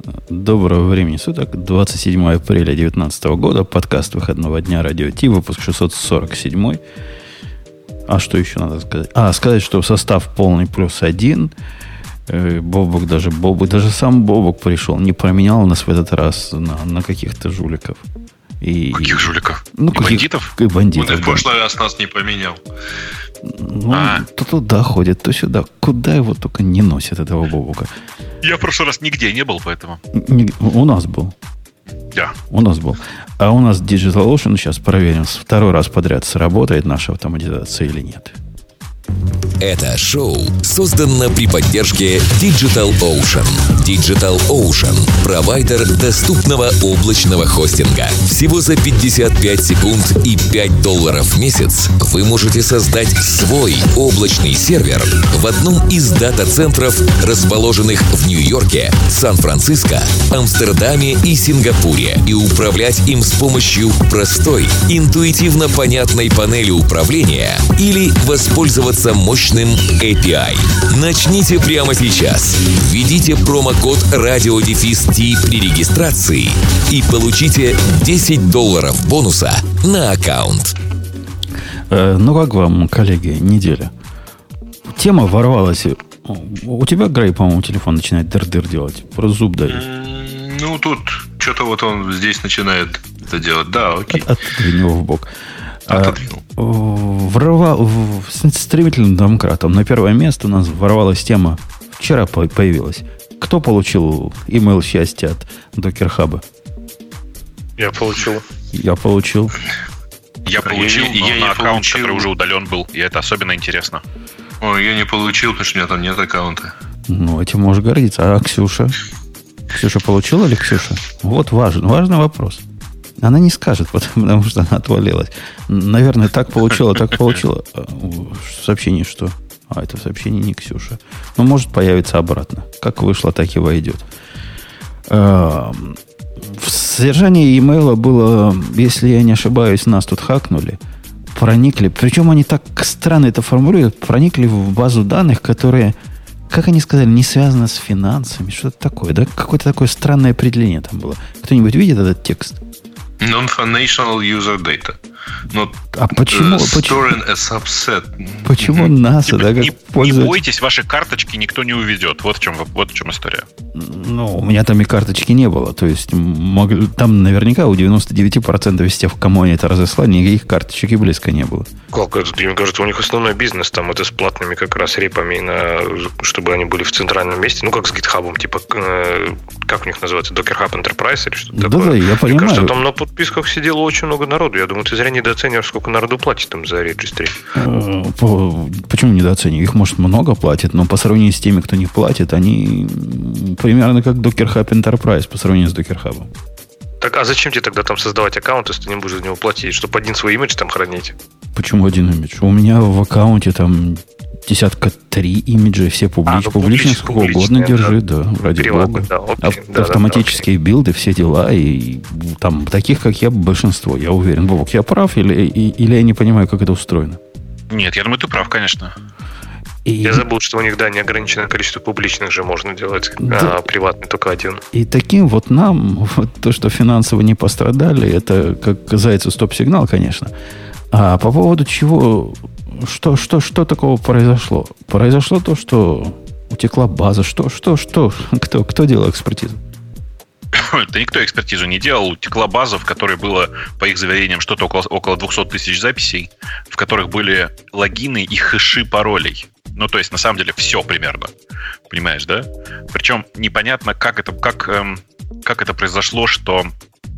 Доброго времени суток. 27 апреля 2019 года. Подкаст выходного дня Радио Ти. Выпуск 647. А что еще надо сказать? Сказать, что состав полный плюс один. Бобок, даже сам Бобок пришел. Не променял нас в этот раз на каких-то жуликов. Каких жуликов? Бандитов? Бандитов. Он и в прошлый раз нас не поменял. То туда ходит, то сюда. Куда его только не носят, этого Бобука. Я в прошлый раз нигде не был, поэтому... У нас был. Да. У нас был. А у нас DigitalOcean, сейчас проверим, второй раз подряд сработает наша автоматизация или нет. Это шоу создано при поддержке DigitalOcean. DigitalOcean – провайдер доступного облачного хостинга. Всего за 55 секунд и $5 в месяц вы можете создать свой облачный сервер в одном из дата-центров, расположенных в Нью-Йорке, Сан-Франциско, Амстердаме и Сингапуре, и управлять им с помощью простой, интуитивно понятной панели управления или воспользоваться мощным API. Начните прямо сейчас. Введите промокод RadioDefist при регистрации и получите $10 бонуса на аккаунт. Как вам, коллеги, неделя? Тема ворвалась. У тебя, Грей, по-моему, телефон начинает дыр-дыр делать. Про зуб дает. Тут что-то вот он здесь начинает это делать. Да, окей. Отодвинь его в бок. Отодвинул. С стремительным домкратом на первое место у нас ворвалась тема. Вчера появилась. Кто получил email счастья от Docker Hub? Я получил. Я получил, я на аккаунт, который уже удален был. И это особенно интересно. Ой, я не получил, потому что у меня там нет аккаунта. Этим можешь гордиться. А Ксюша? Ксюша получила или Ксюша? Вот важный вопрос. Она не скажет, потому что она отвалилась. Наверное, так получила. В сообщении что? Это в сообщении не Ксюша. Может появиться обратно. Как вышло, так и войдет. В содержании имейла было, если я не ошибаюсь, нас тут хакнули. Проникли. Причем они так странно это формулируют. Проникли в базу данных, которые, как они сказали, не связано с финансами. Что-то такое, да? Какое-то такое странное определение там было. Кто-нибудь видит этот текст? Non-financial user data. Почему? Storing a subset. Почему NASA? Не бойтесь, ваши карточки никто не уведет. Вот в чем история. У меня там и карточки не было. То есть, там наверняка у 99% из тех, кому они это разослали, никаких карточек и близко не было. Как это? Мне кажется, у них основной бизнес там это с платными как раз репами, чтобы они были в центральном месте. Как с GitHub, типа, как у них называется, Docker Hub Enterprise или что-то такое. Да, я понимаю. Мне кажется, там на подписках сидело очень много народу. Я думаю, ты зря недооцениваешь, сколько народу платит там за регистри. Почему недооцениваю? Их, может, много платит, но по сравнению с теми, кто не платит, они примерно как Docker Hub Enterprise по сравнению с Docker Hub. Так, а зачем тебе тогда там создавать аккаунт, если ты не будешь за него платить? Чтобы один свой имидж там хранить? Почему один имидж? У меня в аккаунте там 3 имиджа, все публичные, сколько угодно держи, да, ради бога. Автоматические билды, все дела, и там таких, как я, большинство, я уверен. Бобок, я прав или я не понимаю, как это устроено? Нет, я думаю, ты прав, конечно. Я забыл, что у них, неограниченное количество публичных же можно делать, а приватный только один. И таким вот нам, то, что финансово не пострадали, это как зайцу стоп-сигнал, конечно. А по поводу чего... Что такого произошло? Произошло то, что утекла база. Что? Кто делал экспертизу? Да никто экспертизу не делал. Утекла база, в которой было, по их заверениям, что-то около 200 тысяч записей, в которых были логины и хэши паролей. То есть, на самом деле, все примерно. Понимаешь, да? Причем непонятно, как это произошло, что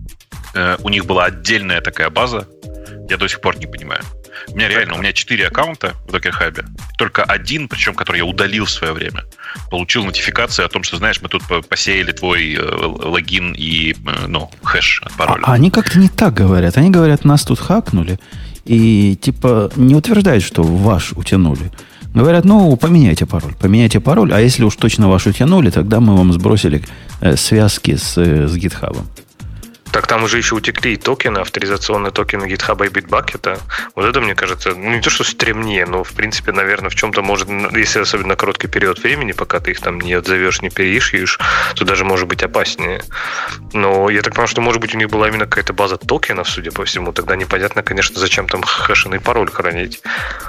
у них была отдельная такая база. Я до сих пор не понимаю. У меня 4 аккаунта в Docker Hub. Только один, причем который я удалил в свое время, получил нотификацию о том, что, знаешь, мы тут посеяли твой логин и хэш от пароля. Они как-то не так говорят. Они говорят, нас тут хакнули. И типа не утверждают, что ваш утянули. Говорят, поменяйте пароль. А если уж точно ваш утянули, тогда мы вам сбросили связки с GitHub. как там уже еще утекли и токены, авторизационные токены GitHub и Bitbucket. Вот это, мне кажется, не то, что стремнее, но, в принципе, наверное, в чем-то может, если особенно короткий период времени, пока ты их там не отзовешь, не переишьешь, то даже может быть опаснее. Но я так понимаю, что, может быть, у них была именно какая-то база токенов, судя по всему. Тогда непонятно, конечно, зачем там хэшенный пароль хранить.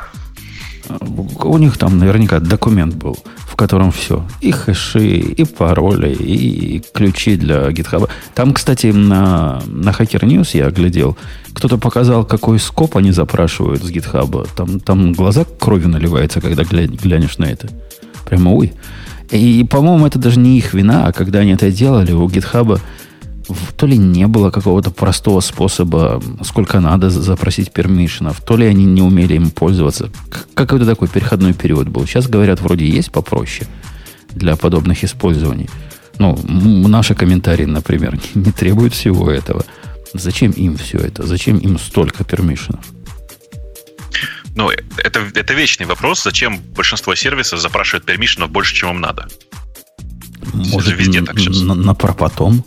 У них там наверняка документ был, в котором все. И хэши, и пароли, и ключи для GitHub. Там, кстати, на Hacker News я глядел, кто-то показал, какой скоп они запрашивают с GitHub. Там глаза кровью наливаются, когда глянешь на это. Прямо ой. И, по-моему, это даже не их вина, а когда они это делали, у GitHub то ли не было какого-то простого способа, сколько надо запросить пермишенов, то ли они не умели им пользоваться. Какой-то такой переходной период был. Сейчас, говорят, вроде есть попроще для подобных использований. Ну, наши комментарии, например, не требуют всего этого. Зачем им все это? Зачем им столько пермишенов? Ну, это вечный вопрос. Зачем большинство сервисов запрашивает пермишенов больше, чем им надо? Может, везде так сейчас. На пропотом?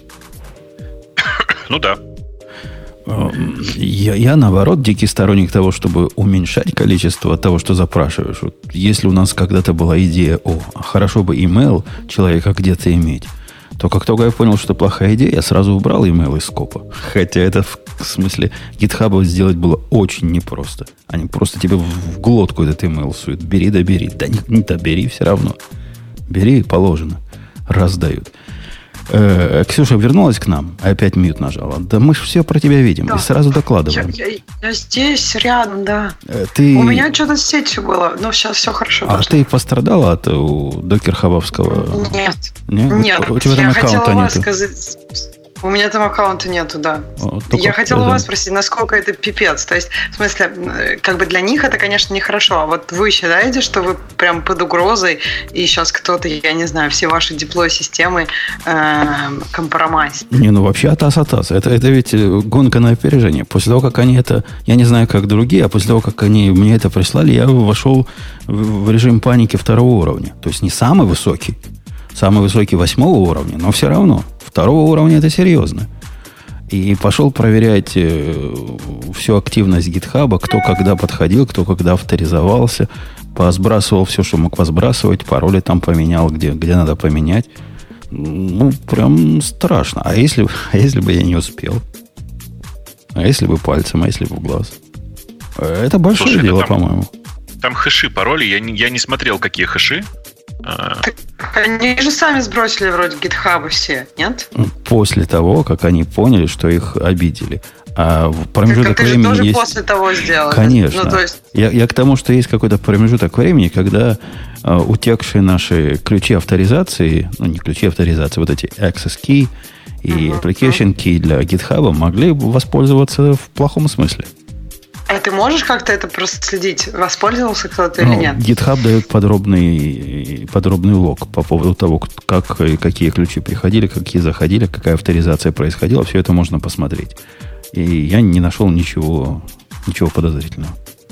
Ну да. Я, наоборот, дикий сторонник того, чтобы уменьшать количество того, что запрашиваешь. Вот если у нас когда-то была идея, хорошо бы email человека где-то иметь, то как только я понял, что плохая идея, я сразу убрал email из скопа. Хотя это в смысле GitHub сделать было очень непросто. Они просто тебе в глотку этот email суют. Бери да бери. Да не добери все равно. Бери, положено. Раздают. Ксюша вернулась к нам, опять мьют нажала. Да мы же все про тебя видим, да. И сразу докладываем. Я здесь, рядом, да. У меня что-то с сетью было, но сейчас все хорошо. А ты пострадала от докер-хабовского? Нет. У тебя там аккаунта нету? У меня там аккаунта нету, да. Я хотела у вас спросить, насколько это пипец. То есть, в смысле, как бы для них это, конечно, нехорошо. А вот вы считаете, что вы прям под угрозой, и сейчас кто-то, я не знаю, все ваши деплой-системы компроматят? Не, ну вообще атас. Это ведь гонка на опережение. После того, как они это... Я не знаю, как другие, а после того, как они мне это прислали, я вошел в режим паники 2-го уровня. То есть не самый высокий. Самый высокий 8-го уровня, но все равно. 2-го уровня это серьезно. И пошел проверять всю активность GitHub, кто когда подходил, кто когда авторизовался, посбрасывал все, что мог возбрасывать, пароли там поменял, где надо поменять. Ну, прям страшно. А если бы я не успел? А если бы пальцем, а если бы в глаз? Это большое дело, по-моему. Там хэши, пароли. Я не смотрел, какие хэши. Они же сами сбросили вроде GitHub все, нет? После того, как они поняли, что их обидели. А в промежуток времени тоже есть... после того сделали. Конечно. Ну, то есть... я к тому, что есть какой-то промежуток времени, когда утекшие наши ключи авторизации, ну, не ключи авторизации, вот эти access key и application key для GitHub могли воспользоваться в плохом смысле. А ты можешь как-то это проследить? Воспользовался кто-то или нет? GitHub дает подробный лог по поводу того, какие ключи приходили, какие заходили, какая авторизация происходила. Все это можно посмотреть. И я не нашел ничего подозрительного.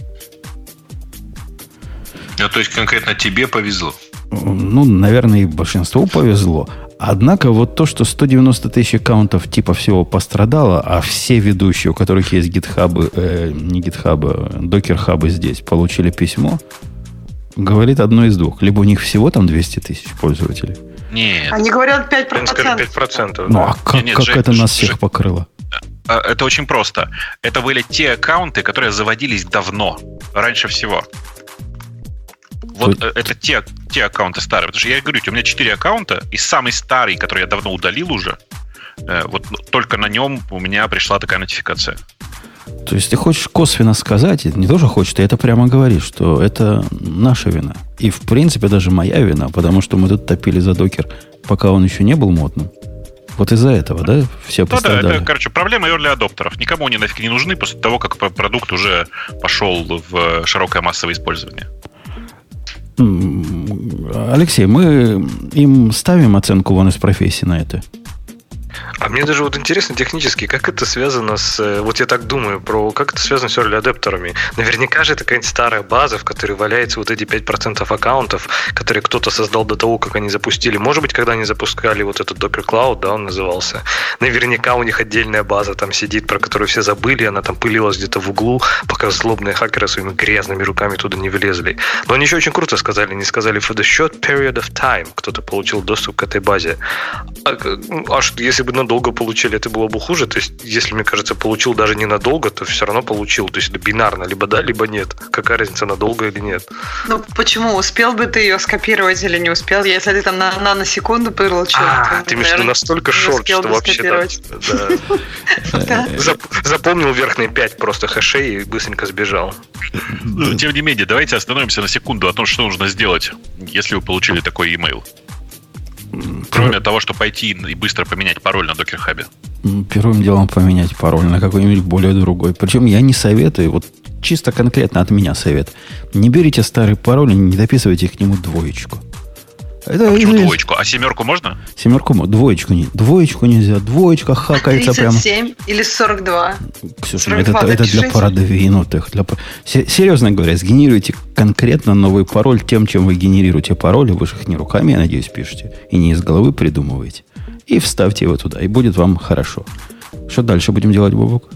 То есть конкретно тебе повезло? Ну, наверное, и большинству повезло. Однако вот то, что 190 тысяч аккаунтов типа всего пострадало, а все ведущие, у которых есть GitHub, не GitHub, докер-хабы здесь, получили письмо, говорит одно из двух. Либо у них всего там 200 тысяч пользователей. Нет. Они говорят 5%. 5%. Ну, а как это нас всех покрыло? Это очень просто. Это были те аккаунты, которые заводились давно, раньше всего. Вот это те аккаунты старые. Потому что я говорю, у меня 4 аккаунта, и самый старый, который я давно удалил уже, вот только на нем у меня пришла такая нотификация. То есть ты хочешь косвенно сказать, не тоже хочешь, ты это прямо говоришь, что это наша вина. И в принципе даже моя вина, потому что мы тут топили за докер, пока он еще не был модным. Вот из-за этого, да, все пострадали? Да, это, проблема early адоптеров. Никому они нафиг не нужны после того, как продукт уже пошел в широкое массовое использование. Алексей, мы им ставим оценку вон из профессии на это? А мне даже вот интересно технически, как это связано с... Вот я так думаю, как это связано с early-адаптерами. Наверняка же это какая-нибудь старая база, в которой валяется вот эти 5% аккаунтов, которые кто-то создал до того, как они запустили. Может быть, когда они запускали вот этот Docker Cloud, да, он назывался, наверняка у них отдельная база там сидит, про которую все забыли, она там пылилась где-то в углу, пока злобные хакеры своими грязными руками туда не влезли. Но они еще очень круто сказали, они сказали for the short period of time кто-то получил доступ к этой базе. Если бы надолго получили, это было бы хуже. То есть, если, мне кажется, получил даже ненадолго, то все равно получил. То есть, это бинарно, либо да, либо нет. Какая разница, надолго или нет? Ну, почему? Успел бы ты ее скопировать или не успел? Если ты там на наносекунду получил, ты имеешь в виду настолько шорт, что вообще запомнил верхние 5 просто хэшей и быстренько сбежал. Тем не менее, давайте остановимся на секунду о том, что нужно сделать, если вы получили такой e-mail. Кроме того, что пойти и быстро поменять пароль на Docker Hub. Первым делом поменять пароль на какой-нибудь более другой. Причем я не советую, вот чисто конкретно от меня совет. Не берите старый пароль и не дописывайте к нему двоечку. Почему двоечку? А семерку можно? Семерку можно. Двоечку нельзя. Двоечка хакается 37 прямо. 37 или 42? Ксюша, 42, это для продвинутых. Серьезно говоря, сгенерируйте конкретно новый пароль тем, чем вы генерируете пароли. Вы же их не руками, я надеюсь, пишете. И не из головы придумываете. И вставьте его туда. И будет вам хорошо. Что дальше будем делать, Бобок?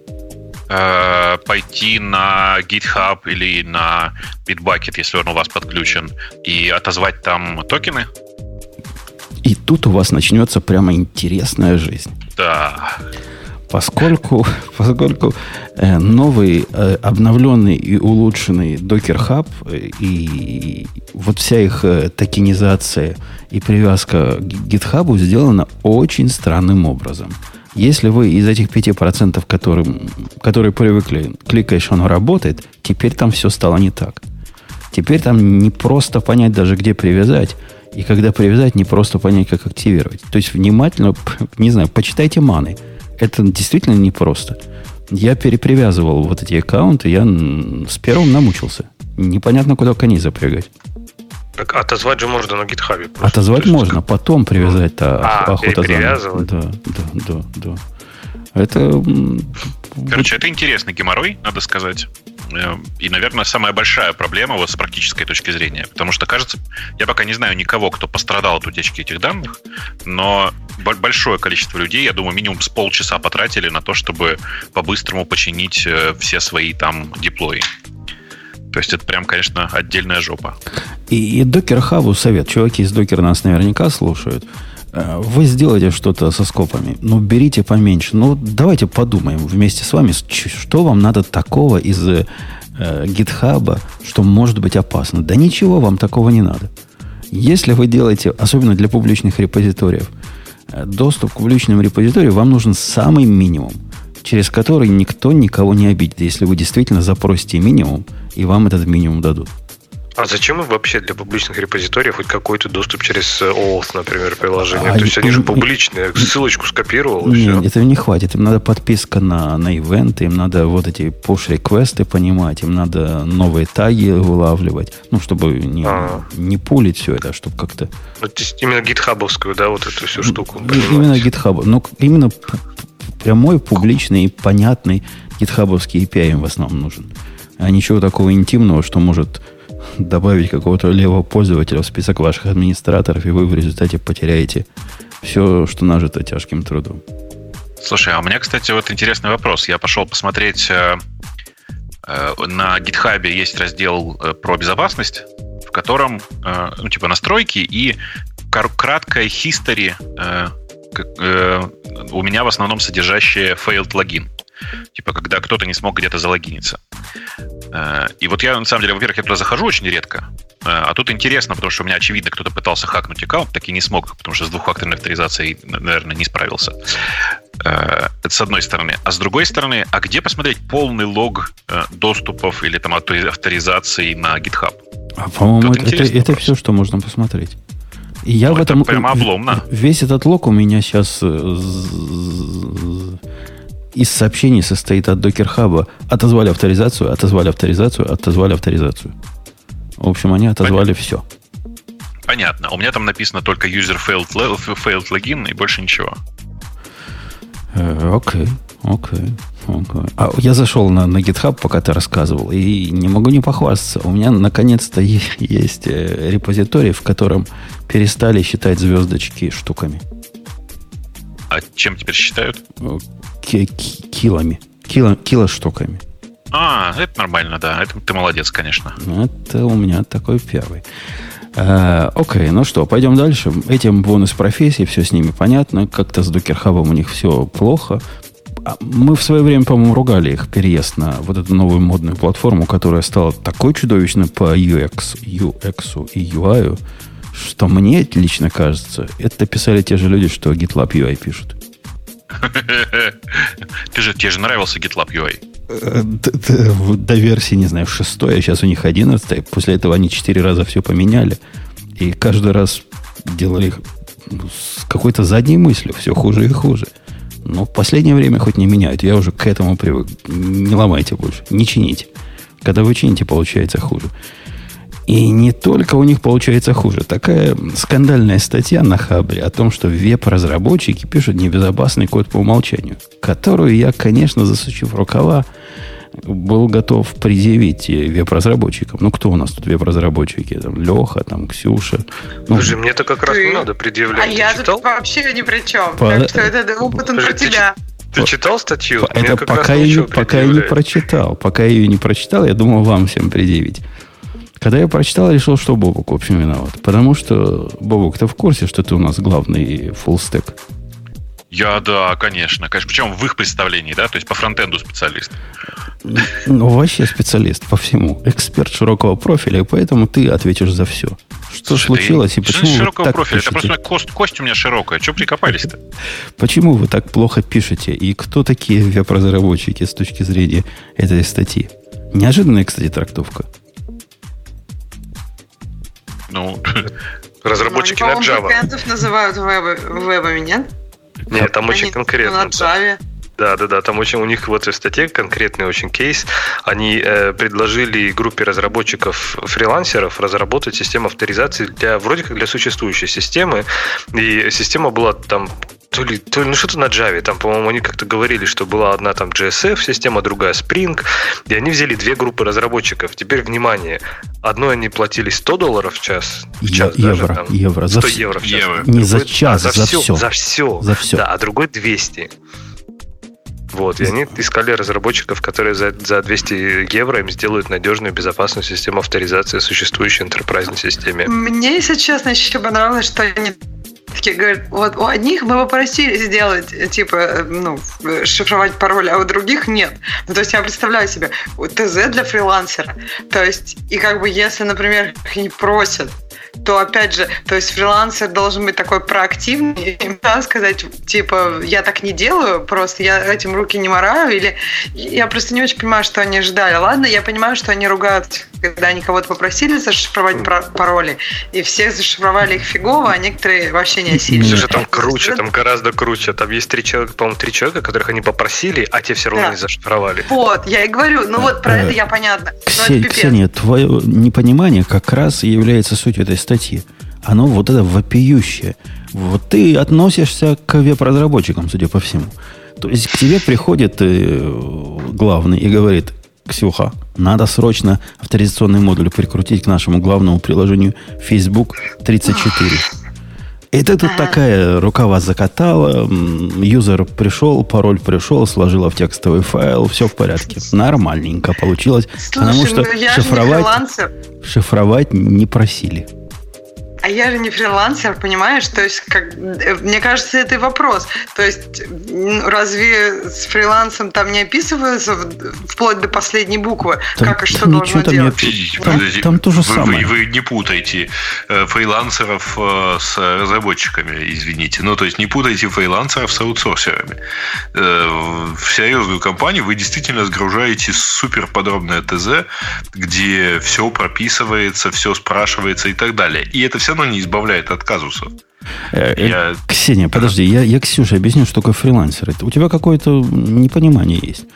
Пойти на GitHub или на Bitbucket, если он у вас подключен, и отозвать там токены. И тут у вас начнется прямо интересная жизнь. Да. Поскольку новый, обновленный и улучшенный Docker Hub и вот вся их токенизация и привязка к GitHub сделана очень странным образом. Если вы из этих 5%, которые привыкли, кликаешь, оно работает, теперь там все стало не так. Теперь там не просто понять даже, где привязать, и когда привязать, не просто понять, как активировать. То есть внимательно, не знаю, почитайте маны. Это действительно непросто. Я перепривязывал вот эти аккаунты, я с первым намучился. Непонятно, куда коней запрягать. Так отозвать же можно на GitHub. Отозвать можно, потом привязать-то охота перепривязывать. Да. Это... Короче, это интересный геморрой, надо сказать. И, наверное, самая большая проблема вот с практической точки зрения. Потому что, кажется, я пока не знаю никого, кто пострадал от утечки этих данных, но большое количество людей, я думаю, минимум с полчаса потратили на то, чтобы по-быстрому починить все свои там деплои. То есть это прям, конечно, отдельная жопа. И Docker Hub совет. Чуваки из Docker нас наверняка слушают. Вы сделаете что-то со скопами, но берите поменьше. Ну, давайте подумаем вместе с вами, что вам надо такого из GitHub, что может быть опасно. Да ничего вам такого не надо. Если вы делаете, особенно для публичных репозиториев, доступ к публичным репозиториям, вам нужен самый минимум, через который никто никого не обидит, если вы действительно запросите минимум, и вам этот минимум дадут. А зачем им вообще для публичных репозиториев хоть какой-то доступ через OAuth, например, приложение? То есть они же публичные, ссылочку скопировал, и все. Этого не хватит. Им надо подписка на ивенты, им надо вот эти push-реквесты понимать, им надо новые таги вылавливать, ну, чтобы не пулить все это, а чтобы как-то... Ну, то есть именно гитхабовскую, да, вот эту всю штуку понимать. Именно GitHub. Но именно прямой, публичный и понятный гитхабовский API им в основном нужен. А ничего такого интимного, что может добавить какого-то левого пользователя в список ваших администраторов, и вы в результате потеряете все, что нажито тяжким трудом. Слушай, а у меня, кстати, вот интересный вопрос. Я пошел посмотреть, на GitHub есть раздел про безопасность, в котором, ну, типа настройки и краткая history, у меня в основном содержащая failed логин. Типа, когда кто-то не смог где-то залогиниться. И вот я, на самом деле, во-первых, я туда захожу очень редко. А тут интересно, потому что у меня, очевидно, кто-то пытался хакнуть аккаунт, так и не смог, потому что с двухфакторной авторизацией, наверное, не справился. Это с одной стороны. А с другой стороны, а где посмотреть полный лог доступов или там авторизации на GitHub? А, по-моему, это все, что можно посмотреть. И я в этом прямо обломно. Весь этот лог у меня сейчас из сообщений состоит от Docker Hub. Отозвали авторизацию. В общем, они отозвали все. Понятно. У меня там написано только user failed login и больше ничего. Окей. А я зашел на GitHub, пока ты рассказывал, и не могу не похвастаться. У меня наконец-то есть репозиторий, в котором перестали считать звездочки штуками. А чем теперь считают? Килами. Килоштуками. Это нормально, да. Это ты молодец, конечно. Это у меня такой первый. Окей, ну что, пойдем дальше. Этим бонус профессий, все с ними понятно. Как-то с Докер-хабом у них все плохо. Мы в свое время, по-моему, ругали их переезд на вот эту новую модную платформу, которая стала такой чудовищной по UX и UI, что мне лично кажется, это писали те же люди, что GitLab UI пишут. Тебе же нравился GitLab UI. До версии, не знаю, 6, а сейчас у них 11. После этого они 4 раза все поменяли. И каждый раз делали их с какой-то задней мыслью. Все хуже и хуже. Но в последнее время хоть не меняют. Я уже к этому привык. Не ломайте больше. Не чините. Когда вы чините, получается хуже. И не только у них получается хуже. Такая скандальная статья на Хабре о том, что веб-разработчики пишут небезопасный код по умолчанию, которую я, конечно, засучив рукава, был готов предъявить веб-разработчикам. Ну, кто у нас тут веб-разработчики? Там Леха, там Ксюша. Слушай, мне-то как раз не надо предъявлять. А я тут вообще ни при чем. Так что это опыт про тебя. Ты читал статью? Это пока я не прочитал. Пока я ее не прочитал, я думал вам всем предъявить. Когда я прочитал, решил, что Бобук, в общем, виноват. Потому что, Бобук, ты в курсе, что ты у нас главный фуллстек? Да, конечно. Причем в их представлении, да? То есть по фронтенду специалист. Ну, вообще специалист по всему. Эксперт широкого профиля, и поэтому ты ответишь за все. Что случилось и почему вы широкого так профиля? пишете? Это просто кость у меня широкая. Чего прикопались-то? Почему вы так плохо пишете? И кто такие веб-разработчики с точки зрения этой статьи? Неожиданная, кстати, трактовка. Ну, разработчики на Java. Бэкэндов называют вебами, нет? Нет, там очень конкретно. На Java. Да, там очень у них вот в статье конкретный очень кейс. Они предложили группе разработчиков-фрилансеров разработать систему авторизации вроде как для существующей системы. И система была там то ли что-то на Java. Там, по-моему, они как-то говорили, что была одна там JSF-система, другая Spring. И они взяли 2 группы разработчиков. Теперь, внимание, одной они платили $100 в час. Евро. 100 евро в час. Не за час, за все. За все. Да, а другой 200. Вот, и они искали разработчиков, которые за 200 евро им сделают надежную, безопасную систему авторизации существующей enterprise системе. Мне, если честно, еще понравилось, что они такие говорят, вот у одних мы попросили сделать, шифровать пароль, а у других нет. Ну, то есть я представляю себе, ТЗ для фрилансера. То есть, и если, например, их не просят, то, опять же, то есть фрилансер должен быть такой проактивный и сказать, я так не делаю, просто я этим руки не мораю, или я просто не очень понимаю, что они ожидали. Ладно, я понимаю, что они ругают, когда они кого-то попросили зашифровать пароли, и все зашифровали их фигово, а некоторые вообще не осилили. Слушай, там круче, там гораздо круче. Там есть 3 человека, которых они попросили, а те все равно не зашифровали. Вот, я и говорю, про это я понятно. Ксения, твое непонимание как раз и является сутью этой статьи. Оно вот это вопиющее. Вот ты относишься к веб-разработчикам, судя по всему. То есть к тебе приходит главный и говорит: Ксюха, надо срочно авторизационный модуль прикрутить к нашему главному приложению Facebook 34. И ты тут такая рукава закатала, юзер пришел, пароль пришел, сложила в текстовый файл, все в порядке. Нормальненько получилось. Потому что шифровать не просили. А я же не фрилансер, понимаешь? То есть, мне кажется, это и вопрос. То есть, разве с фрилансом там не описывается вплоть до последней буквы, как и что должно делать? Там то же самое. Вы не путайте фрилансеров с разработчиками, извините. То есть, не путайте фрилансеров с аутсорсерами. В серьезную компанию вы действительно сгружаете суперподробное ТЗ, где все прописывается, все спрашивается и так далее. И это все равно не избавляет от казусов. Ксения, подожди, я Ксюше объясню, что такое фрилансер. У тебя какое-то непонимание есть.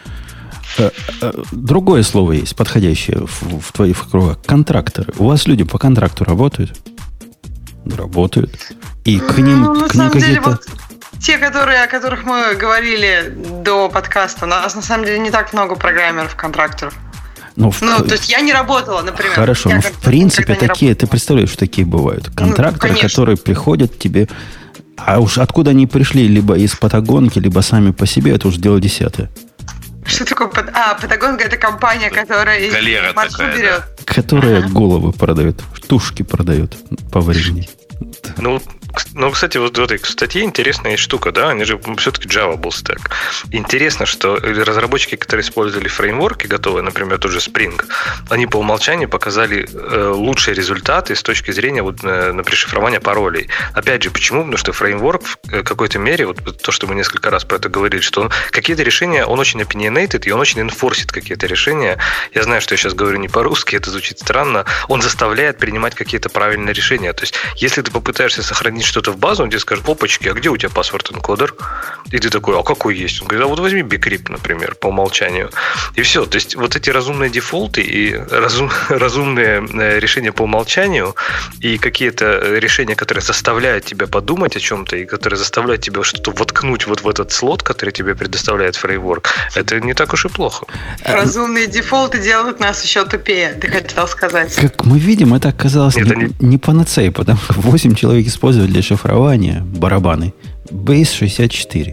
Другое слово есть, подходящее в твоих кругах. Контракторы. У вас люди по контракту работают? Работают. И к ним какие-то... те, о которых мы говорили до подкаста, у нас на самом деле не так много программеров-контракторов. То есть я не работала, например. Хорошо, но в принципе такие, ты представляешь, что такие бывают. Контракторы, которые приходят тебе, а уж откуда они пришли, либо из Патагонки, либо сами по себе, это уже дело десятое. Что такое? Патагонка — это компания, которая маршрут берет. Которая головы продает, тушки продает по времени. Кстати, вот в этой статье интересная штука, да, они же все-таки Java был стек. Интересно, что разработчики, которые использовали фреймворки готовые, например, тот же Spring, они по умолчанию показали лучшие результаты с точки зрения на пришифрование паролей. Опять же, почему? Потому что фреймворк в какой-то мере, вот то, что мы несколько раз про это говорили, что какие-то решения, он очень opinionated, и он очень энфорсит какие-то решения. Я знаю, что я сейчас говорю не по-русски, это звучит странно. Он заставляет принимать какие-то правильные решения. То есть, если ты попытаешься сохранить что-то в базу, он тебе скажет: опачки, а где у тебя паспорт-энкодер? И ты такой: а какой есть? Он говорит: а вот возьми bcrypt, например, по умолчанию. И все. То есть вот эти разумные дефолты и разумные решения по умолчанию и какие-то решения, которые заставляют тебя подумать о чем-то и которые заставляют тебя что-то воткнуть вот в этот слот, который тебе предоставляет фреймворк, это не так уж и плохо. Разумные дефолты делают нас еще тупее, ты хотел сказать. Как мы видим, это оказалось не панацеей, потому что 8 человек использовали для шифрования барабаны Base64.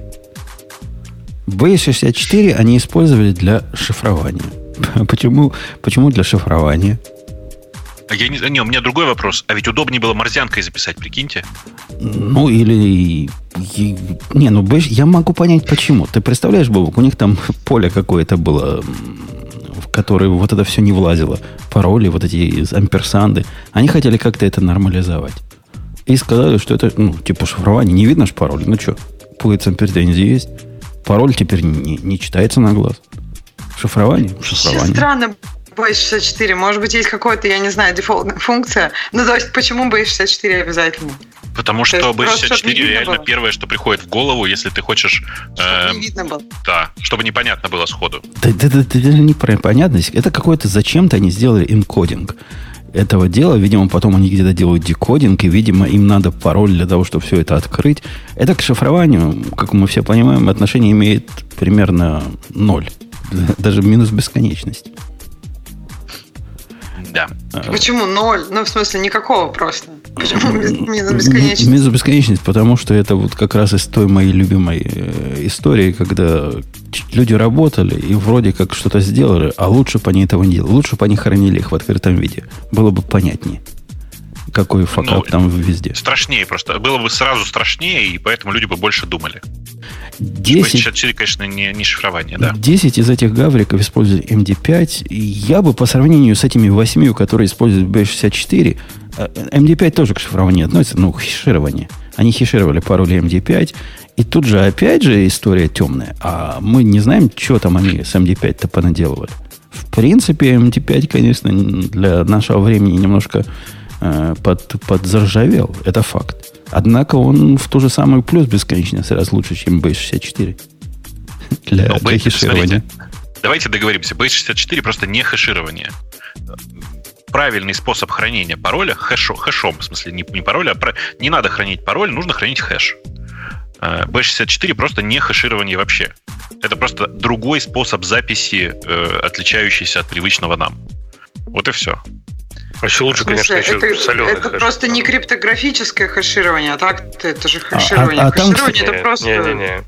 Base64 они использовали для шифрования. Почему для шифрования? У меня другой вопрос. А ведь удобнее было морзянкой записать, прикиньте. Я могу понять, почему. Ты представляешь, Бобок, у них там поле какое-то было, в которое вот это все не влазило. Пароли, вот эти амперсанды. Они хотели как-то это нормализовать. И сказали, что это, шифрование. Не видно ж пароль. Что, пугаться претензии есть? Пароль теперь не читается на глаз. Шифрование. Странно, Base64. Может быть, есть какая-то, я не знаю, дефолтная функция. То есть, почему Base64 обязательно? Потому что Base64 реально первое, что приходит в голову, если ты хочешь... Чтобы не видно было. Да, чтобы непонятно было сходу. Это не про непонятность. Это какое-то зачем-то они сделали энкодинг этого дела. Видимо, потом они где-то делают декодинг, и, видимо, им надо пароль для того, чтобы все это открыть. Это к шифрованию, как мы все понимаем, отношение имеет примерно 0. Даже минус бесконечность. Да. Почему 0? В смысле, никакого просто. Почему минус бесконечность? Минус бесконечность, потому что это вот как раз из той моей любимой истории, когда люди работали и вроде как что-то сделали, а лучше бы они этого не делали. Лучше бы они хранили их в открытом виде. Было бы понятнее, какой факап там везде. Страшнее просто. Было бы сразу страшнее, и поэтому люди бы больше думали. 10, конечно, не шифрование, да. 10 из этих гавриков используют MD5. И я бы по сравнению с этими 8, которые используют B64, MD5 тоже к шифрованию относится, к хешированию. Они хешировали пароли MD5. И тут же опять же история темная. А мы не знаем, что там они с MD5-то понаделывали. В принципе, MD5, конечно, для нашего времени немножко подзаржавел. Это факт. Однако он в ту же самую плюс бесконечность раз лучше, чем Base64 для хеширования. Давайте договоримся. Base64 просто не хеширование. Правильный способ хранения пароля хэшом, в смысле не пароля, не надо хранить пароль, нужно хранить хэш. Base64 просто не хеширование вообще. Это просто другой способ записи, отличающийся от привычного нам. Вот и все. А еще лучше, конечно, еще соленый хэш. Это просто не криптографическое хэширование, а так-то это же хэширование. Хэширование это просто... Не.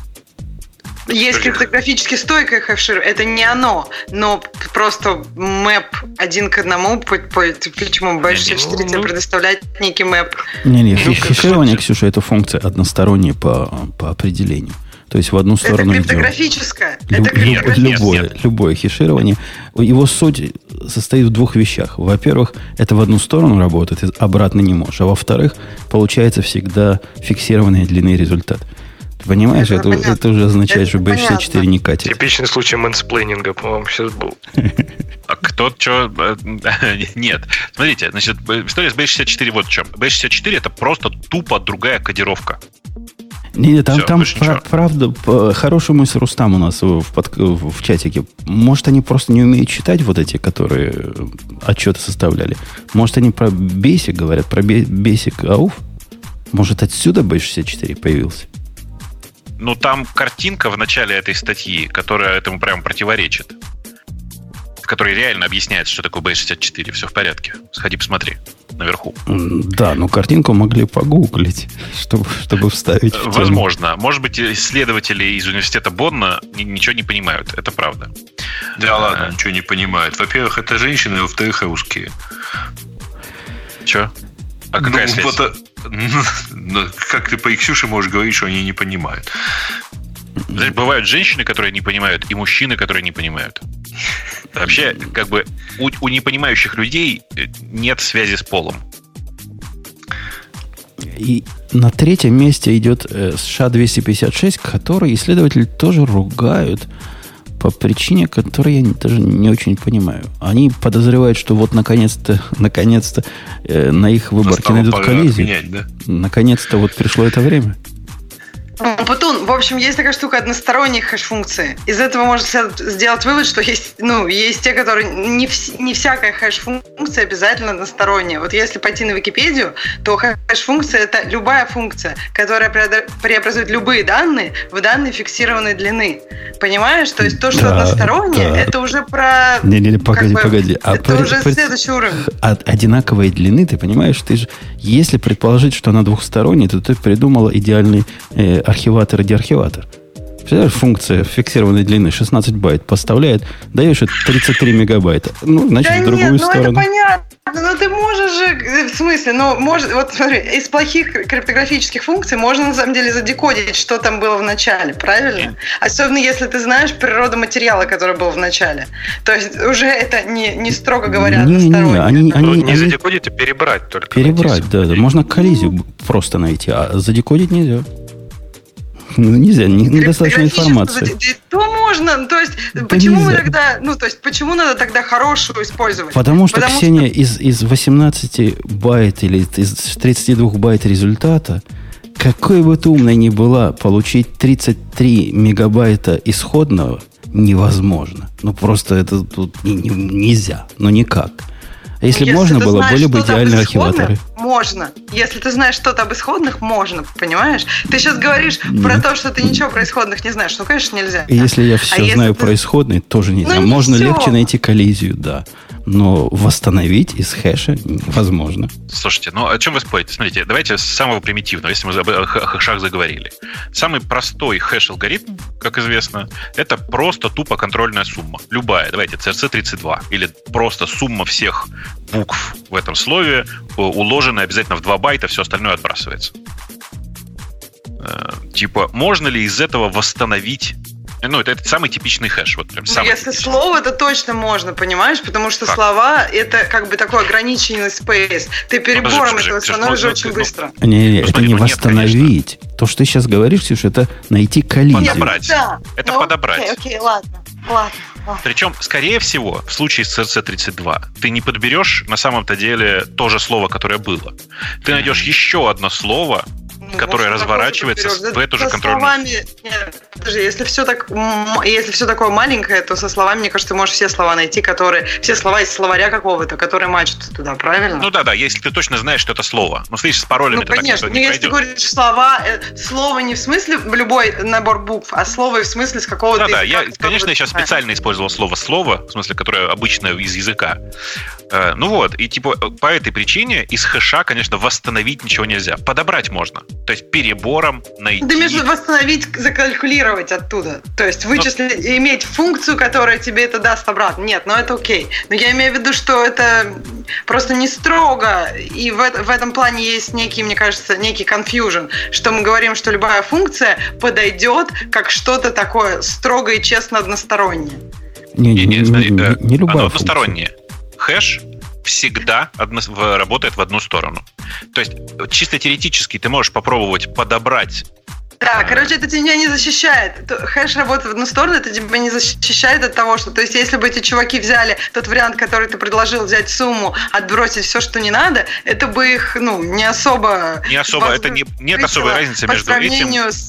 Есть криптографически стойкое хэширование, это не оно, но просто мэп 1 к 1, почему Base64 тебе предоставляет некий мэп. Не, хэширование, Ксюша, это функция односторонняя по определению. То есть в одну сторону это криптографическое. Любое хеширование. Его суть состоит в двух вещах. Во-первых, это в одну сторону работает, обратно не можешь. А во-вторых, получается всегда фиксированный длинный результат. Ты понимаешь, это уже означает, что B64 не катит. Типичный случай мэнсплейнинга, по-моему, сейчас был. А кто что... Нет. Смотрите, значит, история с B64 вот в чем. B64 это просто тупо другая кодировка. Нет, там правда, хороший мысль Рустам у нас в чатике. Может, они просто не умеют читать вот эти, которые отчеты составляли. Может, они про Basic говорят, про Basic AUF? Может, отсюда B64 появился? Ну, там картинка в начале этой статьи, которая этому прямо противоречит. В которой реально объясняется, что такое Base64. Все в порядке. Сходи, посмотри. Наверху. Да, но картинку могли погуглить, чтобы вставить в тему. Возможно. Может быть, исследователи из университета Бонна ничего не понимают. Это правда. Да ладно, ничего не понимают. Во-первых, это женщины, во-вторых, русские. Че? А какая связь? Как ты по Ксюше можешь говорить, что они не понимают? Знаешь, бывают женщины, которые не понимают, и мужчины, которые не понимают. Вообще, как бы у непонимающих людей нет связи с полом. И на третьем месте идет США-256, который исследователи тоже ругают по причине, которую я даже не очень понимаю. Они подозревают, что вот наконец-то на их выборке найдут коллизию. Отменять, да? Наконец-то вот пришло это время. Путун, в общем, есть такая штука односторонние хэш-функции. Из этого можно сделать вывод, что есть те, которые... Не всякая хэш-функция обязательно односторонняя. Вот если пойти на Википедию, то хэш-функция – это любая функция, которая преобразует любые данные в данные фиксированной длины. Понимаешь? То есть то, что одностороннее, это уже про... Не, погоди. Это уже следующий уровень. От одинаковой длины, ты понимаешь, если предположить, что она двухсторонняя, то ты придумала идеальный архиватор и деархиватор. Представляешь, функция фиксированной длины 16 байт поставляет, даешь 33 мегабайта. Ну, значит, в другую сторону. Это понятно. Но ты можешь же... В смысле? Вот смотри, из плохих криптографических функций можно, на самом деле, задекодить, что там было в начале, правильно? Особенно, если ты знаешь природу материала, который был в начале. То есть, уже это не строго говоря, односторонне. Не задекодить, а перебрать только. Перебрать, да. Можно коллизию просто найти, а задекодить нельзя. Нельзя, недостаточно информации. То можно, то есть, почему мы тогда, почему надо тогда хорошую использовать? Потому что, Ксения, из 18 байт или из 32 байт результата, какой бы ты умной ни была, получить 33 мегабайта исходного невозможно. Просто это тут нельзя, никак. А если можно было, были бы идеальные архиваторы. Можно. Если ты знаешь что-то об исходных, можно, понимаешь? Ты сейчас говоришь про то, что ты ничего про исходных не знаешь. Конечно, нельзя. И если я все знаю про исходные, тоже нельзя. Можно легче найти коллизию, да. Но восстановить из хэша невозможно. Слушайте, о чем вы спорите? Смотрите, давайте с самого примитивного, если мы о хэшах заговорили. Самый простой хэш-алгоритм, как известно, это просто тупо контрольная сумма. Любая, давайте, CRC32. Или просто сумма всех букв в этом слове, уложенная обязательно в 2 байта, все остальное отбрасывается. Можно ли из этого восстановить... это самый типичный хэш. Вот прям самый если типичный. Слово, то точно можно, понимаешь? Потому что слова – это как бы такой ограниченный спейс. Ты перебором этого становишься очень быстро. Это не восстановить. Нет, то, что ты сейчас говоришь, Ксюша, это найти коллизию. Подобрать. Да. Это подобрать. Окей, ладно. Причем, скорее всего, в случае с CRC32 ты не подберешь на самом-то деле то же слово, которое было. Ты найдешь еще одно слово, которое разворачивается в эту же контрольную. Нет, подожди, если все такое маленькое, то со словами, мне кажется, ты можешь все слова найти, все слова из словаря какого-то, которые мачут туда, правильно? Да, если ты точно знаешь, что это слово. Видишь, с паролями ты конечно, так не если ты говоришь слово не в смысле в любой набор букв, а слово в смысле с какого-то... Я сейчас специально использовал слово, в смысле, которое обычно из языка. И по этой причине из хэша, конечно, восстановить ничего нельзя. Подобрать можно. То есть перебором найти... Ты между восстановить, закалькулировать оттуда. То есть вычислить, иметь функцию, которая тебе это даст обратно. Нет, это окей. Но я имею в виду, что это просто не строго. И в этом плане есть некий, мне кажется, некий confusion, что мы говорим, что любая функция подойдет как что-то такое строго и честно одностороннее. Не любая оно одностороннее. Хэш всегда работает в одну сторону. То есть, чисто теоретически ты можешь попробовать подобрать. Да, это тебя не защищает. Хэш работает в одну сторону, это тебя не защищает от того, что... То есть, если бы эти чуваки взяли тот вариант, который ты предложил, взять сумму, отбросить все, что не надо, это бы их, не особо... Это нет особой разницы между этим... По сравнению с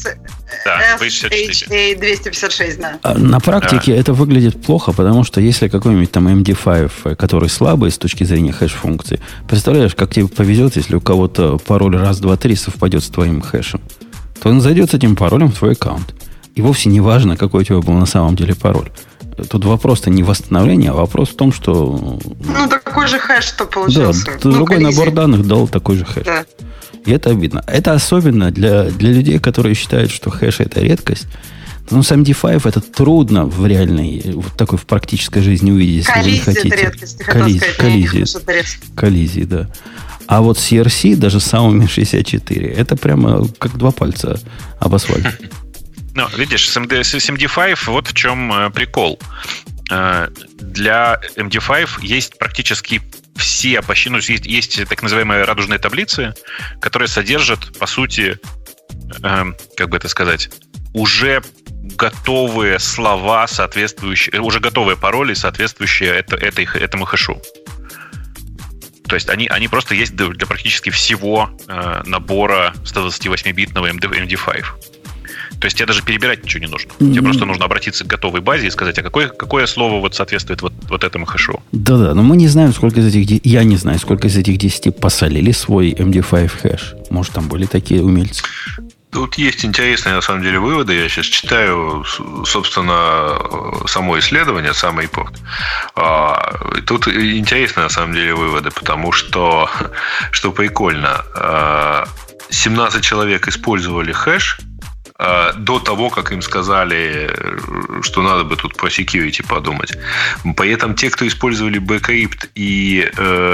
SHA-256, да. На практике это выглядит плохо, потому что если какой-нибудь там MD5, который слабый с точки зрения хэш-функции, представляешь, как тебе повезет, если у кого-то пароль 1, 2, 3 совпадет с твоим хэшем. то он зайдет с этим паролем в твой аккаунт. И вовсе не важно, какой у тебя был на самом деле пароль. Тут вопрос-то не восстановление, а вопрос в том, что... Ну, такой же хэш, что получился. Да, другой набор данных дал такой же хэш. Да. И это обидно. Это особенно для людей, которые считают, что хэш – это редкость. Ну, с MD5 это трудно в реальной, вот такой в практической жизни увидеть, если вы не хотите. Это редкость. Коллизии, да. А вот CRC, даже с самыми 64, это прямо как два пальца об асфальт. Ну, видишь, с MD5 вот в чем прикол. Для MD5 есть практически все ну, есть так называемые радужные таблицы, которые содержат, по сути, как бы это сказать, уже готовые слова, соответствующие, уже готовые пароли, соответствующие этому хэшу. То есть они просто есть для практически всего набора 128-битного MD5. То есть тебе даже перебирать ничего не нужно. Тебе просто нужно обратиться к готовой базе и сказать, а какое слово вот соответствует вот этому хэшу. Да-да, но мы не знаем, сколько из этих... Я не знаю, сколько из этих 10 посолили свой MD5 хэш. Может, там были такие умельцы? Тут есть интересные, на самом деле, выводы. Я сейчас читаю, собственно, само исследование, сам репорт. Тут интересные, на самом деле, выводы, потому что прикольно, 17 человек использовали хэш до того, как им сказали, что надо бы тут про security подумать. При этом те, кто использовали Bcrypt и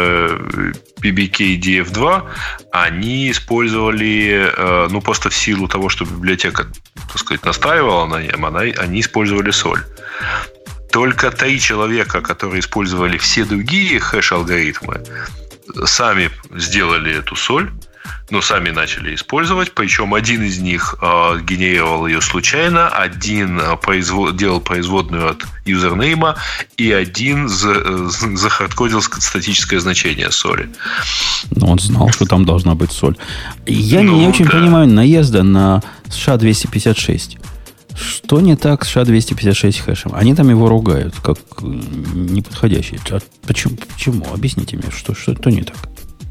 PBKDF2, они использовали, ну, просто в силу того, что библиотека, так сказать, настаивала на нем, они использовали соль. Только 3 человека, которые использовали все другие хэш-алгоритмы, сами сделали эту соль, но сами начали использовать. Причем один из них генерировал ее случайно, один делал производную от юзернейма, и один захардкодил статическое значение соли. Но он знал, что там должна быть соль. Я не очень понимаю наезда на SHA-256. Что не так с SHA-256 хэшем? Они там его ругают, как неподходящий. А почему? Объясните мне, что не так?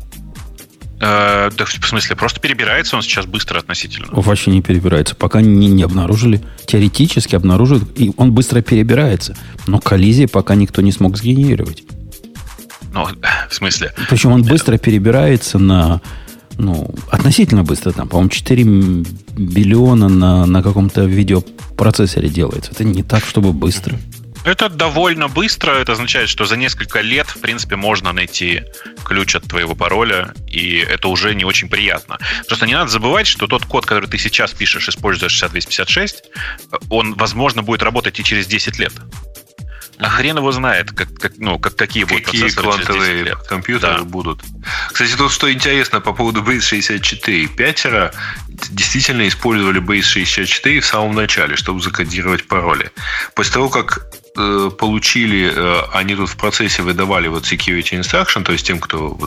Да, в смысле, просто перебирается он сейчас быстро относительно. Вообще не перебирается. Пока не обнаружили. Теоретически обнаруживают, и он быстро перебирается. Но коллизии пока никто не смог сгенерировать. Ну, в смысле? Причем он быстро перебирается на... Ну, относительно быстро. Там, по-моему, 4 биллиона на каком-то видеопроцессоре делается. Это не так, чтобы быстро. Это довольно быстро. Это означает, что за несколько лет, в принципе, можно найти ключ от твоего пароля, и это уже не очень приятно. Просто не надо забывать, что тот код, который ты сейчас пишешь, используя SHA-256, он, возможно, будет работать и через 10 лет. А хрен его знает, какие будут процессоры через 10 лет. Компьютеры будут. Кстати, тут что интересно по поводу Base64. 5 действительно использовали Base64 в самом начале, чтобы закодировать пароли. После того, как получили, они тут в процессе выдавали вот security instruction, то есть тем, кто вот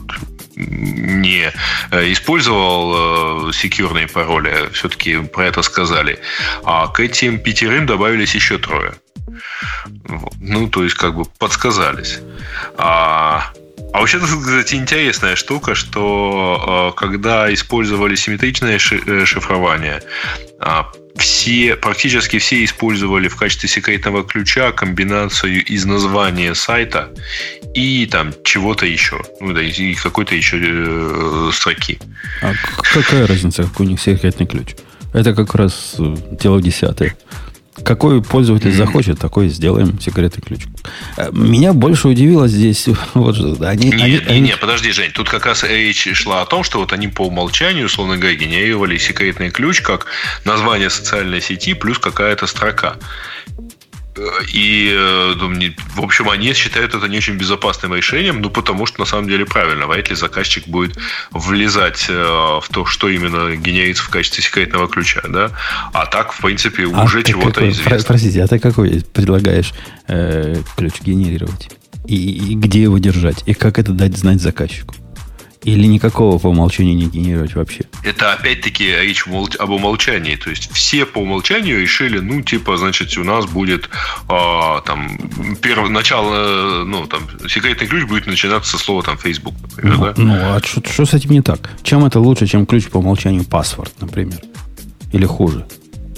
не использовал секьюрные пароли, все-таки про это сказали. А к этим 5 добавились еще 3. Ну, то есть, как бы подсказались. А вообще, кстати, интересная штука, что когда использовали симметричное шифрование, практически все использовали в качестве секретного ключа комбинацию из названия сайта и там чего-то еще. Ну да, и какой-то еще строки. А какая разница, какой у них секретный ключ? Это как раз дело 10. Какой пользователь захочет, такой сделаем секретный ключ. Меня больше удивило здесь вот что. Не, подожди, Жень. Тут как раз речь шла о том, что вот они по умолчанию, условно говоря, генерировали секретный ключ как название социальной сети плюс какая-то строка. И, в общем, они считают это не очень безопасным решением, ну, потому что, на самом деле, правильно. Вряд ли заказчик будет влезать в то, что именно генерится в качестве секретного ключа, да? А так, в принципе, уже чего-то известно. Простите, а ты какой предлагаешь ключ генерировать? И где его держать? И как это дать знать заказчику? Или никакого по умолчанию не генерировать вообще? Это опять-таки речь об умолчании. То есть все по умолчанию решили, ну, типа, значит, у нас будет начало, секретный ключ будет начинаться со слова там Facebook, например, да? Ну, а что с этим не так? Чем это лучше, чем ключ по умолчанию password, например? или хуже?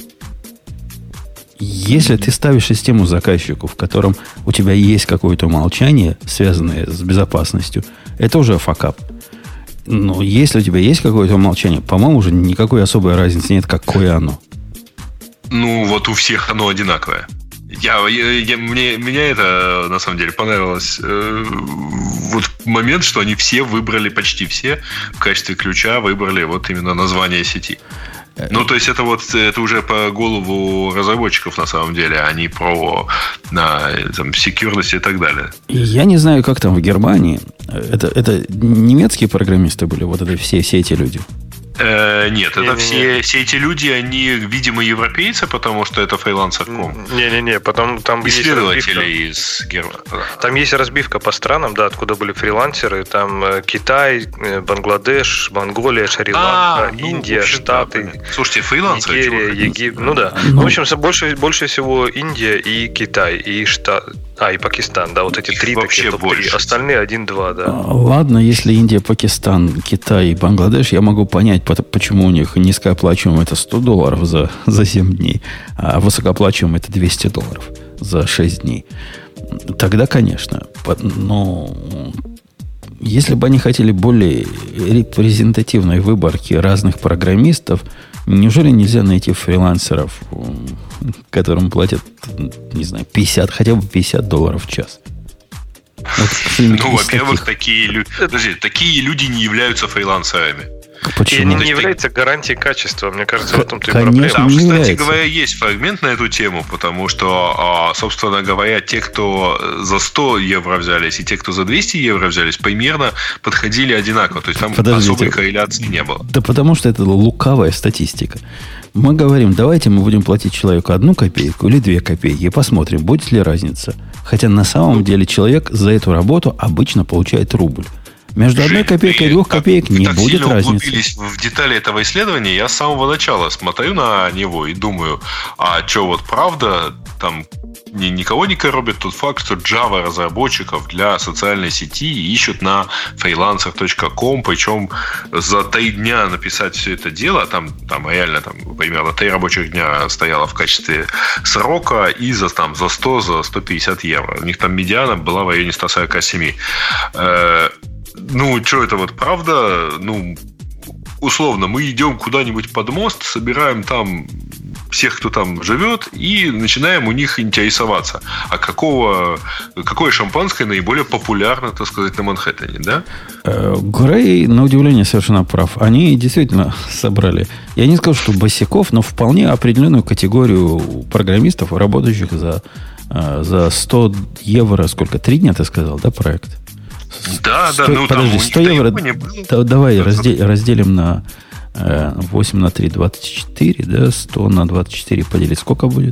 Если ты ставишь систему заказчику, в котором у тебя есть какое-то умолчание, связанное с безопасностью, это уже факап. Но если у тебя есть какое-то умолчание, по-моему, уже никакой особой разницы нет, какое оно. Ну, вот у всех оно одинаковое. Меня это, на самом деле, понравилось. Вот момент, что они все выбрали, почти все, в качестве ключа выбрали вот именно название сети. Ну, то есть, это уже по голову разработчиков, на самом деле, а не про там, security и так далее. Я не знаю, как там в Германии. Это немецкие программисты были, вот это все эти люди? Нет, это все эти люди, они, видимо, европейцы, потому что это freelancer.com. Не-не-не, потом там исследователи из Германии. Там есть разбивка по странам, да, откуда были фрилансеры. Там Китай, Бангладеш, Монголия, Шри-Ланка, Индия, Штаты. Да. Слушайте, фрилансеры. Нигерия, Египет. Ну да. В общем, больше всего Индия и Китай, и Штаты. И Пакистан, да, вот эти три такие топ-3. Остальные 1-2, да. Ладно, если Индия, Пакистан, Китай и Бангладеш, я могу понять, почему у них низкооплачиваемый это $100 за 7 дней, а высокооплачиваемый это $200 за 6 дней. Тогда, конечно. Но если бы они хотели более репрезентативной выборки разных программистов, неужели нельзя найти фрилансеров, которым платят, не знаю, хотя бы $50 в час? Вот, ну, во-первых, такие люди не являются фрилансерами. Почему? И они не являются гарантией качества. Мне кажется, в этом-то и проблема. Там, кстати говоря, есть фрагмент на эту тему, потому что, собственно говоря, те, кто за 100 евро взялись, и те, кто за 200 евро взялись, примерно подходили одинаково. То есть там особой корреляции не было. Да потому что это лукавая статистика. Мы говорим, давайте мы будем платить человеку 1 копейку или 2 копейки, и посмотрим, будет ли разница. Хотя на самом деле человек за эту работу обычно получает рубль. Между 1 копейкой и 2 копеек не будет разницы. Мы углубились в детали этого исследования. Я с самого начала смотрю на него и думаю, а что, вот правда, там никого не коробит тот факт, что Java разработчиков для социальной сети ищут на freelancer.com, причем за 3 дня написать все это дело, там реально примерно 3 рабочих дня стояло в качестве срока, и за 100, за 150 евро. У них там медиана была в районе 147. Ну, что это вот правда? Ну, условно, мы идем куда-нибудь под мост, собираем там всех, кто там живет, и начинаем у них интересоваться. А какое шампанское наиболее популярно, так сказать, на Манхэттене, да? Грей, на удивление, совершенно прав. Они действительно собрали, я не скажу, что босиков, но вполне определенную категорию программистов, работающих за 100 евро, сколько, 3 дня, ты сказал, да, проект? Да, 100, ну подожди, 100 евро. Давай разделим на 8 на 3, 24, да, 100 на 24 поделить. Сколько будет?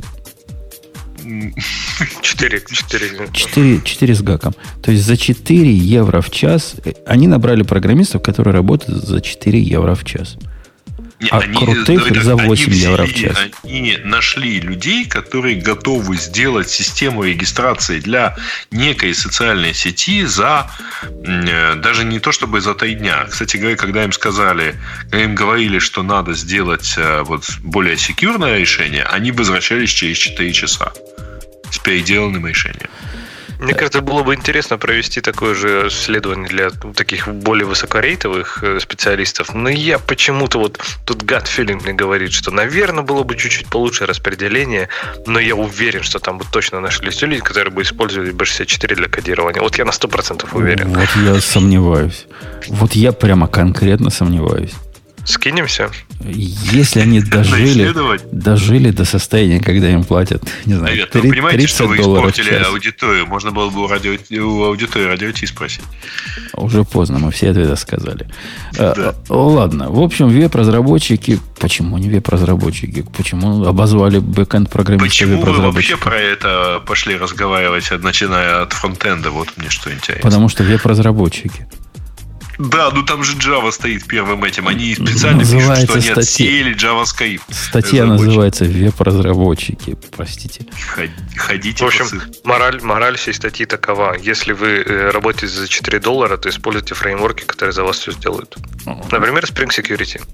4 с гаком. То есть за 4 евро в час они набрали программистов, которые работают за 4 евро в час. Крутых за 8 евро в час. Они нашли людей, которые готовы сделать систему регистрации для некой социальной сети за даже не то чтобы за 3 дня. Кстати говоря, когда им говорили, что надо сделать вот более секьюрное решение, они возвращались через 4 часа с переделанным решением. Мне кажется, было бы интересно провести такое же исследование для таких более высокорейтовых специалистов. Но я почему-то вот тут gut feeling мне говорит, что, наверное, было бы чуть-чуть получше распределение, но я уверен, что там бы точно нашлись люди, которые бы использовали B64 для кодирования. Вот я на 100% уверен. Вот я сомневаюсь. Вот я прямо конкретно сомневаюсь. Скинемся? Если они дожили до состояния, когда им платят, не знаю, $30 вы понимаете, что вы испортили аудиторию? Можно было бы у аудитории Радио Ти спросить. Уже поздно, мы все ответы сказали. Да. Ладно, в общем, веб-разработчики... Почему не веб-разработчики? Почему обозвали бэкэнд-программистов? Почему вы вообще про это пошли разговаривать, начиная от фронтенда? Вот мне что интересно. Потому что веб-разработчики. Да, ну там же Java стоит первым этим. Они специально пишут, что они отсеяли JavaScript. Статья называется «Веб-разработчики». Простите. Ходите. В общем, мораль всей статьи такова. Если вы работаете за $4, то используйте фреймворки, которые за вас все сделают. Например, Spring Security.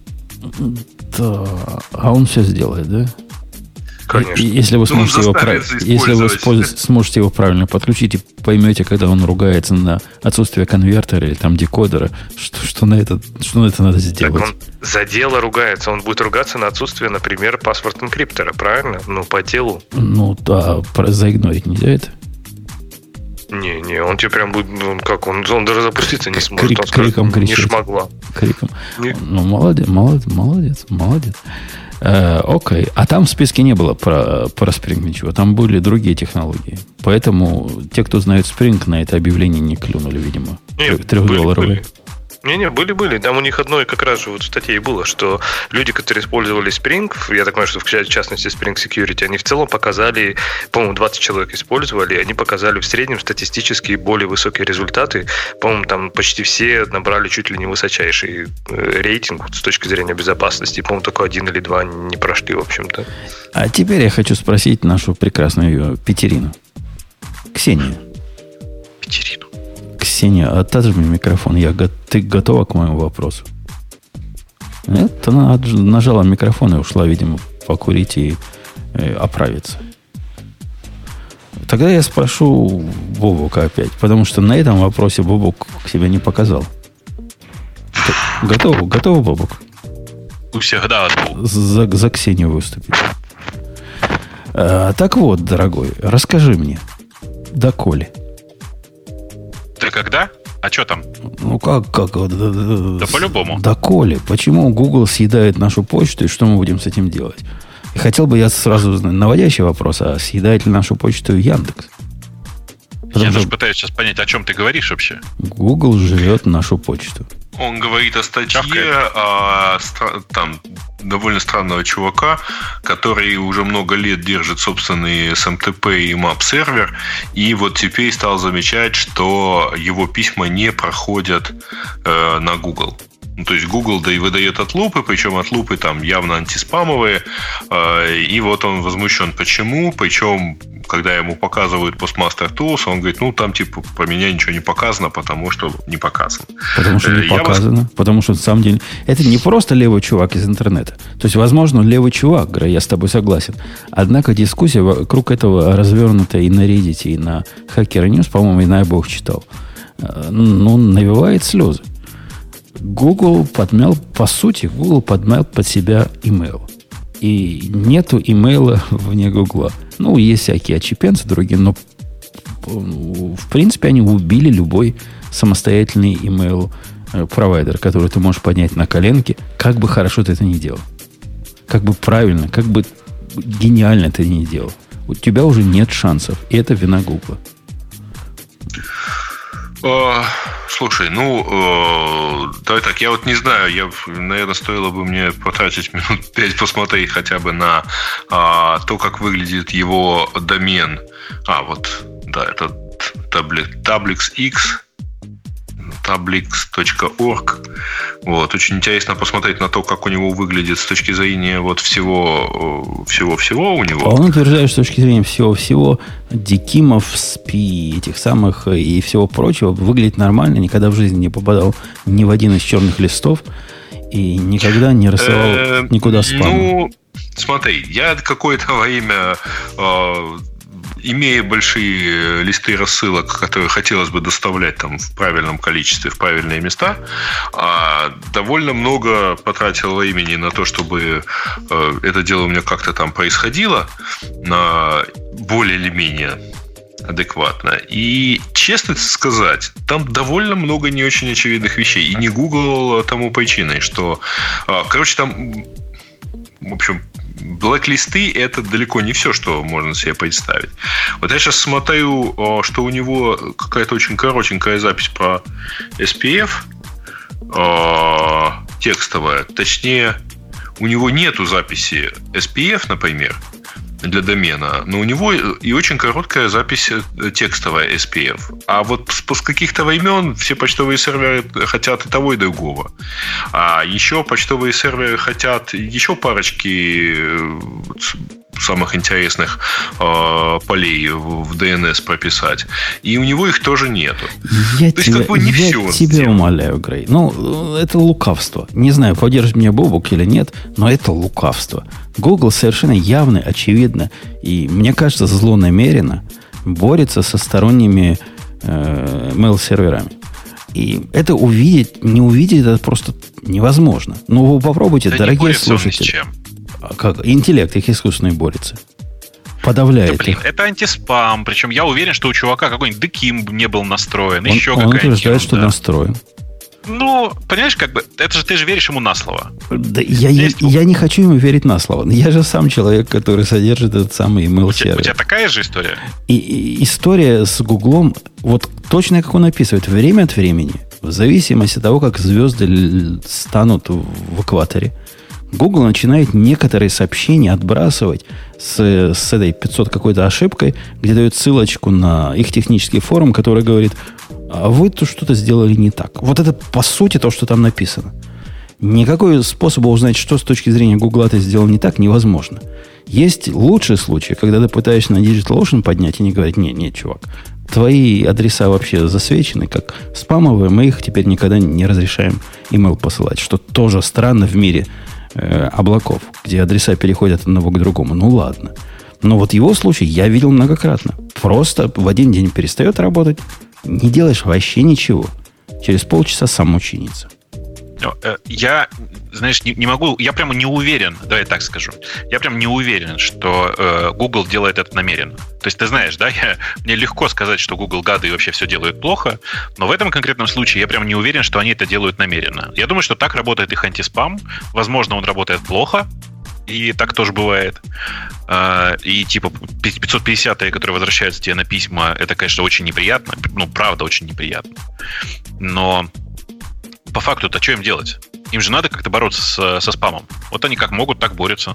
Да. А он все сделает, да? Конечно. Если вы сможете его правильно подключить и поймете, когда он ругается на отсутствие конвертера или там декодера, что на это надо сделать. Так он за дело ругается. Он будет ругаться на отсутствие, например, паспорт-энкриптора, правильно? Ну, по делу. Ну, да, заигнорить нельзя это. Не, он тебе прям будет, он даже запуститься не сможет. Он криком скажет, не кричит. шмогла. Криком. Ну, молодец. Окей. А там в списке не было про Spring ничего. Там были другие технологии. Поэтому те, кто знает Spring, на это объявление не клюнули, видимо. $3. Были. Там у них одной как раз же вот в статье и было, что люди, которые использовали Spring, я так понимаю, что в частности Spring Security, они в целом показали, по-моему, 20 человек использовали, они показали в среднем статистически более высокие результаты. По-моему, там почти все набрали чуть ли не высочайший рейтинг с точки зрения безопасности. По-моему, только 1 или 2 не прошли, в общем-то. А теперь я хочу спросить нашу прекрасную Петерину. Ксению. Ксения, отожми микрофон. Ты готова к моему вопросу? Нет, она нажала микрофон и ушла, видимо, покурить и оправиться. Тогда я спрошу Бобука опять, потому что на этом вопросе Бобук себя не показал. Готов, Бобук? Всегда готов. За Ксению выступить. Так вот, дорогой, расскажи мне, доколе? Ты когда? А что там? Ну как? Да по-любому. Доколе? Почему Google съедает нашу почту и что мы будем с этим делать? И хотел бы я сразу узнать наводящий вопрос, а съедает ли нашу почту Яндекс? Я даже пытаюсь сейчас понять, о чем ты говоришь вообще. Google жрет нашу почту. Он говорит о статье там довольно странного чувака, который уже много лет держит собственный SMTP и MAP-сервер, и вот теперь стал замечать, что его письма не проходят на Google. Ну, то есть Google выдает отлупы, причем отлупы там явно антиспамовые, и вот он возмущен. Почему? Причем, когда ему показывают Postmaster Tools, он говорит, там типа про меня ничего не показано, потому что не показано. Потому что не показано. Потому что на самом деле это не просто левый чувак из интернета. То есть, возможно, левый чувак, я с тобой согласен. Однако дискуссия вокруг этого развернута и на Reddit, и на Hacker News, по-моему, и на обоих читал. Навевает слезы. Google подмял под себя email. И нету имейла вне Гугла. Есть всякие отщепенцы другие, но в принципе они убили любой самостоятельный email-провайдер, который ты можешь поднять на коленке, как бы хорошо ты это ни делал. Как бы правильно, как бы гениально ты не делал. У тебя уже нет шансов. И это вина Гугла. Слушай, давай так, я вот не знаю, наверное, стоило бы мне потратить минут 5 посмотреть хотя бы на то, как выглядит его домен. Это tablix.org. Очень интересно посмотреть на то, как у него выглядит с точки зрения всего у него. Он утверждает, что с точки зрения всего дикимов, спи, этих самых и всего прочего, выглядит нормально, никогда в жизни не попадал ни в один из черных листов и никогда не рассылал никуда спам. Смотри, я какое-то время... имея большие листы рассылок, которые хотелось бы доставлять там в правильном количестве, в правильные места, довольно много потратил времени на то, чтобы это дело у меня как-то там происходило более или менее адекватно. И, честно сказать, там довольно много не очень очевидных вещей. И не Google тому причиной, что... там, в общем... Блэк-листы – это далеко не все, что можно себе представить. Вот я сейчас смотрю, что у него какая-то очень коротенькая запись про SPF текстовая. Точнее, у него нету записи SPF, например, для домена, но у него и очень короткая запись текстовая SPF. А вот с каких-то времен все почтовые серверы хотят и того, и другого. А еще почтовые серверы хотят еще парочки самых интересных полей в DNS прописать. И у него их тоже нету. Я тебя умоляю, Грей. Это лукавство. Не знаю, поддержит меня Бобук или нет, но это лукавство. Google совершенно явно, очевидно, и, мне кажется, злонамеренно борется со сторонними mail-серверами. И это не увидеть, это просто невозможно. Вы попробуйте, да, дорогие слушатели. Как интеллект их искусственный борется. Подавляет их. Это антиспам. Причем я уверен, что у чувака какой-нибудь деким не был настроен. Он утверждает, что настроен. Понимаешь, ты же веришь ему на слово. Да, я не хочу ему верить на слово. Я же сам человек, который содержит этот самый email-сервер. У тебя такая же история? И история с Гуглом, точно как он описывает, время от времени, в зависимости от того, как звезды станут в экваторе, Google начинает некоторые сообщения отбрасывать с этой 500 какой-то ошибкой, где дает ссылочку на их технический форум, который говорит, а вы тут что-то сделали не так. Это по сути то, что там написано. Никакой способа узнать, что с точки зрения Google ты сделал не так, невозможно. Есть лучший случай, когда ты пытаешься на DigitalOcean поднять, и они говорят, нет, чувак, твои адреса вообще засвечены как спамовые, мы их теперь никогда не разрешаем email посылать, что тоже странно в мире облаков, где адреса переходят от одного к другому. Ладно. Но его случай я видел многократно. Просто в один день перестает работать, не делаешь вообще ничего. Через полчаса сам чинится. Я, не могу, я прямо не уверен, давай так скажу, я прям не уверен, что Google делает это намеренно. То есть, ты знаешь, да, мне легко сказать, что Google гады и вообще все делают плохо, но в этом конкретном случае я прям не уверен, что они это делают намеренно. Я думаю, что так работает их антиспам, возможно, он работает плохо, и так тоже бывает. И 550-е, которые возвращаются тебе на письма, это, конечно, очень неприятно, правда, очень неприятно. Но по факту-то что им делать? Им же надо как-то бороться со спамом. Они как могут, так борются.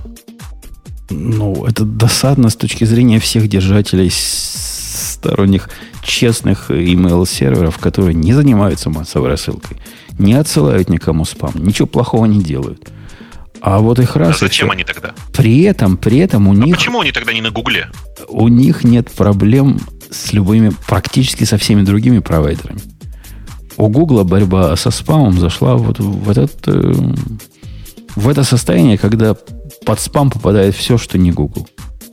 Это досадно с точки зрения всех держателей сторонних честных email-серверов, которые не занимаются массовой рассылкой, не отсылают никому спам, ничего плохого не делают. А их раз... А зачем они тогда? При этом у них... Почему они тогда не на Гугле? У них нет проблем с любыми, практически со всеми другими провайдерами. У Гугла борьба со спамом зашла в это состояние, когда под спам попадает все, что не Google.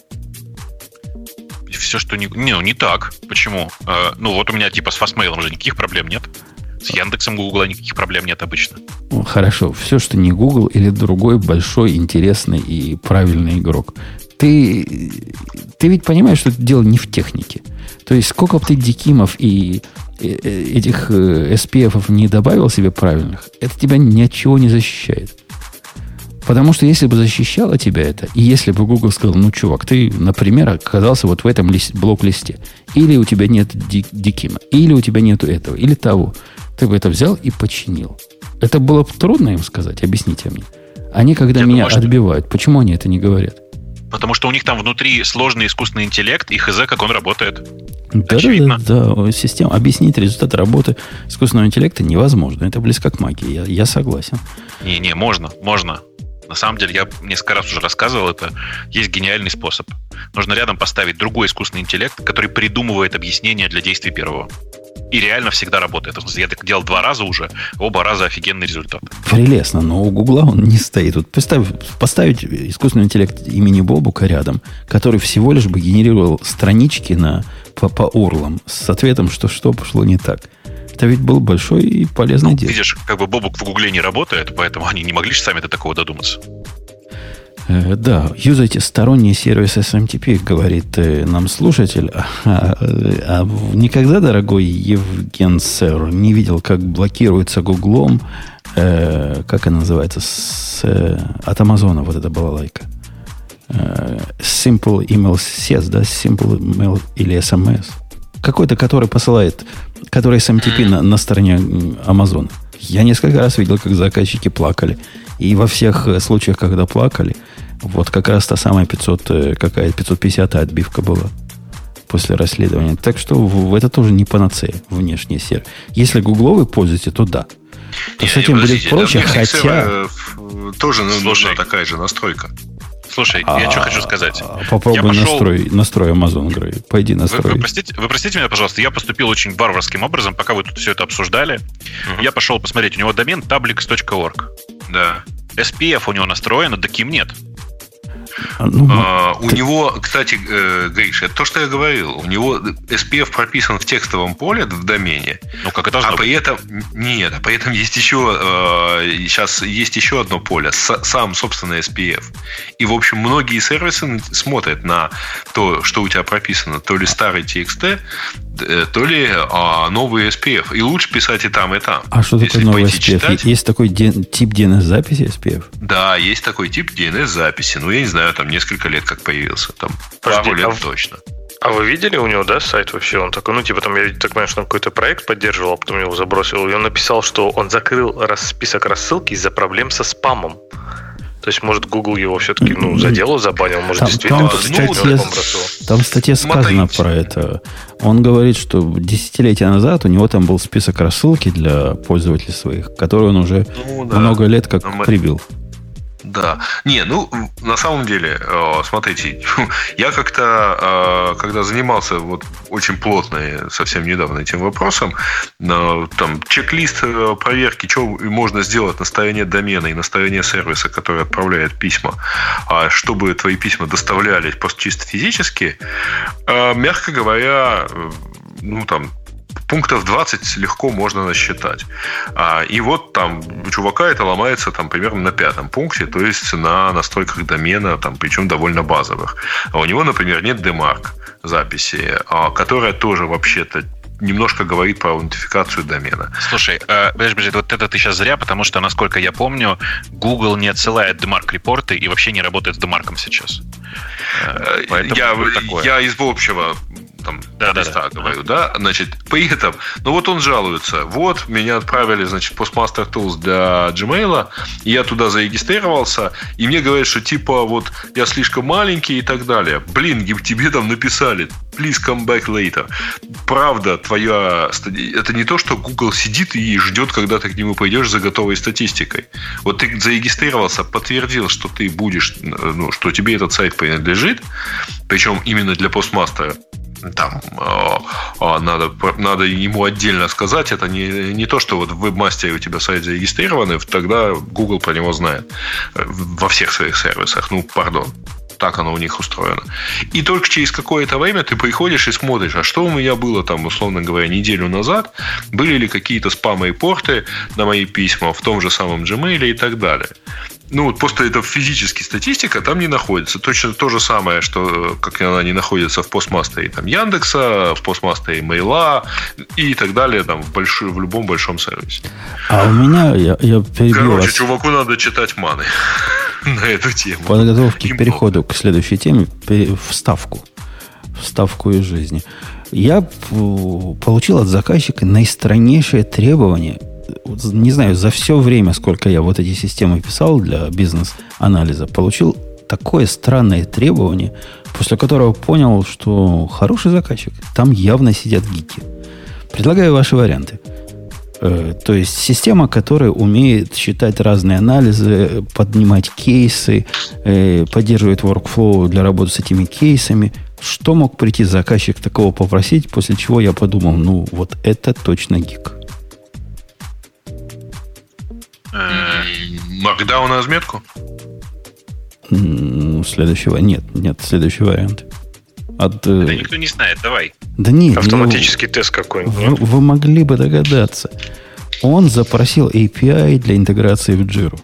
Все, что не... Не так. Почему? У меня с Fastmail же никаких проблем нет. С Яндексом Гугла никаких проблем нет обычно. Хорошо. Все, что не Google или другой большой, интересный и правильный игрок. Ты ведь понимаешь, что это дело не в технике. То есть, сколько бы ты дикимов и этих SPF не добавил себе правильных, это тебя ни от чего не защищает. Потому что если бы защищало тебя это, и если бы Google сказал, чувак, ты, например, оказался в этом блок-листе, или у тебя нет дикима, или у тебя нету этого, или того, ты бы это взял и починил. Это было бы трудно им сказать, объясните мне. Они, когда меня отбивают, почему они это не говорят? Потому что у них там внутри сложный искусственный интеллект и хз, как он работает. Да, система. Объяснить результат работы искусственного интеллекта невозможно. Это близко к магии. Я согласен. Не, можно. На самом деле, я несколько раз уже рассказывал это. Есть гениальный способ. Нужно рядом поставить другой искусственный интеллект, который придумывает объяснение для действий первого. И реально всегда работает. Я так делал 2 раза уже, оба раза офигенный результат. Прелестно, но у Гугла он не стоит. Поставить искусственный интеллект имени Бобука рядом, который всего лишь бы генерировал странички по URL с ответом, что пошло не так. Это ведь был большой и полезный дело. Видишь, Бобук в Гугле не работает, поэтому они не могли же сами до такого додуматься. Да, юзайте сторонний сервис SMTP, говорит нам слушатель. Никогда, дорогой Евген Сэр, не видел, как блокируется Гуглом, как она называется, от Амазона эта балалайка. Simple Email CS, да, Simple Email или SMS. Какой-то, который посылает, который SMTP на стороне Амазона. Я несколько раз видел, как заказчики плакали. И во всех случаях, когда плакали, как раз та самая 550 отбивка была после расследования. Так что это тоже не панацея, внешний сервер. Если гугловый пользуете, то да. То с этим будет проще, хотя... Тоже нужна такая же настройка. Слушай, я что хочу сказать. Попробуй настрой Amazon, Грей. Пойди настрой. Вы простите меня, пожалуйста, я поступил очень варварским образом, пока вы тут все это обсуждали. Я пошел посмотреть, у него домен tablix.org. Да. SPF у него настроен, а DKIM нет. У него, кстати, Гриш, это то, что я говорил. У него SPF прописан в текстовом поле в домене. Ну, как это должно быть. При этом есть сейчас есть еще одно поле, сам, собственно, SPF. И, в общем, многие сервисы смотрят на то, что у тебя прописано, то ли старый TXT, то ли новый SPF. И лучше писать и там, и там. А что такое новый SPF? Читать, есть такой тип DNS-записи SPF? Да, есть такой тип DNS-записи. Ну, я не знаю, там несколько лет как появился. Там пару лет точно. А вы видели у него, да, сайт вообще? Он такой, там, я так понимаю, что он какой-то проект поддерживал, а потом его забросил. И он написал, что он закрыл список рассылки из-за проблем со спамом. То есть, может, Google его все-таки заделал, забанил, может, действительно... Там в статье сказано про это. Он говорит, что десятилетия назад у него там был список рассылки для пользователей своих, который он уже много лет как прибил. Да. На самом деле, смотрите, я как-то, когда занимался очень плотно, совсем недавно этим вопросом, там чек-лист проверки, что можно сделать на стороне домена и на стороне сервиса, который отправляет письма, чтобы твои письма доставлялись просто чисто физически, мягко говоря, пунктов 20 легко можно насчитать. И там у чувака это ломается примерно на 5-м пункте, то есть на настройках домена, причем довольно базовых. А у него, например, нет DMARC записи, которая тоже вообще-то немножко говорит про аутентификацию домена. Слушай, подожди, вот это ты сейчас зря, потому что, насколько я помню, Google не отсылает DMARC-репорты и вообще не работает с DMARC сейчас. Я из общего листа говорю, да? Значит, при этом, он жалуется. Меня отправили, Postmaster Tools для Gmail, и я туда зарегистрировался, и мне говорят, что я слишком маленький и так далее. Блин, тебе там написали please come back later. Правда, это не то, что Google сидит и ждет, когда ты к нему пойдешь за готовой статистикой. Ты зарегистрировался, подтвердил, что ты будешь, что тебе этот сайт принадлежит, причем именно для постмастера. Там надо ему отдельно сказать, это не то, что в вебмастере у тебя сайт зарегистрирован, тогда Google про него знает во всех своих сервисах. Так оно у них устроено. И только через какое-то время ты приходишь и смотришь, а что у меня было условно говоря, неделю назад, были ли какие-то спам-репорты на мои письма в том же самом Gmail и так далее. Просто это физически статистика там не находится. Точно то же самое, что как она не находится в постмастере Яндекса, в постмастере Мейла и так далее в любом большом сервисе. А у меня, я перебью вас. Чуваку надо читать маны на эту тему. Подготовки к переходу к следующей теме, вставку из жизни. Я получил от заказчика наистройнейшее требование. Не знаю, за все время, сколько я эти системы писал для бизнес-анализа, получил такое странное требование, после которого понял, что хороший заказчик. Там явно сидят гики. Предлагаю ваши варианты. То есть система, которая умеет считать разные анализы, поднимать кейсы, поддерживает workflow для работы с этими кейсами. Что мог прийти заказчик такого попросить, после чего я подумал, это точно гик. Markdown на разметку? Следующего. Нет, следующий вариант. Это никто не знает, давай. Да нет. Автоматический тест какой-нибудь. Вы могли бы догадаться. Он запросил API для интеграции в Jira.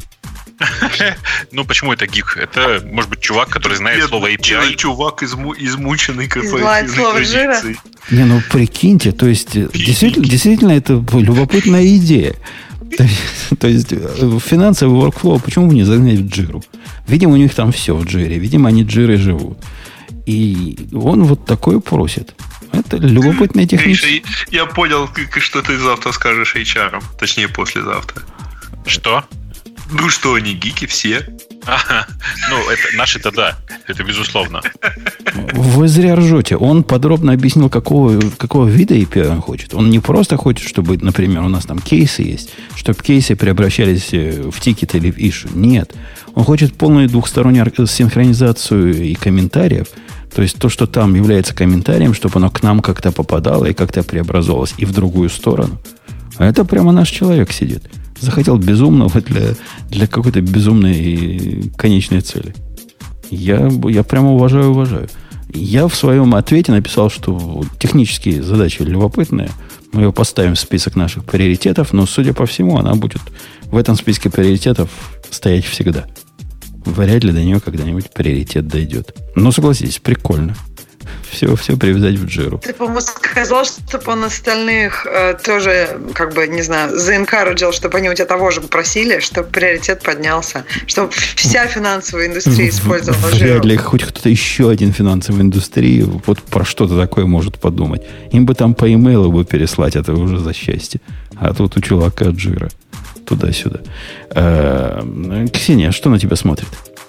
Почему это гик? Это, может быть, чувак, который знает слово API. Чувак, измученный корпоративной традицией. Прикиньте, то есть, действительно, это любопытная идея. То есть, финансовый workflow, почему бы не загнать в Jira? Видимо, у них там все в Jira. Видимо, они Jira живут. И он такое просит. Это любопытная техника. Я понял, что ты завтра скажешь HR. Точнее, послезавтра. Что? Что они гики все? Ну, это наши-то да, это безусловно. Вы зря ржете. Он подробно объяснил, какого вида API он хочет. Он не просто хочет, чтобы, например, у нас там кейсы есть, чтобы кейсы превращались в тикеты или в issue. Нет. Он хочет полную двухстороннюю синхронизацию и комментариев. То есть то, что там является комментарием, чтобы оно к нам как-то попадало и как-то преобразовалось и в другую сторону. А это прямо наш человек сидит. Захотел безумного для какой-то безумной конечной цели. Я прямо уважаю. Я в своем ответе написал, что технические задачи любопытные. Мы ее поставим в список наших приоритетов, но, судя по всему, она будет в этом списке приоритетов стоять всегда. Вряд ли до нее когда-нибудь приоритет дойдет. Но, согласитесь, прикольно. Все привязать в Jira. Ты, по-моему, сказал, чтобы он остальных тоже, как бы, не знаю, заэнкараджил, чтобы они у тебя того же попросили, чтобы приоритет поднялся, чтобы вся финансовая индустрия использовала Jira. Вряд ли хоть кто-то еще один финансовой индустрии вот про что-то такое может подумать. Им бы там по имейлу бы переслать, это уже за счастье. А тут у чувака Jira. Туда-сюда. Ксения, что на тебя смотрит?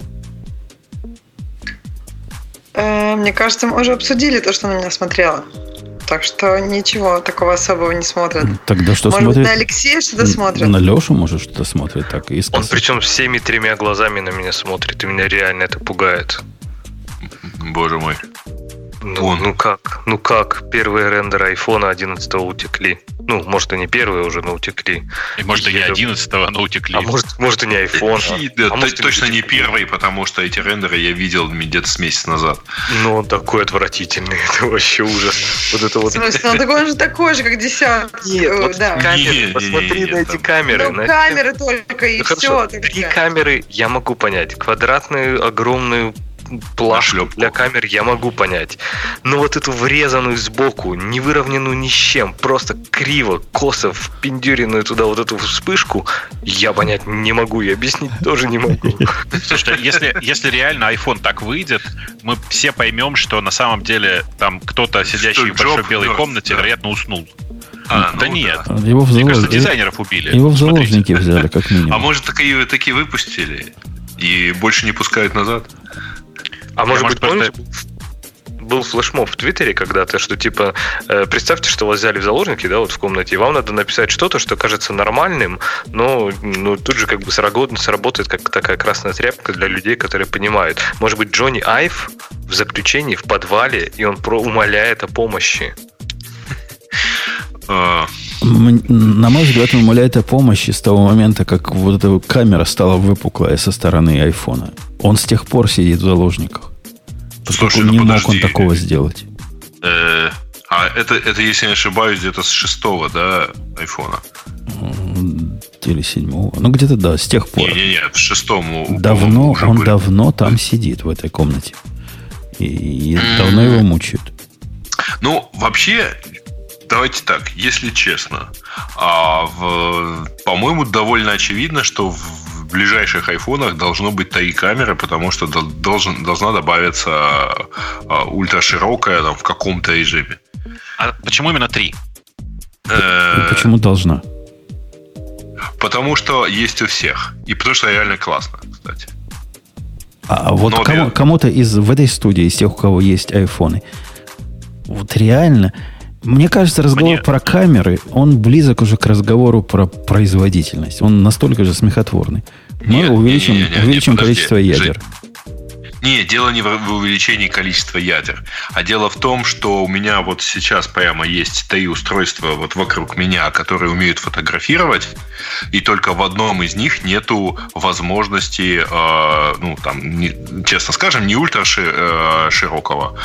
Мне кажется, мы уже обсудили то, что на меня смотрела. Так что ничего такого особого не смотрят. Тогда что может смотрит? Быть, на Алексея что-то смотрит? На Лешу, может, что-то смотрит. Так, он причем всеми тремя глазами на меня смотрит, и меня реально это пугает. Боже мой. Ну как? Первые рендеры айфона 11 утекли. Ну, может, и не первые уже, но утекли. И может, и не 11-го, но утекли. А может и не айфон. Точно не первый, потому что эти рендеры я видел где-то с месяц назад. Ну, он такой отвратительный. Это вообще ужас. Вот это вот. В смысле, он же такой же, как 10. Нет, да. Камеры. Посмотри на эти камеры. Ну, камеры только, и все. 3 камеры я могу понять. Квадратную, огромную плашку для камер я могу понять. Но вот эту врезанную сбоку, не выровненную ни с чем, просто криво, косо впендюренную туда вот эту вспышку, я понять не могу и объяснить тоже не могу. Слушай, если реально iPhone так выйдет, мы все поймем, что на самом деле там кто-то, сидящий в большой белой комнате, вероятно, уснул. Да нет. Мне кажется, дизайнеров убили. Его в заложники взяли, как минимум. А может, такие выпустили и больше не пускают назад? А может быть, помните, был флешмоб в Твиттере когда-то, что типа, представьте, что вас взяли в заложники, да, вот в комнате, и вам надо написать что-то, что кажется нормальным, но тут же как бы сработает как такая красная тряпка для людей, которые понимают. Может быть, Джонни Айв в заключении в подвале, и он умоляет о помощи. На мой взгляд, он умоляет о помощи с того момента, как вот эта камера стала выпуклая со стороны айфона. Он с тех пор сидит в заложниках. Слушай, не мог он такого сделать. А это, если не ошибаюсь, где-то с 6-го, да, айфона? Или 7-го. Ну, где-то, да, с тех пор. Не, в 6-му. Он давно там сидит, в этой комнате. И давно его мучают. Ну, вообще, давайте так, если честно, по-моему, довольно очевидно, что в ближайших айфонах должно быть 3 камеры, потому что должна добавиться ультраширокая там, в каком-то режиме. А почему именно 3? Почему должна? Потому что есть у всех. И потому что реально классно, кстати. А вот кому-то в этой студии, из тех, у кого есть айфоны, вот реально... Мне кажется, разговор про камеры, он близок уже к разговору про производительность. Он настолько же смехотворный. Мы увеличим количество ядер. Нет, дело не в увеличении количества ядер, а дело в том, что у меня вот сейчас прямо есть 3 устройства вот вокруг меня, которые умеют фотографировать, и только в одном из них нету возможности, честно скажем, не ультра-широкого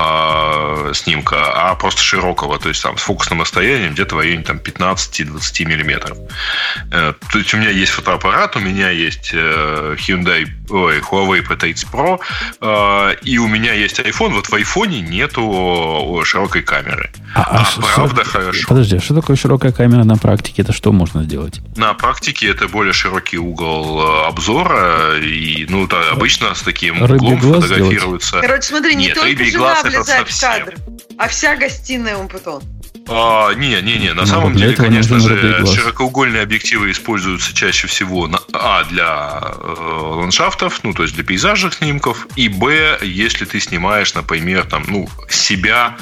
снимка, а просто широкого, то есть там с фокусным расстоянием где-то в районе там 15-20 миллиметров. То есть у меня есть фотоаппарат, у меня есть Huawei P30 Pro, и у меня есть iPhone. Вот в iPhone нету широкой камеры. Правда, хорошо. Подожди, а что такое широкая камера на практике? Это что можно сделать? На практике это более широкий угол обзора. И, обычно с таким углом фотографируются. Короче, смотри, не только жена влезает в кадр, а вся гостиная Умпутон. Не. На самом деле, конечно же, широкоугольные объективы используются чаще всего для ландшафтов, то есть для пейзажных снимков, и если ты снимаешь, например, себя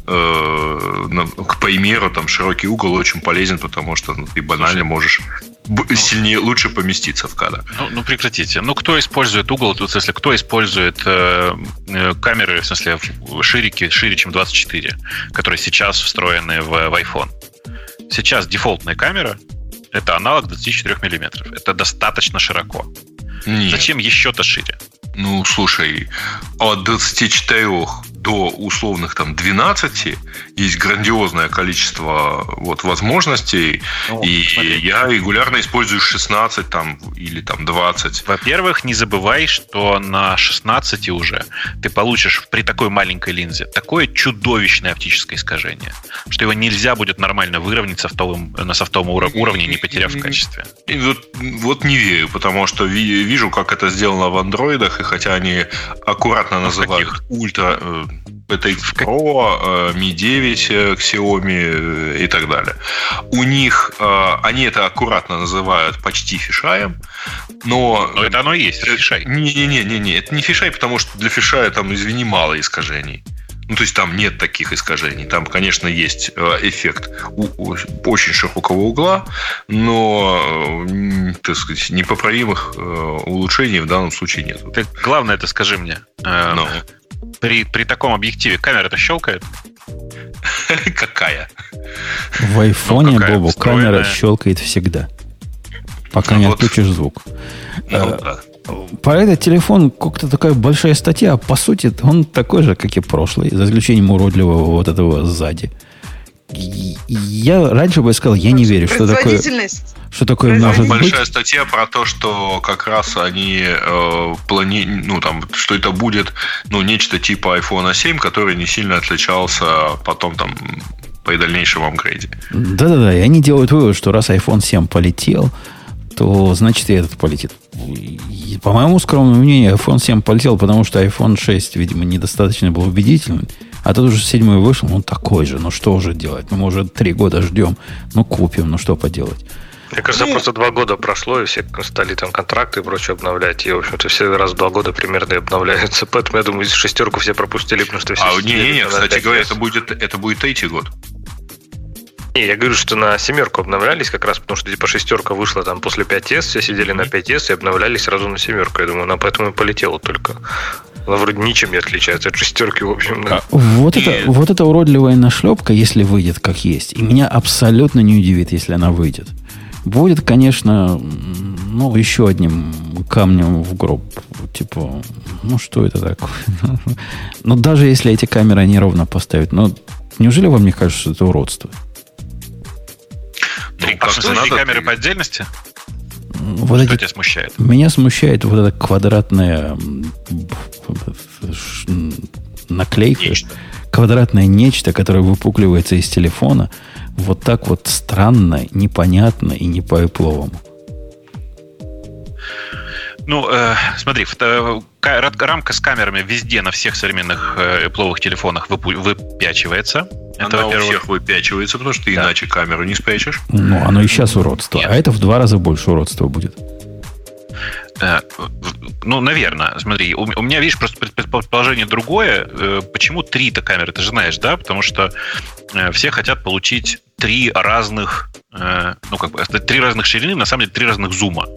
к примеру, широкий угол очень полезен, потому что ты банально можешь сильнее, лучше поместиться в кадр. Прекратите. Кто использует угол, в смысле, кто использует камеры, в смысле, шире, чем 24, которые сейчас встроены в iPhone? Сейчас дефолтная камера — это аналог 24 мм. Это достаточно широко. Нет. Зачем еще-то шире? Слушай, от 24 до условных 12 есть грандиозное количество возможностей, смотри. Я регулярно использую 16 или 20. Во-первых, не забывай, что на 16 уже ты получишь при такой маленькой линзе такое чудовищное оптическое искажение, что его нельзя будет нормально выровнять на софтовом уровне, не потеряв в качестве. Вот не верю, потому что вижу, как это сделано в андроидах, и хотя они аккуратно называют ультра PTX Pro, Mi 9, Xiaomi и так далее. У них они это аккуратно называют почти фишаем, но это оно и есть, это фишай. Не, это не фишай, потому что для фишая извини, мало искажений. То есть там нет таких искажений. Там, конечно, есть эффект очень широкого угла, но, так сказать, непоправимых улучшений в данном случае нет. Ты главное это скажи мне. При таком объективе камера-то щелкает? Какая? В айфоне, Бобу, камера щелкает всегда. Пока не отключишь звук. Да. Про этот телефон как-то такая большая статья, а по сути он такой же, как и прошлый, за исключением уродливого этого сзади. Я раньше бы сказал, я не верю, что такое может быть. Большая статья про то, что как раз они что это будет нечто типа iPhone 7, который не сильно отличался потом при дальнейшем апгрейде. Да-да-да, и они делают вывод, что раз iPhone 7 полетел, то значит и этот полетит. И, по моему скромному мнению, iPhone 7 полетел, потому что iPhone 6, видимо, недостаточно был убедительным. А тут уже 7 вышел, он такой же. Что уже делать? Мы уже 3 года ждем. Купим, что поделать? Мне кажется, просто 2 года прошло, и все стали контракты и прочее обновлять. И, в общем-то, все раз в 2 года примерно и обновляются. Поэтому, я думаю, 6 все пропустили, потому что все... Кстати говоря, это будет 3-й год. Не, я говорю, что на 7 обновлялись как раз, потому что 6 вышла после 5S, все сидели на 5S и обновлялись сразу на 7. Я думаю, она поэтому и полетела только. Она вроде ничем не отличается от 6, в общем. Да. Вот эта уродливая нашлепка, если выйдет как есть, и меня абсолютно не удивит, если она выйдет. Будет, конечно, еще одним камнем в гроб. Типа, что это такое? Но даже если эти камеры неровно поставить, неужели вам не кажется, что это уродство? Три камеры по отдельности? Что тебя смущает? Меня смущает вот эта квадратная наклейка. Нечто. Квадратное нечто, которое выпукливается из телефона. Вот так странно, непонятно и не по-эпловому. Смотри, рамка с камерами везде на всех современных эпловых телефонах выпячивается. Она у всех выпячивается, потому что ты иначе камеру не спрячешь. Оно и сейчас уродство. Нет. А это в 2 раза больше уродства будет. Наверное. Смотри, у меня, видишь, просто предположение другое. Почему 3-то камеры? Ты же знаешь, да? Потому что все хотят получить 3 разных 3 разных ширины, на самом деле 3 разных зума.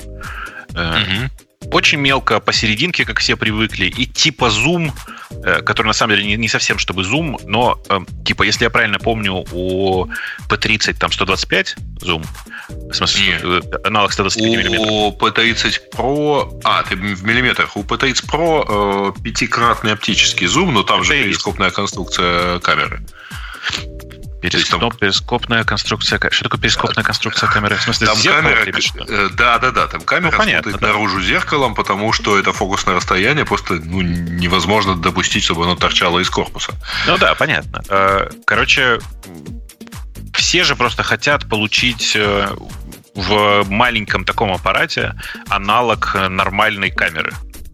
Очень мелко посерединке, как все привыкли, и типа зум, который на самом деле не совсем чтобы зум, но если я правильно помню, у P30 125 зум, в смысле, аналог 125 мм. У P30 Pro, ты в миллиметрах, у P30 Pro 5-кратный оптический зум, но там же перископная конструкция камеры. Перископная конструкция. Что такое перископная конструкция камеры? В смысле, там камера, да. Там камера смотрит наружу зеркалом, потому что это фокусное расстояние, просто невозможно допустить, чтобы оно торчало из корпуса. Понятно. Короче, все же просто хотят получить в маленьком таком аппарате аналог нормальной камеры.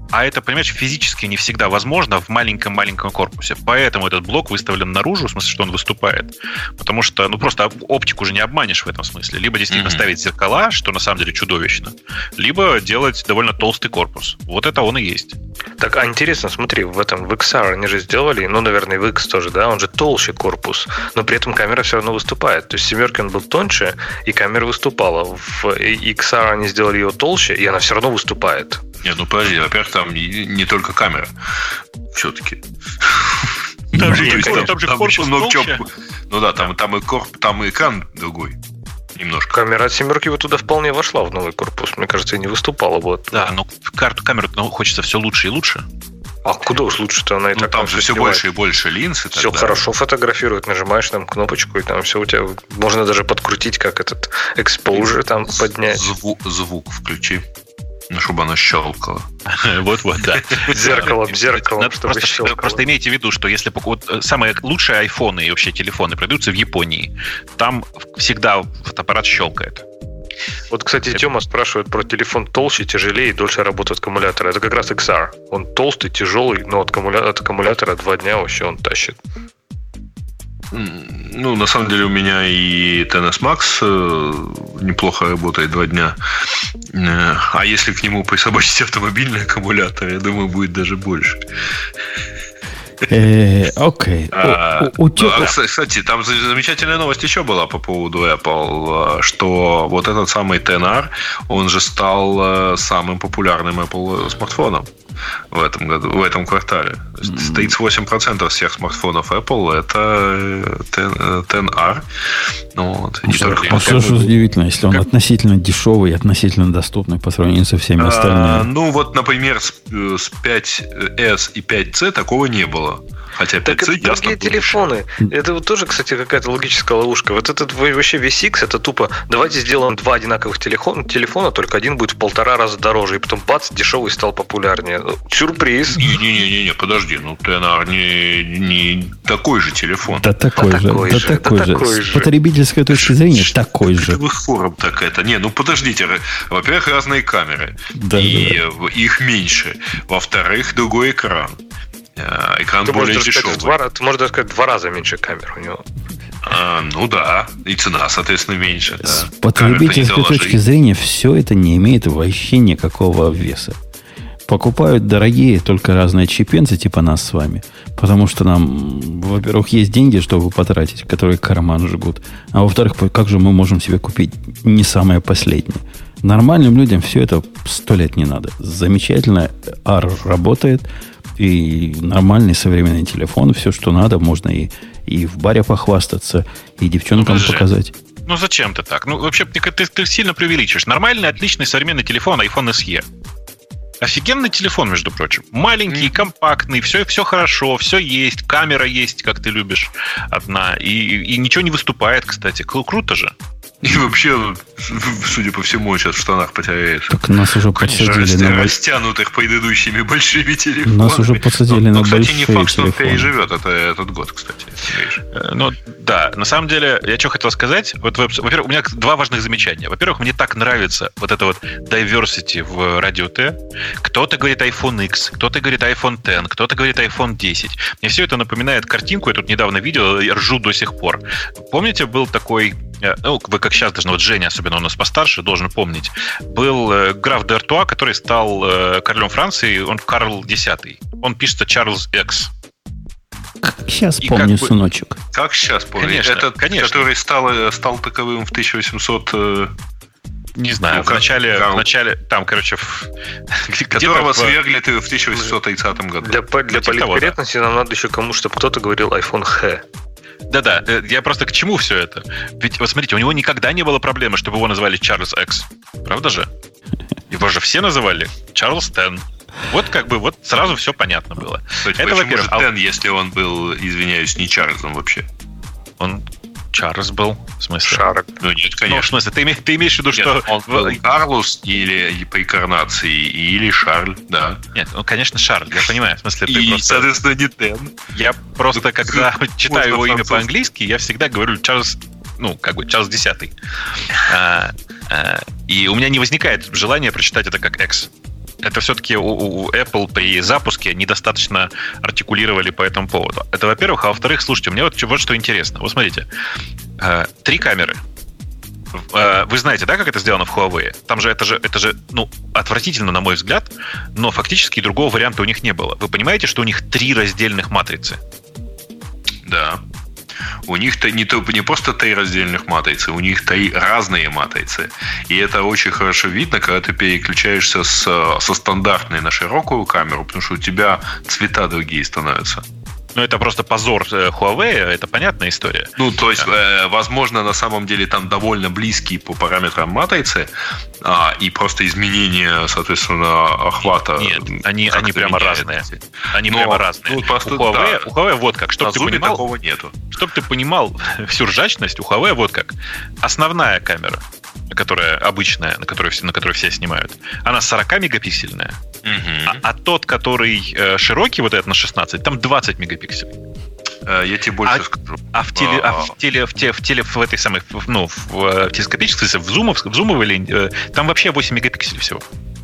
А это, понимаешь, физически не всегда возможно в маленьком-маленьком корпусе. Поэтому этот блок выставлен наружу, в смысле, что он выступает. Потому что, просто оптику же не обманешь в этом смысле. Либо действительно ставить зеркала, что на самом деле чудовищно, либо делать довольно толстый корпус. Вот это он и есть. Так, а интересно, смотри, в XR они же сделали, наверное, в X тоже, да, он же толще корпус, но при этом камера все равно выступает. То есть семерки он был тоньше, и камера выступала. В XR они сделали ее толще, и она все равно выступает. Нет, подожди, во-первых, там не только камера. Все-таки. Там же корпус много чего. Ну да, там и экран другой. Немножко. Камера от семерки вот туда вполне вошла в новый корпус. Мне кажется, и не выступала бы. Да, но камеру хочется все лучше и лучше. А куда уж лучше-то она и так там же все больше и больше линз. Все хорошо фотографирует, нажимаешь там кнопочку, и там все у тебя... Можно даже подкрутить, как этот exposure там поднять. Звук включи. Чтобы оно щелкало. Вот, да. Зеркалом, чтобы щелкало. Просто имейте в виду, что если самые лучшие айфоны и вообще телефоны продаются в Японии, там всегда фотоаппарат щелкает. Вот, кстати, Тёма спрашивает про телефон толще, тяжелее и дольше работает аккумулятор. Это как раз XR. Он толстый, тяжелый, но от аккумулятора 2 дня вообще он тащит. На самом деле у меня и XS Max неплохо работает 2 дня. А если к нему присобачить автомобильный аккумулятор, я думаю, будет даже больше. Окей. Кстати, там замечательная новость еще была по поводу Apple, что вот этот самый XR, он же стал самым популярным Apple смартфоном в этом году, в этом квартале. 38% всех смартфонов Apple это XR. Что же удивительно, если он относительно дешевый и относительно доступный по сравнению со всеми остальными. Например, с 5S и 5C такого не было. Хотя 5C так это другие телефоны. Это вот тоже, кстати, какая-то логическая ловушка. Вот этот вообще весь X, это тупо давайте сделаем 2 одинаковых телефона, только один будет в 1,5 раза дороже, и потом бац, дешевый стал популярнее. Сюрприз. Не, подожди, XR не такой же телефон. Да такой же. С потребительской точки зрения такой же. Какой хором так это? Подождите. Во-первых, разные камеры. Их меньше. Во-вторых, другой экран. Экран более дешевый. Ты можешь даже сказать 2 раза меньше камер у него. Да. И цена, соответственно, меньше. С потребительской точки зрения все это не имеет вообще никакого веса. Покупают дорогие только разные чипенцы, типа нас с вами. Потому что нам, во-первых, есть деньги, чтобы потратить, которые карман жгут. А во-вторых, как же мы можем себе купить не самое последнее? Нормальным людям все это 100 лет не надо. Замечательно AR работает. И нормальный современный телефон, все, что надо, можно и в баре похвастаться, и девчонкам показать. Зачем ты так? Вообще, ты сильно преувеличишь. Нормальный, отличный современный телефон iPhone SE. Офигенный телефон, между прочим. Маленький, компактный, все хорошо, все есть, камера есть, как ты любишь, одна. И ничего не выступает, кстати. Круто же. И вообще, судя по всему, он сейчас в штанах потеряется. Так нас уже подсадили на растянутых предыдущими большими телефонами. Нас уже подсадили на большие телефоны. Кстати, не факт, что он переживет этот год, кстати. Да, на самом деле, я что хотел сказать. Во-первых, у меня 2 важных замечания. Во-первых, мне так нравится вот это вот diversity в Радио Т. Кто-то говорит iPhone X, кто-то говорит iPhone X, кто-то говорит iPhone 10. Мне все это напоминает картинку, я тут недавно видел, я ржу до сих пор. Помните, был такой... вы как сейчас должны, Женя, особенно у нас постарше, должен помнить, был граф де Артуа, который стал королем Франции, он Карл X. Он пишется Чарльз X. Как сейчас помню, сыночек. Как сейчас помню. Конечно. Который стал таковым в 1800... Не знаю, в начале там, короче... Которого свергли в 1830 году. Для политкорректности нам надо еще чтобы кто-то говорил iPhone X. Да, я просто к чему все это? Ведь, вот смотрите, у него никогда не было проблемы, чтобы его назвали Чарльз X. Правда же? Его же все называли Чарльз X. Вот сразу все понятно было. Это, во-первых, X, если он был, извиняюсь, не Чарльзом вообще? Он Чарльз был, в смысле? Шарк. Нет, конечно. В смысле, ты имеешь в виду, что... Он был Карлос или по инкарнации, или Шарль, да. Нет, конечно, Шарль, я понимаю. В смысле, ты просто... соответственно, не Тен. Я просто, когда читаю его имя по-английски, я всегда говорю Чарльз, Чарльз X. И у меня не возникает желания прочитать это как X. Это все-таки у Apple при запуске недостаточно артикулировали по этому поводу. Это, во-первых. А во-вторых, слушайте, мне вот что интересно. Вот смотрите. 3 камеры. Вы знаете, да, как это сделано в Huawei? Там же это же отвратительно, на мой взгляд, но фактически другого варианта у них не было. Вы понимаете, что у них 3 раздельных матрицы? Да. У них не просто 3 раздельных матрицы, у них 3 разные матрицы. И это очень хорошо видно, когда ты переключаешься со стандартной на широкую камеру, потому что у тебя цвета другие становятся. Ну, это просто позор Huawei, это понятная история. Ну, то есть, возможно, на самом деле там довольно близкие по параметрам матрицы, и просто изменение, соответственно, охвата. Нет, они прямо разные. Они прямо разные. Ну, просто, у Huawei вот как. Чтобы ты понимал, такого нету. Чтобы ты понимал всю ржачность, у Huawei вот как. Основная камера, которая обычная, на которой все снимают, она 40-мегапиксельная. А тот, который широкий, вот этот на 16, там 20 мегапикселей. Я тебе больше скажу. В этой самой, в телескопической, в зумовой, там вообще 8 мегапикселей всего.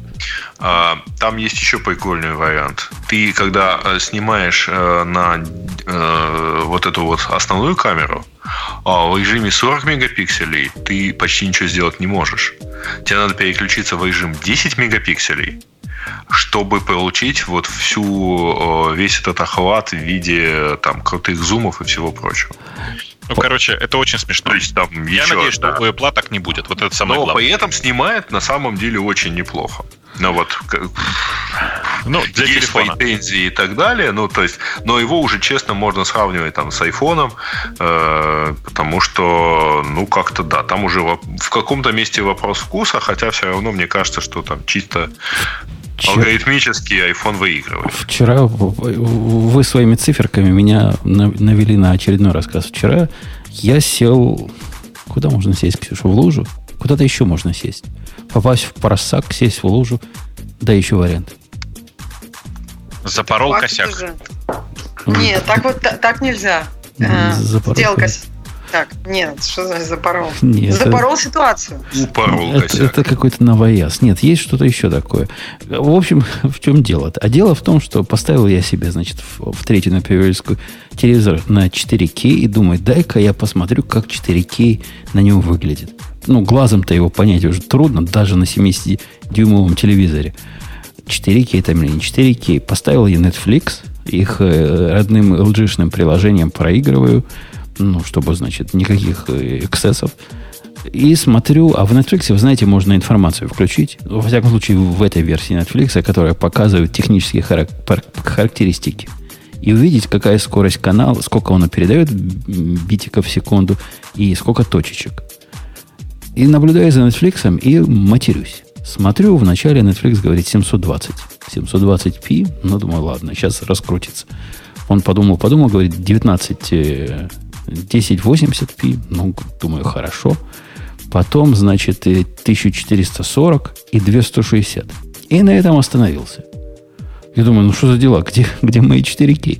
Там есть еще прикольный вариант. Ты, когда снимаешь на вот эту вот основную камеру, в режиме 40 мегапикселей ты почти ничего сделать не можешь. Тебе надо переключиться в режим 10 мегапикселей, чтобы получить вот весь этот охват в виде там крутых зумов и всего прочего. Ну, короче, это очень смешно. То есть, там я надеюсь, что у Apple так не будет. Вот это самое главное. Но при этом снимает на самом деле очень неплохо. Ну вот, для есть телефона. претензии и так далее. Ну, то есть, но его уже честно можно сравнивать там с айфоном, потому что, как-то да, там уже в каком-то месте вопрос вкуса, хотя все равно мне кажется, что там чисто алгоритмически iPhone выигрывает. Вчера вы своими циферками меня навели на очередной рассказ. Вчера я сел... Куда можно сесть, Ксюша? В лужу? Куда-то еще можно сесть. Попасть в просак, сесть в лужу. Да, еще вариант. Запорол косяк. Нет, так нельзя. Сделал косяк. Так, нет, что значит запорол? Нет, запорол ситуацию. Упорол косяк. Это какой-то новояз. Нет, есть что-то еще такое. В общем, в чем дело? А дело в том, что поставил я себе, значит, в третью напивельскую телевизор на 4К и думаю, дай-ка я посмотрю, как 4К на нем выглядит. Глазом-то его понять уже трудно, даже на 70-дюймовом телевизоре. 4К это не 4К. Поставил я Netflix, их родным LG-шным приложением проигрываю, чтобы, значит, никаких эксцессов. И смотрю, а в Netflix, вы знаете, можно информацию включить. Во всяком случае, в этой версии Netflix, которая показывает технические характеристики. И увидеть, какая скорость канала, сколько он передает битиков в секунду и сколько точечек. И наблюдаю за Netflix и матерюсь. Смотрю, вначале Netflix говорит 720. 720p. Думаю, ладно, сейчас раскрутится. Он подумал, говорит 1080p. Думаю, хорошо. Потом, значит, 1440 и 260. И на этом остановился. Я думаю, что за дела? Где мои 4К?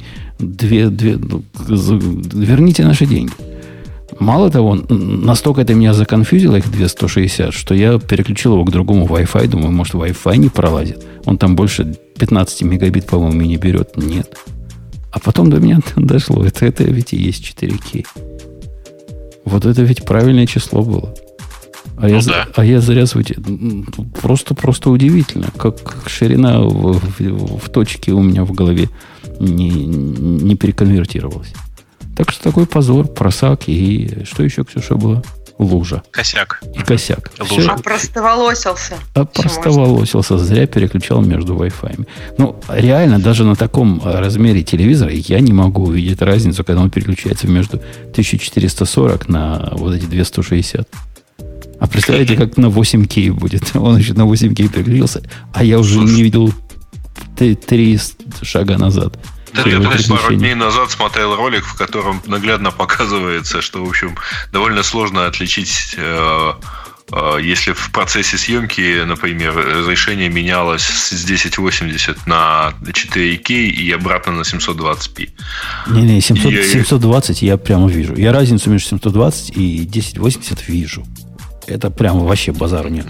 Верните наши деньги. Мало того, настолько это меня законфьюзило, их 260, что я переключил его к другому Wi-Fi. Думаю, может, Wi-Fi не пролазит. Он там больше 15 мегабит, по-моему, не берет. Нет. А потом до меня дошло. Это ведь и есть 4К. Вот это ведь правильное число было. Я зря просто удивительно, как ширина в точке у меня в голове не переконвертировалась. Так что такой позор, просак и что еще, Ксюша, было? Лужа. Косяк. И косяк. Лужа. Опростоволосился. Опростоволосился. Зря переключал между Wi-Fi. Реально, даже на таком размере телевизора я не могу увидеть разницу, когда он переключается между 1440 на вот эти 260. А представляете, как на 8К будет. Он еще на 8К переключился, а я уже не видел 3 шага назад. Да, я пару дней назад смотрел ролик, в котором наглядно показывается, что, в общем, довольно сложно отличить, если в процессе съемки, например, разрешение менялось с 1080 на 4К и обратно на 720p. Не, 720 я прямо вижу. Я разницу между 720 и 1080 вижу. Это прямо вообще базару нет.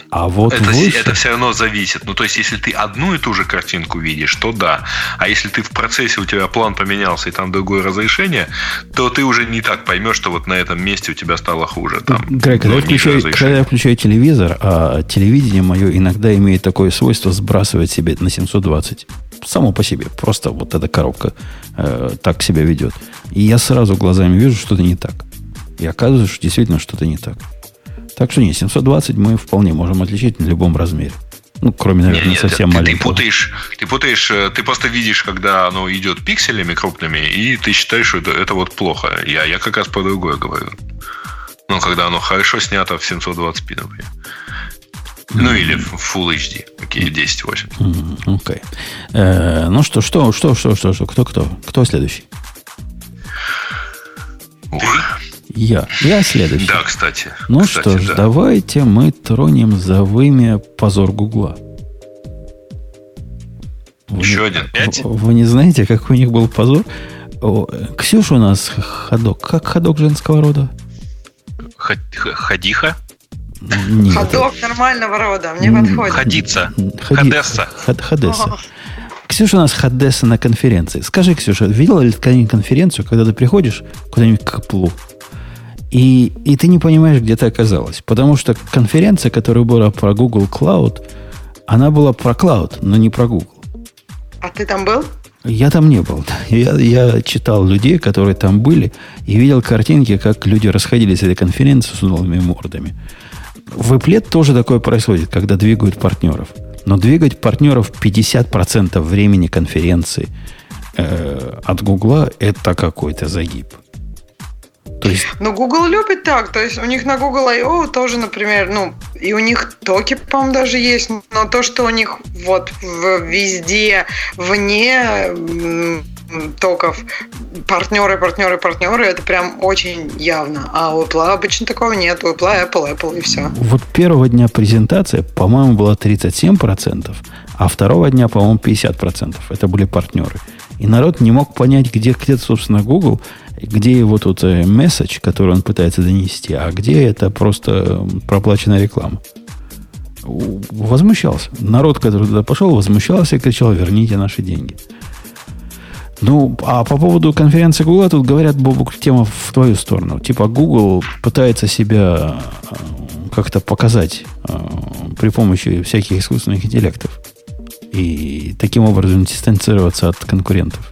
А вот это все равно зависит. Ну, то есть, если ты одну и ту же картинку видишь, то да. А если ты в процессе, у тебя план поменялся, и там другое разрешение, то ты уже не так поймешь, что вот на этом месте у тебя стало хуже. Там, Грег, когда я включаю телевизор, а телевидение мое иногда имеет такое свойство сбрасывать себе на 720. Само по себе. Просто вот эта коробка так себя ведет. И я сразу глазами вижу, что-то не так. И оказывается, что действительно что-то не так. Так что нет, 720 мы вполне можем отличить на любом размере. Ну, кроме, наверное, совсем маленького. Ты путаешь, ты просто видишь, когда оно идет пикселями крупными, и ты считаешь, что это вот плохо. Я как раз по другое говорю. Ну, когда оно хорошо снято в 720p, например. Ну, или в Full HD. Окей, 1080. Окей. Ну что? Кто следующий? Я следующий. Да, кстати. Ну что ж, давайте мы тронем за вымя позор Гугла. Еще один. 5? Вы не знаете, какой у них был позор? Ксюша у нас ходок. Как ходок женского рода? Ходиха? Нет. Ходок нормального рода, мне подходит. Ходица. Ходесса. Ходесса. Ксюша у нас ходесса на конференции. Скажи, Ксюша, видела ли ты конференцию, когда ты приходишь куда-нибудь к Apple, и ты не понимаешь, где ты оказалась? Потому что конференция, которая была про Google Cloud, она была про Cloud, но не про Google. А ты там был? Я там не был. Я читал людей, которые там были, и видел картинки, как люди расходились с этой конференции с новыми мордами. В Apple тоже такое происходит, когда двигают партнеров. Но двигать партнеров 50% времени конференции от Гугла – это какой-то загиб. То есть... Ну, Google любит так. То есть, у них на Google I.O. тоже, например, и у них токи, по-моему, даже есть. Но то, что у них вот везде, вне токов, партнеры, это прям очень явно. А у Apple обычно такого нет. У Apple, Apple и все. Вот первого дня презентация, по-моему, была 37%, а второго дня, по-моему, 50%. Это были партнеры. И народ не мог понять, где, собственно, Google, где его тут месседж, который он пытается донести, а где это просто проплаченная реклама. Возмущался. Народ, который туда пошел, возмущался и кричал: верните наши деньги. Ну, а по поводу конференции Google тут говорят, Бобук, тема в твою сторону. Типа Google пытается себя как-то показать при помощи всяких искусственных интеллектов. И таким образом дистанцироваться от конкурентов.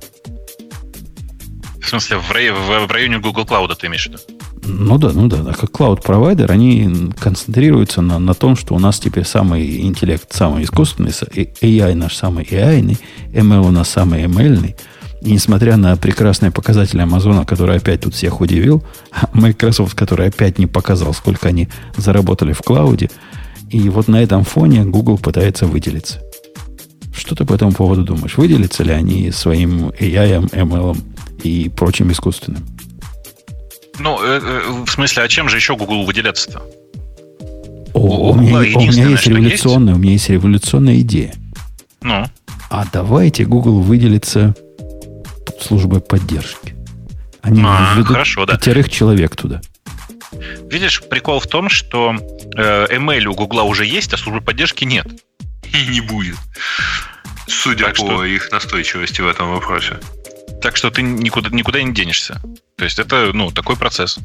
В смысле, в районе Google Cloud ты имеешь в виду? Ну да. Как клауд-провайдер, они концентрируются на том, что у нас теперь самый интеллект, самый искусственный, AI наш самый AI-ный, ML у нас самый ML-ный. И несмотря на прекрасные показатели Амазона, который опять тут всех удивил, Microsoft, который опять не показал, сколько они заработали в клауде, и вот на этом фоне Google пытается выделиться. Что ты по этому поводу думаешь? Выделятся ли они своим AI, ML и прочим искусственным? Ну, в смысле, а чем же еще Google выделяться-то? У меня есть революционная идея. Ну? А давайте Google выделится службой поддержки. Они введут 5 человек туда. Видишь, прикол в том, что ML у Гугла уже есть, а службы поддержки нет. И не будет. Судя по их настойчивости в этом вопросе. Так что ты никуда не денешься. То есть это, такой процесс.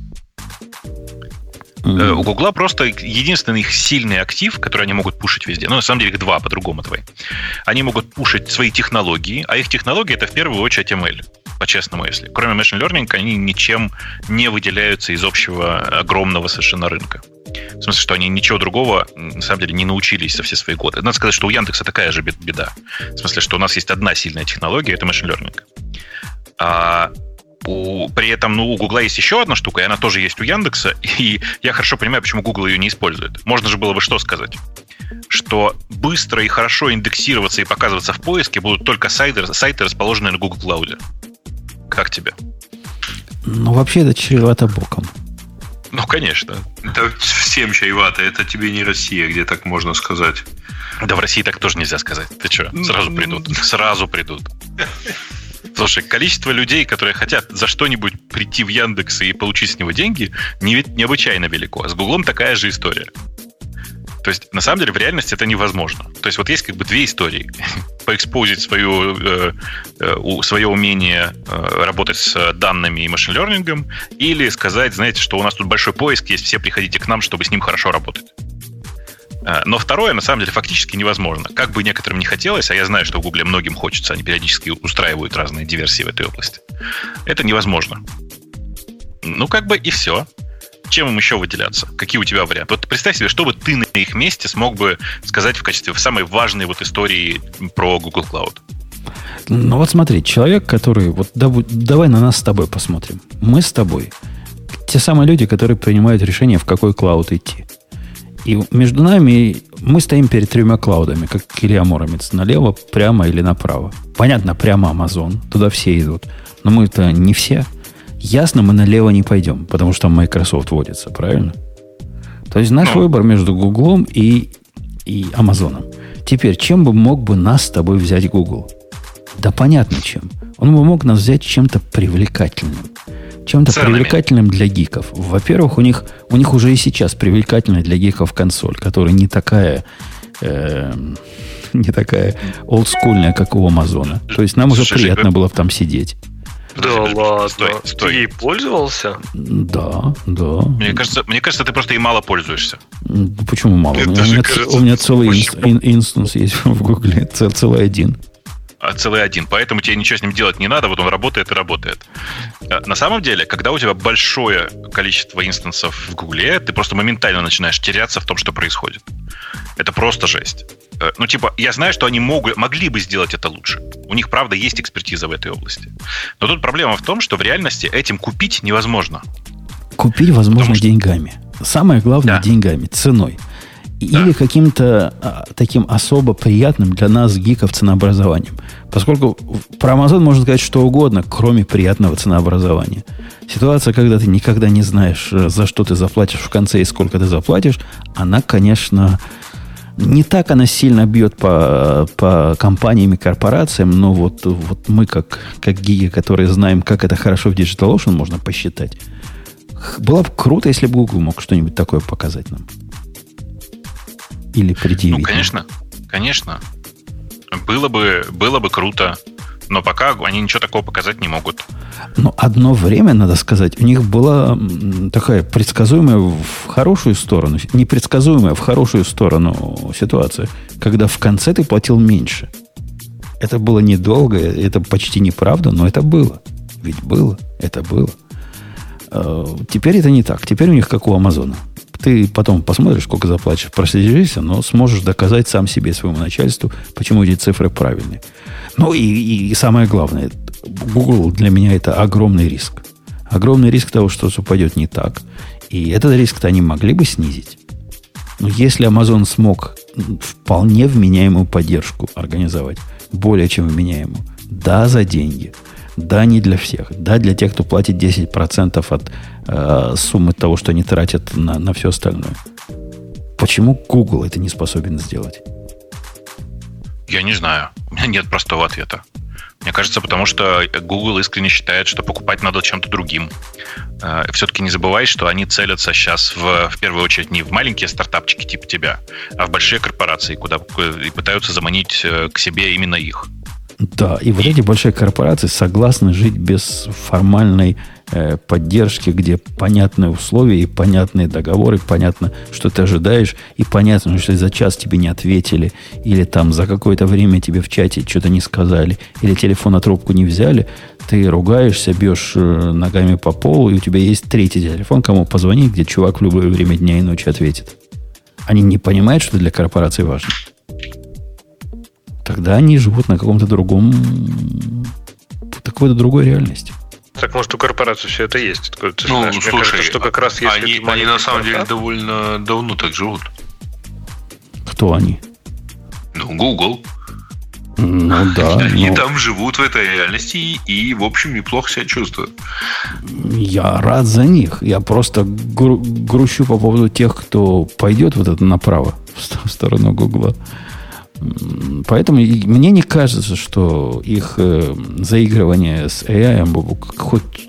У Гугла просто единственный их сильный актив, который они могут пушить везде. На самом деле их два, по-другому твои. Они могут пушить свои технологии, а их технологии это в первую очередь ML. По-честному, если. Кроме machine learning, они ничем не выделяются из общего огромного совершенно рынка. В смысле, что они ничего другого, на самом деле, не научились за все свои годы. Надо сказать, что у Яндекса такая же беда. В смысле, что у нас есть одна сильная технология, это machine learning. При этом, у Гугла есть еще одна штука, и она тоже есть у Яндекса, и я хорошо понимаю, почему Google ее не использует. Можно же было бы что сказать? Что быстро и хорошо индексироваться и показываться в поиске будут только сайты, расположенные на Google Cloud. Как тебе? Вообще это чревато боком. Конечно. Это всем чревато, это тебе не Россия, где так можно сказать. Да в России так тоже нельзя сказать. Ты что, сразу придут. Слушай, количество людей, которые хотят за что-нибудь прийти в Яндекс и получить с него деньги, необычайно велико. А с Гуглом такая же история. То есть, на самом деле, в реальности это невозможно. То есть, вот есть как бы две истории. Поэкспозить свое умение работать с данными и машин-лернингом, или сказать, знаете, что у нас тут большой поиск есть, все приходите к нам, чтобы с ним хорошо работать. Но второе, на самом деле, фактически невозможно. Как бы некоторым не хотелось, а я знаю, что в Гугле многим хочется, они периодически устраивают разные диверсии в этой области. Это невозможно. Ну, как бы и все. Чем им еще выделяться? Какие у тебя варианты? Вот представь себе, что бы ты на их месте смог бы сказать в качестве самой важной вот истории про Google Cloud? Ну вот смотри, человек, который... Вот давай на нас с тобой посмотрим. Мы с тобой. Те самые люди, которые принимают решение, в какой клауд идти. И между нами мы стоим перед тремя клаудами, как Илья Муромец. Налево, прямо или направо. Понятно, прямо Amazon. Туда все идут. Но мы-то не все. Ясно, мы налево не пойдем, потому что там Microsoft водится, правильно? То есть наш выбор между Гуглом и Амазоном. Теперь, чем бы мог бы нас с тобой взять Google? Да понятно чем. Он бы мог нас взять чем-то привлекательным. Чем-то привлекательным для гиков. Во-первых, у них уже и сейчас привлекательная для гиков консоль, которая не такая олдскульная, как у Амазона. То есть нам уже приятно было бы там сидеть. Да ладно. Стой. Ты ей пользовался? Да. Мне кажется, ты просто ей мало пользуешься. Почему мало? У меня целый инстанс есть в Гугле. Целый один. Целый один. Поэтому тебе ничего с ним делать не надо, вот он работает и работает. На самом деле, когда у тебя большое количество инстансов в Гугле, ты просто моментально начинаешь теряться в том, что происходит. Это просто жесть. Ну, типа, я знаю, что они могли бы сделать это лучше. У них, правда, есть экспертиза в этой области. Но тут проблема в том, что в реальности этим купить невозможно. Купить возможно деньгами. Самое главное, деньгами, ценой. Или каким-то таким особо приятным для нас, гиков, ценообразованием. Поскольку про Amazon можно сказать что угодно, кроме приятного ценообразования. Ситуация, когда ты никогда не знаешь, за что ты заплатишь в конце и сколько ты заплатишь, она, конечно, не так она сильно бьет по компаниям и корпорациям, но вот мы, как гики, которые знаем, как это хорошо в DigitalOcean, можно посчитать. Было бы круто, если бы Google мог что-нибудь такое показать нам. Или предъявить. Ну, конечно. Было бы круто. Но пока они ничего такого показать не могут. Но одно время, надо сказать, у них была такая предсказуемая в хорошую сторону, непредсказуемая в хорошую сторону ситуация, когда в конце ты платил меньше. Это было недолго, это почти неправда, но это было. Ведь было, это было. Теперь это не так. Теперь у них как у Амазона. Ты потом посмотришь, сколько заплатишь, проследишься, но сможешь доказать сам себе, своему начальству, почему эти цифры правильные. Ну и самое главное, Google для меня это огромный риск. Огромный риск того, что упадет не так. И этот риск-то они могли бы снизить. Но если Amazon смог вполне вменяемую поддержку организовать, более чем вменяемую, да, за деньги, да, не для всех, да, для тех, кто платит 10% от суммы того, что они тратят на все остальное. Почему Google это не способен сделать? Я не знаю. У меня нет простого ответа. Мне кажется, потому что Google искренне считает, что покупать надо чем-то другим. Все-таки не забывай, что они целятся сейчас в первую очередь не в маленькие стартапчики типа тебя, а в большие корпорации, куда и пытаются заманить к себе именно их. Да, и вот эти большие корпорации согласны жить без формальной поддержки, где понятные условия и понятные договоры, понятно, что ты ожидаешь, и понятно, что за час тебе не ответили, или там за какое-то время тебе в чате что-то не сказали, или телефон на трубку не взяли, ты ругаешься, бьешь ногами по полу, и у тебя есть третий телефон, кому позвонить, где чувак в любое время дня и ночи ответит. Они не понимают, что для корпорации важно. Тогда они живут на каком-то другом, какой-то другой реальности. Так, может, у корпорации все это есть? Ты ну, знаешь, слушай, мне кажется, что как раз если они на самом деле довольно давно так живут. Кто они? Ну, Google. Ну, да. Они там живут в этой реальности и, в общем, неплохо себя чувствуют. Я рад за них. Я просто грущу по поводу тех, кто пойдет вот это направо, в сторону Гугла. Поэтому мне не кажется, что их заигрывание с AI хоть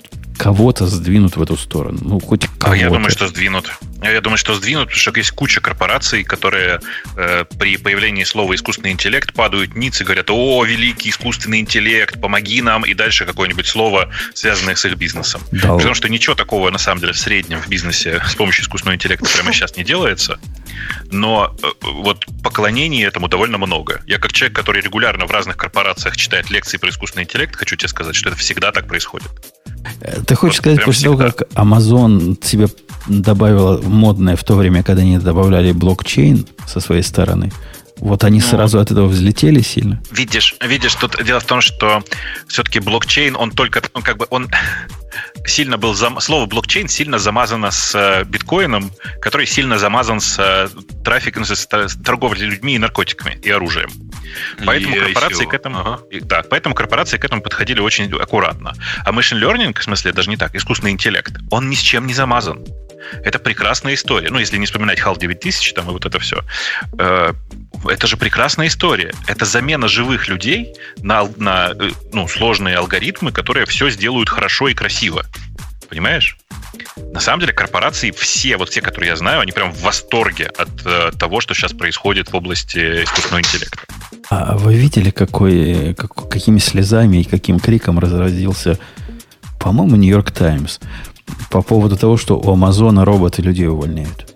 кого-то сдвинут в эту сторону. Ну, хоть кого-то. Я думаю, что сдвинут. Я думаю, что сдвинут, потому что есть куча корпораций, которые при появлении слова «искусственный интеллект» падают ниц и говорят: «О, великий искусственный интеллект, помоги нам», и дальше какое-нибудь слово, связанное с их бизнесом. Да. Потому что ничего такого, на самом деле, в среднем в бизнесе с помощью искусственного интеллекта прямо сейчас не делается. Но вот поклонений этому довольно много. Я как человек, который регулярно в разных корпорациях читает лекции про искусственный интеллект, хочу тебе сказать, что это всегда так происходит. Ты хочешь сказать, после того, как Amazon себе добавила модное в то время, когда они добавляли блокчейн со своей стороны, вот они сразу от этого взлетели сильно? Видишь, тут дело в том, что все-таки блокчейн, он сильно был... Слово блокчейн сильно замазано с биткоином, который сильно замазан с трафиком, с торговлей людьми и наркотиками, и оружием. Поэтому корпорации к этому... Да, поэтому корпорации к этому подходили очень аккуратно. А machine learning, в смысле, даже не так, искусственный интеллект, он ни с чем не замазан. Это прекрасная история. Ну, если не вспоминать HAL 9000 там, и вот это все. Это же прекрасная история. Это замена живых людей на сложные алгоритмы, которые все сделают хорошо и красиво. Понимаешь? На самом деле корпорации все, вот те, которые я знаю, они прям в восторге от того, что сейчас происходит в области искусственного интеллекта. А вы видели, какими слезами и каким криком разразился, по-моему, Нью-Йорк Таймс по поводу того, что у Амазона роботы людей увольняют?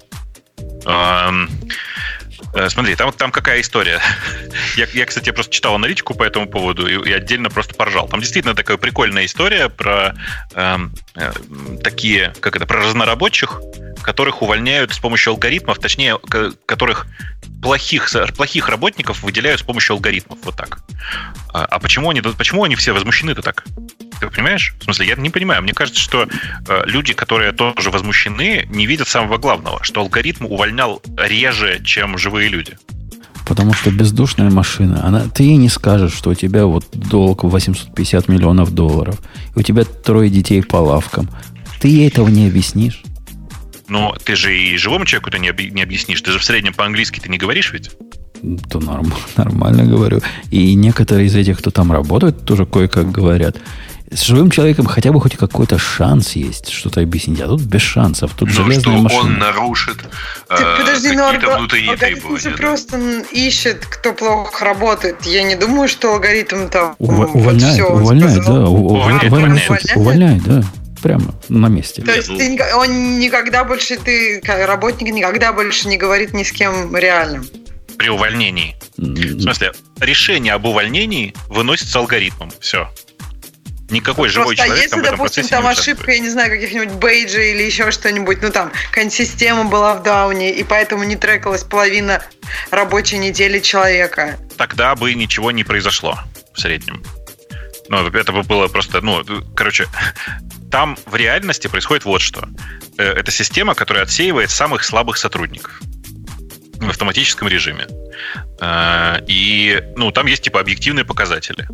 Смотри, там какая история. Я, кстати, просто читал аналитику по этому поводу и отдельно просто поржал. Там действительно такая прикольная история про про разнорабочих, которых увольняют с помощью алгоритмов, точнее, которых плохих работников выделяют с помощью алгоритмов. Вот так. А почему они все возмущены-то так? Ты понимаешь? В смысле, я не понимаю. Мне кажется, что люди, которые тоже возмущены, не видят самого главного, что алгоритм увольнял реже, чем живые люди. Потому что бездушная машина, ты ей не скажешь, что у тебя вот долг в $850 миллионов, и у тебя 3 детей по лавкам. Ты ей этого не объяснишь. Но ты же и живому человеку-то не объяснишь. Ты же в среднем по-английски ты не говоришь ведь? То нормально говорю. И некоторые из этих, кто там работает, тоже кое-как говорят. С живым человеком хотя бы хоть какой-то шанс есть что-то объяснить. А тут без шансов. Тут железная машина. Он нарушит какие-то внутренние требования. Алгоритм просто ищет, кто плохо работает. Я не думаю, что алгоритм там... Увольняет, да. Прямо на месте. То есть работник никогда больше не говорит ни с кем реальным. При увольнении. В смысле, решение об увольнении выносится алгоритмом. Все. Никакой живой человек там в этом процессе не участвует. Если, допустим, там ошибка, я не знаю, каких-нибудь бейджей или еще что-нибудь, там какая-нибудь система была в дауне, и поэтому не трекалась половина рабочей недели человека. Тогда бы ничего не произошло в среднем. Это бы было просто, там в реальности происходит вот что. Это система, которая отсеивает самых слабых сотрудников в автоматическом режиме. И, там есть, объективные показатели.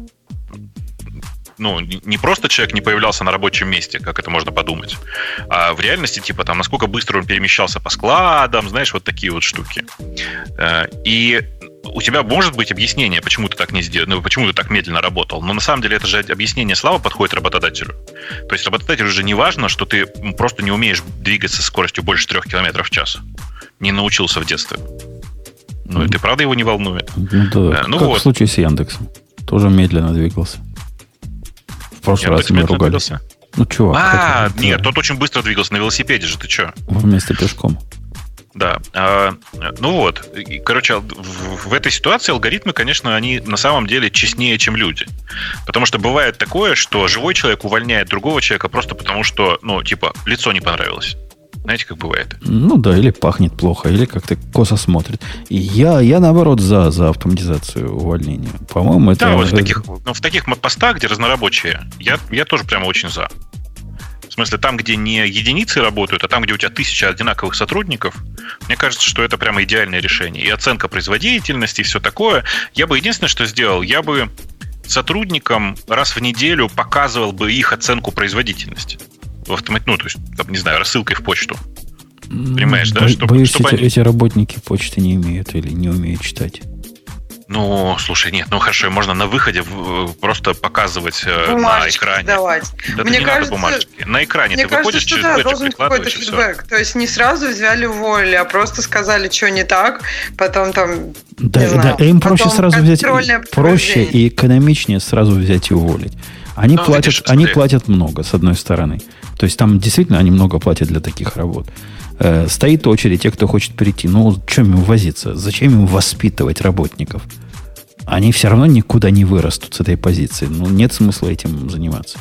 Не просто человек не появлялся на рабочем месте, как это можно подумать, а в реальности, насколько быстро он перемещался по складам, знаешь, вот такие вот штуки. И у тебя может быть объяснение, почему ты так не сделал, почему ты так медленно работал, но на самом деле это же объяснение слабо подходит работодателю. То есть работодателю же не важно, что ты просто не умеешь двигаться со скоростью больше 3 км в час. Не научился в детстве. И ты правда его не волнует? Да, в случае с Яндексом. Тоже медленно двигался. В прошлый раз мы ругались. Чувак. Нет, тот очень быстро двигался на велосипеде же, ты что? Вместо пешком. Да. В этой ситуации алгоритмы, конечно, они на самом деле честнее, чем люди. Потому что бывает такое, что живой человек увольняет другого человека просто потому, что, лицо не понравилось. Знаете, как бывает? Или пахнет плохо, или как-то косо смотрит. И я наоборот, за автоматизацию увольнения. По-моему, это... Да, в таких постах, где разнорабочие, я тоже прямо очень за. В смысле, там, где не единицы работают, а там, где у тебя 1000 одинаковых сотрудников, мне кажется, что это прямо идеальное решение. И оценка производительности, и все такое. Я бы единственное, что сделал, я бы сотрудникам раз в неделю показывал бы их оценку производительности. Рассылкой в почту. Понимаешь, да? Боюсь, эти работники почты не имеют или не умеют читать. Ну, слушай, нет, ну хорошо, можно на выходе просто показывать на экране. Давать. Да мне кажется, надо бумажечки. На экране ты выходишь через бэджик, прикладываешь, и все. То есть не сразу взяли, уволили, а просто сказали, что не так, потом там, да, им проще сразу взять, проще и экономичнее сразу взять и уволить. Они платят много, с одной стороны. То есть там действительно они много платят для таких работ. Стоит очередь, те, кто хочет перейти. Ну, чем им возиться? Зачем им воспитывать работников? Они все равно никуда не вырастут с этой позиции. Ну, нет смысла этим заниматься.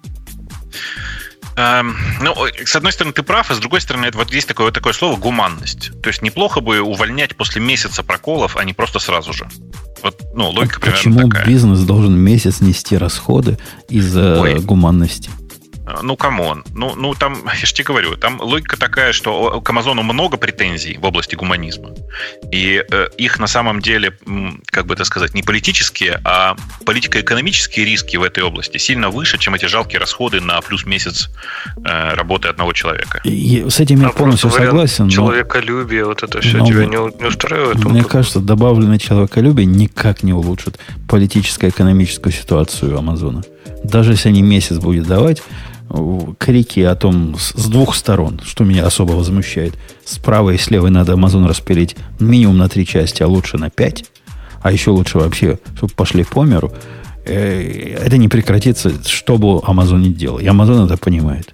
Ну, с одной стороны, ты прав, а с другой стороны, вот есть такое слово «гуманность». То есть неплохо бы увольнять после месяца проколов, а не просто сразу же. Вот, ну, логика примерно почему такая. Бизнес должен месяц нести расходы из-за гуманности? Ну, камон. Ну, там, я же тебе говорю, там логика такая, что к Амазону много претензий в области гуманизма. И их на самом деле, как бы это сказать, не политические, а политико-экономические риски в этой области сильно выше, чем эти жалкие расходы на плюс месяц работы одного человека. И с этим я полностью согласен. Человеколюбие, вот это все тебя не устраивает? Мне кажется, добавленное человеколюбие никак не улучшит политическо-экономическую ситуацию Амазона. Даже если они месяц будут давать, крики о том с двух сторон, что меня особо возмущает. Справа и слева надо Амазон распилить минимум на 3 части, а лучше на 5. А еще лучше вообще, чтобы пошли по миру. Это не прекратится, что бы Амазон ни делал. И Амазон это понимает.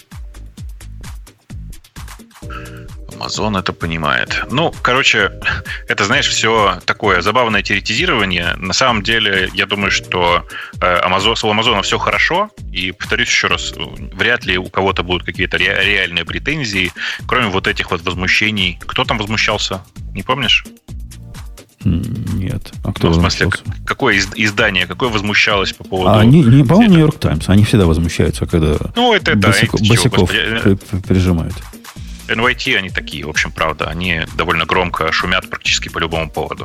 Amazon это понимает. Ну, короче, это, знаешь, все такое забавное теоретизирование. На самом деле, я думаю, что у Амазона все хорошо. И, повторюсь еще раз, вряд ли у кого-то будут какие-то реальные претензии, кроме вот этих вот возмущений. Кто там возмущался? Не помнишь? Нет. А кто в смысле, какое издание, какое возмущалось по поводу... По-моему, Нью-Йорк Таймс. Они всегда возмущаются, когда босиков прижимают. NYT, они такие, в общем, правда. Они довольно громко шумят практически по любому поводу.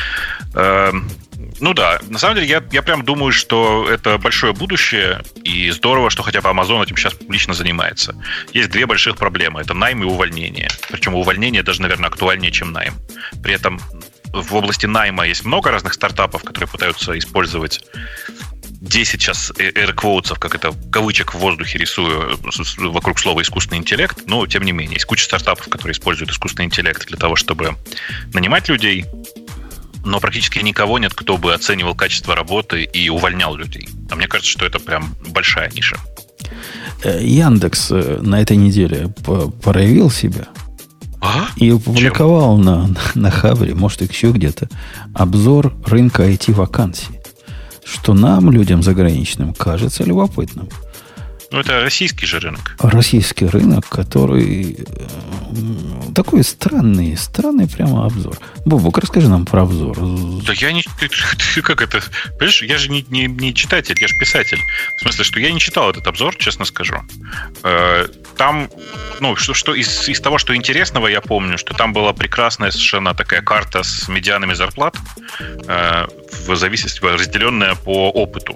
Ну да, на самом деле я прям думаю, что это большое будущее, и здорово, что хотя бы Amazon этим сейчас публично занимается. Есть 2 больших проблемы. Это найм и увольнение. Причем увольнение даже, наверное, актуальнее, чем найм. При этом в области найма есть много разных стартапов, которые пытаются использовать 10 сейчас air-quotes, как это кавычек в воздухе рисую вокруг слова искусственный интеллект, но тем не менее есть куча стартапов, которые используют искусственный интеллект для того, чтобы нанимать людей, но практически никого нет, кто бы оценивал качество работы и увольнял людей. А мне кажется, что это прям большая ниша. Яндекс на этой неделе проявил себя и опубликовал на Хабре, может, еще где-то, обзор рынка IT-вакансий. Что нам, людям заграничным, кажется любопытным. Ну, это российский же рынок. Российский рынок, который такой странный прямо обзор. Бобок, расскажи нам про обзор. Да я не... Как это? Понимаешь, я же не читатель, я же писатель. В смысле, что я не читал этот обзор, честно скажу. Там, ну, что из того, что интересного, я помню, что там была прекрасная совершенно такая карта с медианами зарплат, в зависимости, разделенная по опыту.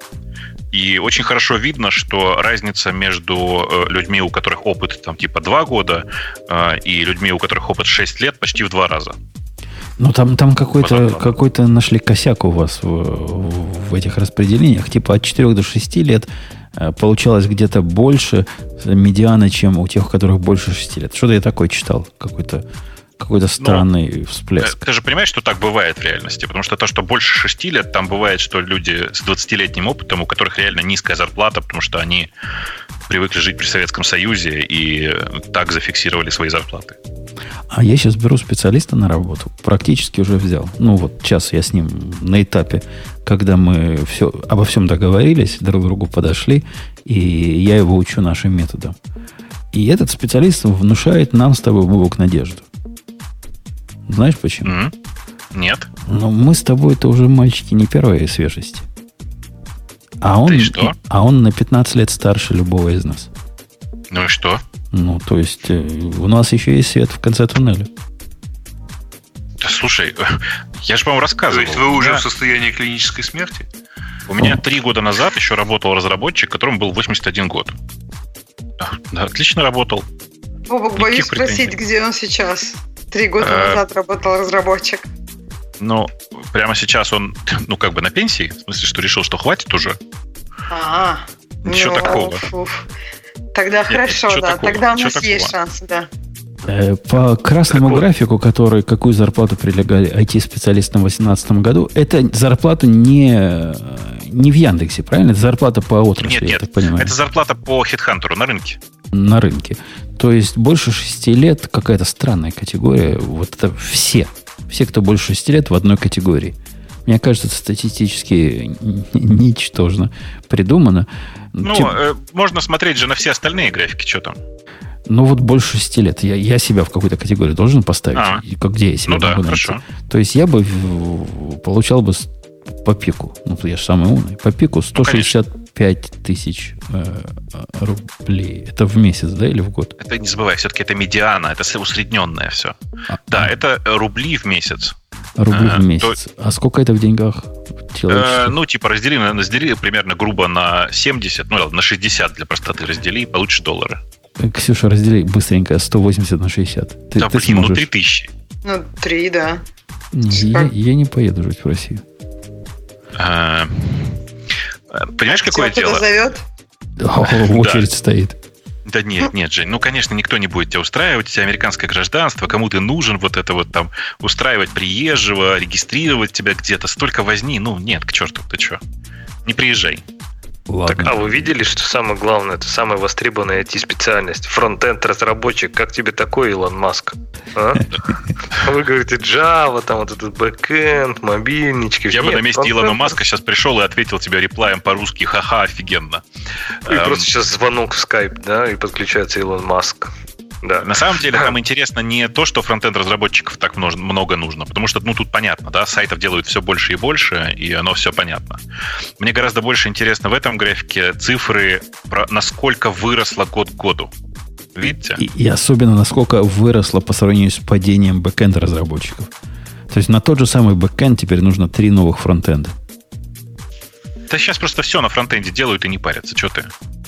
И очень хорошо видно, что разница между людьми, у которых опыт там, типа 2 года, и людьми, у которых опыт 6 лет, почти в 2 раза. Ну, там какой-то нашли косяк у вас в этих распределениях. Типа от 4 до 6 лет получалось где-то больше медиана, чем у тех, у которых больше 6 лет. Что-то я такое читал. Какой-то странный всплеск. Ты же понимаешь, что так бывает в реальности? Потому что то, что больше 6 лет, там бывает, что люди с 20-летним опытом, у которых реально низкая зарплата, потому что они привыкли жить при Советском Союзе и так зафиксировали свои зарплаты. А я сейчас беру специалиста на работу. Практически уже взял. Ну вот сейчас я с ним на этапе, когда мы обо всем договорились, друг к другу подошли, и я его учу нашим методам. И этот специалист внушает нам с тобой, Бобок, надежду. Знаешь почему? Нет. Но мы с тобой-то уже мальчики не первой свежести. А он на 15 лет старше любого из нас. Ну и что? Ну, то есть, у нас еще есть свет в конце туннеля. Да слушай, я же, по-моему, рассказывал. То есть вы уже в состоянии клинической смерти? У меня 3 года назад еще работал разработчик, которому был 81 год. Да, отлично работал. Бобок, боюсь спросить, где он сейчас. 3 года назад работал разработчик. Ну, прямо сейчас он, как бы на пенсии, в смысле, что решил, что хватит уже. Ничего такого. Тогда хорошо, да. Тогда у нас есть шанс, да. По красному графику, какую зарплату предлагали IT-специалистам в 2018 году, это зарплата не в Яндексе, правильно? Это зарплата по отрасли, нет, я так понимаю. Это зарплата по HeadHunter на рынке. На рынке. То есть больше 6 лет какая-то странная категория. Вот это все, кто больше 6 лет в одной категории. Мне кажется, это статистически ничтожно придумано. Можно смотреть же на все остальные графики, что там. Ну, вот больше 6 лет. Я себя в какую-то категорию должен поставить. Где я себя могу найти? Хорошо. То есть я бы получал бы по пику. Я же самый умный. По пику 165 тысяч рублей. Это в месяц, да, или в год? Это не забывай, все-таки это медиана, это усредненное все. Это рубли в месяц. Рубли в месяц. А сколько это в деньгах? Раздели примерно грубо на 70, на 60 для простоты раздели, и получишь доллары. Ксюша, раздели быстренько 180 на 60. Ты сможешь? 3000. 3, да. Я не поеду жить в Россию. Понимаешь, какое дело? Зовет? Очередь стоит. Да нет, Жень, конечно, никто не будет тебя устраивать, у тебя американское гражданство, кому ты нужен вот это вот там устраивать приезжего, регистрировать тебя где-то, столько возни, нет, к черту, ты что? Не приезжай. Ладно. Так, а вы видели, что самое главное, это самая востребованная IT-специальность? Фронтенд разработчик. Как тебе такой, Илон Маск? Вы говорите, Java, там вот этот бэкэнд, мобильнички. Я бы на месте Илона Маска сейчас пришел и ответил тебе реплаем по-русски. Ха-ха, офигенно. И просто сейчас звонок в Skype, да, и подключается Илон Маск. Да. На самом деле нам интересно не то, что фронтенд-разработчиков так много нужно, потому что, тут понятно, да, сайтов делают все больше и больше, и оно все понятно. Мне гораздо больше интересно в этом графике цифры, насколько выросло год к году. Видите? И особенно, насколько выросло по сравнению с падением бэкэнд-разработчиков. То есть на тот же самый бэкэнд теперь нужно 3 новых фронтенда. Да сейчас просто все на фронтенде делают и не парятся. Что ты?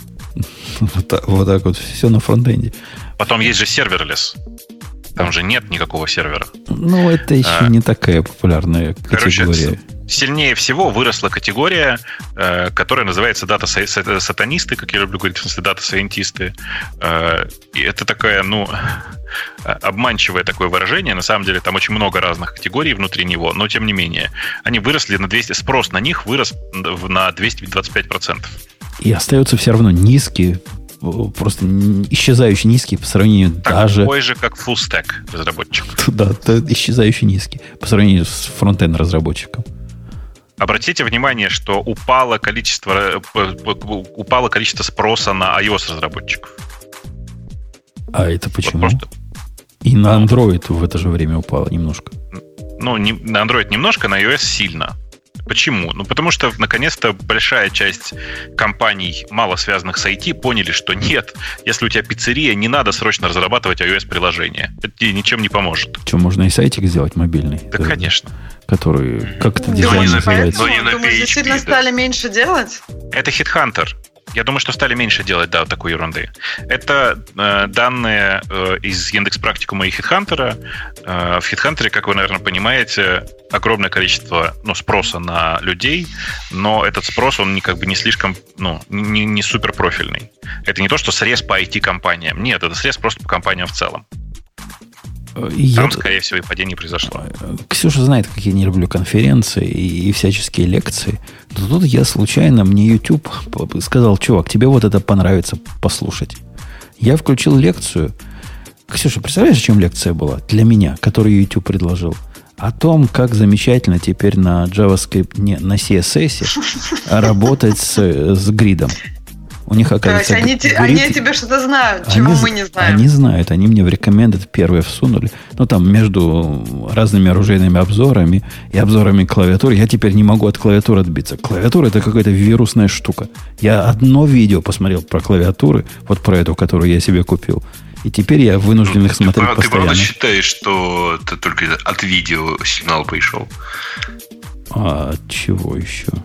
Вот так вот, все на фронтенде. Потом есть же серверлесс. Там же нет никакого сервера. Это еще не такая популярная категория. Сильнее всего выросла категория, которая называется дата-сатанисты, как я люблю говорить, в смысле дата-сайентисты. И это такая, обманчивое такое выражение. На самом деле там очень много разных категорий внутри него, но тем не менее. Они выросли на 200, спрос на них вырос на 225%. И остается все равно низкий, просто исчезающий низкий по сравнению даже... Такой же, как full-stack разработчик. Да, исчезающий низкий по сравнению с фронтенд разработчиком. Обратите внимание, что упало количество спроса на iOS разработчиков. А это почему? И на Android в это же время упало немножко. На Android немножко, на iOS сильно. Почему? Потому что, наконец-то, большая часть компаний, мало связанных с IT, поняли, что нет, если у тебя пиццерия, не надо срочно разрабатывать iOS-приложение. Это тебе ничем не поможет. Что, можно и сайтик сделать мобильный? Да, конечно. Который, как это дизайн называется? Думаешь, действительно стали меньше делать? Это HeadHunter. Я думаю, что стали меньше делать, такой ерунды. Это данные из Яндекс.Практикума и HeadHunter. В HeadHunter, как вы, наверное, понимаете, огромное количество спроса на людей, но этот спрос, он не слишком, не супер профильный. Это не то, что срез по IT-компаниям. Нет, это срез просто по компаниям в целом. Там, скорее всего, и падение произошло. Ксюша знает, как я не люблю конференции и всяческие лекции. Но тут я случайно, мне YouTube сказал, чувак, тебе вот это понравится послушать. Я включил лекцию. Ксюша, представляешь, о чем лекция была для меня, которую YouTube предложил? О том, как замечательно теперь на JavaScript, на CSS работать с гридом. У них, оказывается, то есть они о тебе что-то знают, чего мы не знаем. Они знают, они мне в recommended первые всунули. Там между разными оружейными обзорами и обзорами клавиатуры я теперь не могу от клавиатуры отбиться. Клавиатура — это какая-то вирусная штука. Я одно видео посмотрел про клавиатуры, вот про эту, которую я себе купил. И теперь я вынужден их смотреть постоянно. Ты правда считаешь, что это только от видео сигнал пришел? А от чего еще?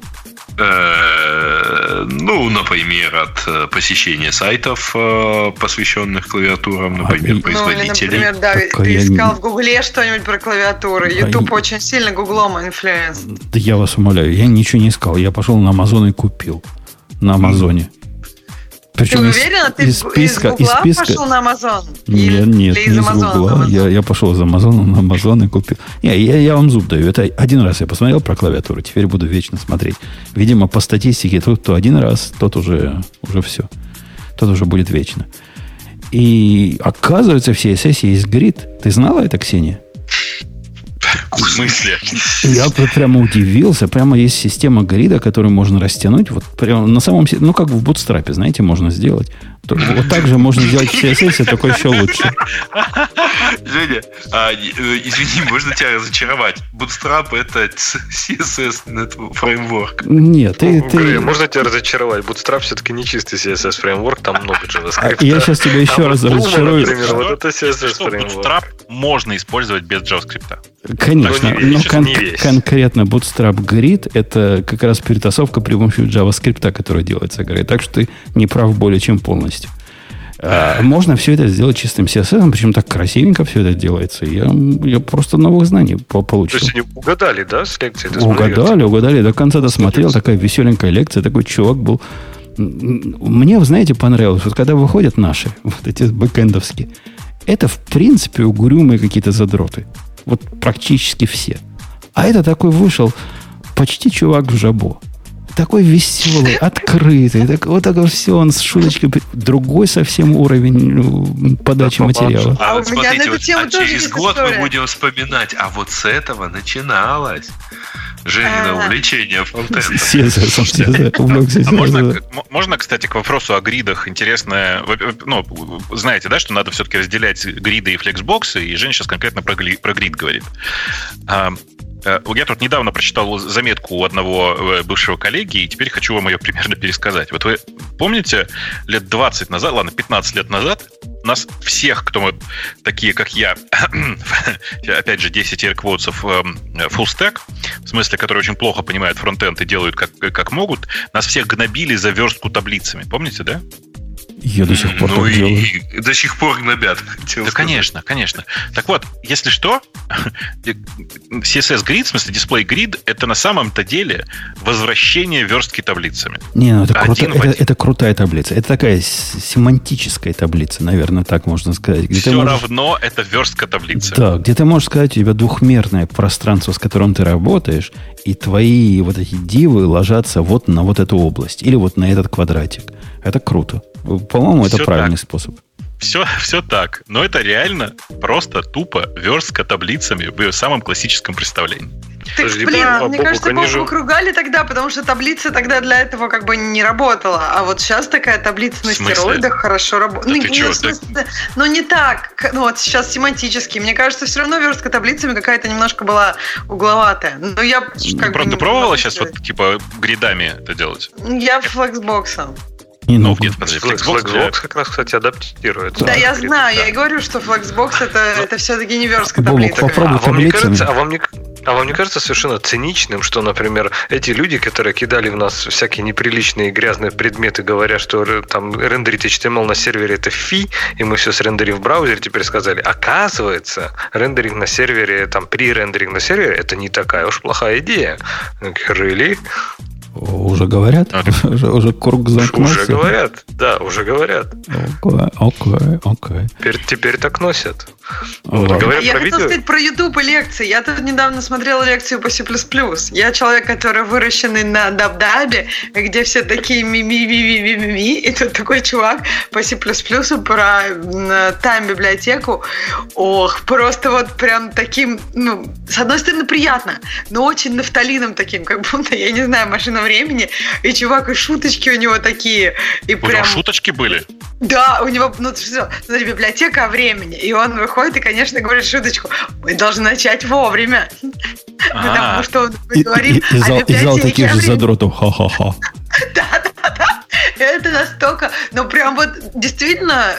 Например, от посещения сайтов, посвященных клавиатурам, например, производителей. Например, да, ты искал в Гугле что-нибудь про клавиатуры. YouTube очень сильно Гуглом инфлюенс. Да я вас умоляю, я ничего не искал. Я пошел на Амазон и купил. На Амазоне. Причем ты уверена, ты из Гугла пошел на Амазон? Нет, не из Гугла. Я пошел из Амазона на Амазон и купил. Я вам зуб даю. Это один раз я посмотрел про клавиатуру, теперь буду вечно смотреть. Видимо, по статистике, кто один раз, тот уже все. Тот уже будет вечно. И оказывается, в CSS есть грид. Ты знала это, Ксения? В смысле? Я прямо удивился. Прямо есть система грида, которую можно растянуть. Вот прямо на самом деле, как в Bootstrap, знаете, можно сделать. Вот так же можно сделать в CSS, только еще лучше. Женя, извини, можно тебя разочаровать. Bootstrap — это CSS фреймворк. Нет, можно тебя разочаровать. Bootstrap все-таки не чистый CSS фреймворк, там много JavaScript. Я сейчас тебя еще раз разочарую. Например, вот это CSS фреймворк. Bootstrap можно использовать без JavaScript. Конечно, конкретно Bootstrap Grid — это как раз перетасовка при помощи JavaScript, которая делается. Так что ты не прав более чем полностью. Можно все это сделать чистым CSS, причем так красивенько все это делается. Я просто новых знаний получил. То есть они угадали, да, с лекцией? Угадали. До конца досмотрел. Такая веселенькая лекция. Такой чувак был. Мне, знаете, понравилось. Вот когда выходят наши, вот эти бэкэндовские, это, в принципе, угрюмые какие-то задроты. Вот практически все. А это такой вышел почти чувак в жабо. Такой веселый, открытый. Вот так все, он с шуточкой. Другой совсем уровень подачи материала. А вот смотрите, через год мы будем вспоминать, а вот с этого начиналось Женина увлечение фронтендом. Можно, кстати, к вопросу о гридах интересное. Знаете, да, что надо все-таки разделять гриды и флексбоксы, и Женя сейчас конкретно про грид говорит. Я тут недавно прочитал заметку у одного бывшего коллеги, и теперь хочу вам ее примерно пересказать. Вот вы помните, лет 20 назад, 15 лет назад, нас всех, кто мы такие, как я, опять же, 10 airquotes'ов full stack, в смысле, которые очень плохо понимают фронтенд и делают как могут, нас всех гнобили за верстку таблицами. Помните, да? Я до сих пор так делаю. До сих пор гнобят. Да, конечно. Так вот, если что, CSS Grid, в смысле Display Grid, это на самом-то деле возвращение верстки таблицами. Это крутая таблица. Это такая семантическая таблица, наверное, так можно сказать. Все равно это верстка таблицы. Да, где ты можешь сказать, у тебя двухмерное пространство, с которым ты работаешь, и твои вот эти дивы ложатся вот на вот эту область или вот на этот квадратик. Это круто. По-моему, это правильный способ. Все так. Но это реально просто тупо верстка таблицами в самом классическом представлении. Мне кажется, Бобук ругали тогда, потому что таблица тогда для этого как бы не работала. А вот сейчас такая таблица на стероидах хорошо работает. Не так. Вот сейчас семантически. Мне кажется, все равно верстка таблицами какая-то немножко была угловатая. Но я правда, ты пробовала сейчас вот типа гридами это делать? Я флексбоксом. Flexbox как раз, кстати, адаптируется. Да, я знаю, я и говорю, что Flexbox это все-таки не верстка таблицы. А вам не кажется совершенно циничным, что, например, эти люди, которые кидали в нас всякие неприличные грязные предметы, говоря, что там рендерить HTML на сервере это фи, и мы все срендерим в браузере, теперь сказали, оказывается, рендеринг на сервере, там, pre-рендеринг на сервере, это не такая уж плохая идея. Really? Уже говорят? Уже круг замкнулся? Уже говорят, да, уже говорят. Окей. Теперь так носят. Я хотела сказать про YouTube и лекции. Я тут недавно смотрела лекцию по C++. Я человек, который выращенный на дабдабе, где все такие ми-ми-ми-ми-ми-ми. И тут такой чувак по C++ про тайм-библиотеку. Ох, просто вот прям таким, с одной стороны приятно, но очень нафталином таким, как будто, я не знаю, машина времени. И чувак, и шуточки у него такие. И у него шуточки были? Да, у него, смотри, библиотека о времени. И он выходит и, конечно, говорит шуточку. Мы должны начать вовремя. Потому что он говорит о библиотеке. И зал таких же задротов. Ха-ха-ха. Да. Это настолько... прям вот действительно...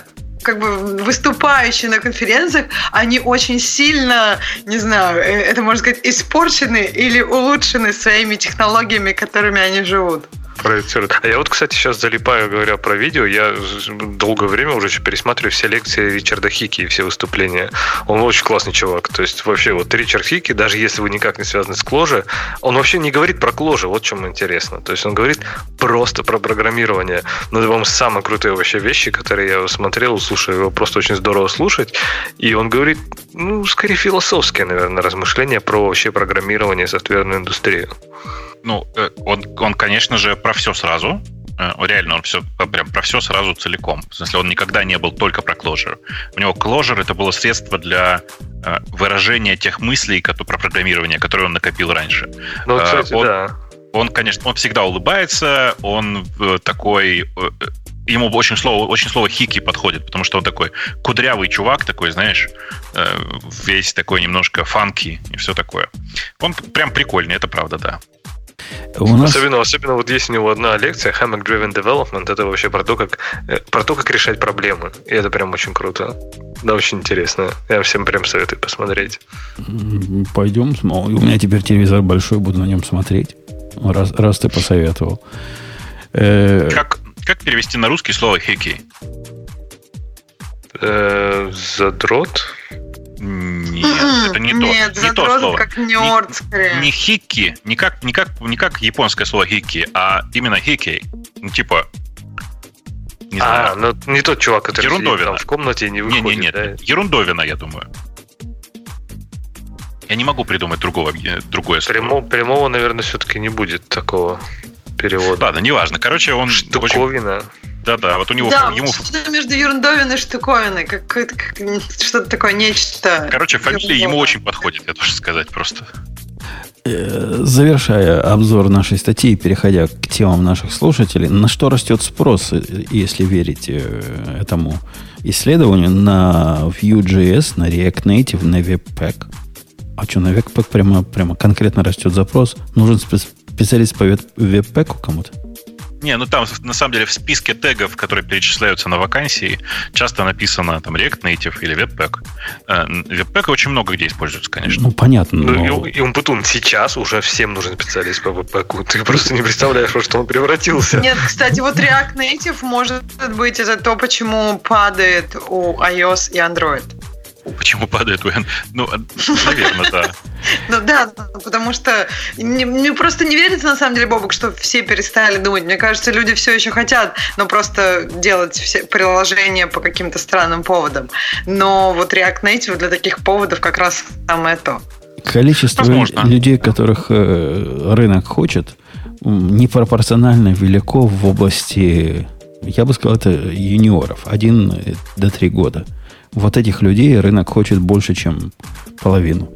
как бы выступающие на конференциях, они очень сильно, не знаю, это можно сказать, испорчены или улучшены своими технологиями, которыми они живут. Проецируют. А я вот, кстати, сейчас залипаю, говоря про видео, я долгое время уже пересматриваю все лекции Ричарда Хики и все выступления. Он очень классный чувак. То есть вообще вот Ричард Хики, даже если вы никак не связаны с Clojure, он вообще не говорит про Clojure, вот в чем интересно. То есть он говорит просто про программирование. Но это, по-моему, самые крутые вообще вещи, которые я смотрел, слушаю, его просто очень здорово слушать. И он говорит, ну, скорее философские, наверное, размышления про вообще программирование и софтверную индустрию. Ну, он, конечно же, про все сразу. Реально, он все, прям про все сразу целиком. В смысле, он никогда не был только про Clojure. У него Clojure — это было средство для выражения тех мыслей про программирование, которые он накопил раньше. Ну, кстати, да. Он, конечно, он всегда улыбается, он такой... Ему очень слово хики подходит, потому что он такой кудрявый чувак, такой, знаешь, весь такой немножко фанки и все такое. Он прям прикольный, это правда, да. Особенно вот есть у него одна лекция Hammock Driven Development, это вообще про то, как решать проблемы. И это прям очень круто. Да, очень интересно. Я всем прям советую посмотреть. Пойдем. У меня теперь телевизор большой, буду на нем смотреть. Раз ты посоветовал. Как перевести на русский слово хики? Задрот? Нет, это не то. Нет, не то слово. Как нёрд, скорее. Не хики, не как японское слово хики, а именно хики. Ну, типа... Не знаю. Ну не тот чувак, который сидит там в комнате и не выходит. Нет, да? Ерундовина, я думаю. Я не могу придумать другое слово. Прямого, наверное, все-таки не будет такого перевода. Ладно, неважно. Короче, он... Штуковина. Очень... Да, вот у него... Да, что-то между ерундовиной и штуковиной. Что-то такое, нечто... Короче, фамилия ему очень подходит, я должен сказать просто. Завершая обзор нашей статьи, переходя к темам наших слушателей, на что растет спрос, если верить этому исследованию, на Vue.js, на React Native, на Webpack. А что, на Webpack прямо конкретно растет запрос? Нужен специалист по Webpack кому-то? Не, ну там, на самом деле, в списке тегов, которые перечисляются на вакансии, часто написано там React Native или Webpack. Webpack очень много где используется, конечно. Ну, понятно. Но... И Умпутун, сейчас уже всем нужен специалист по Webpack. Ты просто не представляешь, во что он превратился. Нет, кстати, вот React Native может быть это то, почему падает у iOS и Android. Почему падает UN? Ну, наверное, да. Ну да, потому что мне просто не верится, на самом деле, Бобок, что все перестали думать. Мне кажется, люди все еще хотят, но просто делать все приложения по каким-то странным поводам. Но вот React Native для таких поводов как раз самое то. Количество людей, которых рынок хочет, непропорционально велико в области, я бы сказал, это юниоров, 1 до 3 года. Вот этих людей рынок хочет больше, чем половину.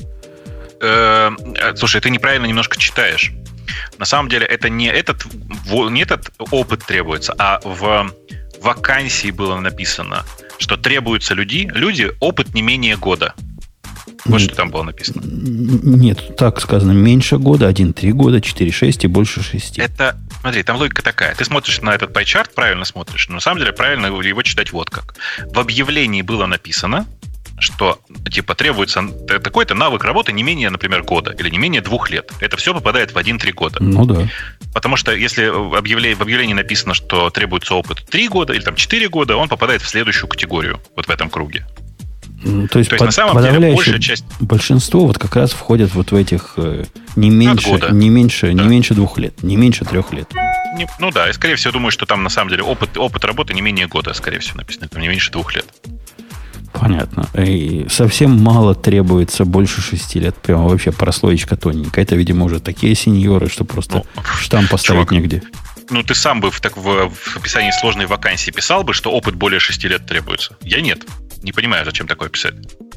Слушай, ты неправильно немножко читаешь. На самом деле это не этот опыт требуется, а в вакансии было написано, что требуются люди опыт не менее года. Вот что там было написано. Нет, так сказано, меньше года, 1-3 года, 4-6 и больше 6. Это, смотри, там логика такая. Ты смотришь на этот pie-chart, правильно смотришь, но на самом деле правильно его читать вот как. В объявлении было написано, что типа требуется такой-то навык работы не менее, например, года или не менее 2 лет. Это все попадает в 1-3 года. Ну да. Потому что если в объявлении написано, что требуется опыт 3 года или там 4 года, он попадает в следующую категорию вот в этом круге. То есть на самом деле большая часть... Большинство вот как раз входят вот в этих не меньше 2 лет, не меньше 3 лет. Ну да, и скорее всего думаю, что там на самом деле опыт работы не менее года, скорее всего, написано, там не меньше 2 лет. Понятно. И совсем мало требуется больше 6 лет. Прямо вообще прослоечка тоненькая. Это, видимо, уже такие сеньоры, что просто штамп поставить негде. Ну, ты сам бы в описании сложной вакансии писал бы, что опыт более 6 лет требуется. Я нет. Не понимаю, зачем такое писать.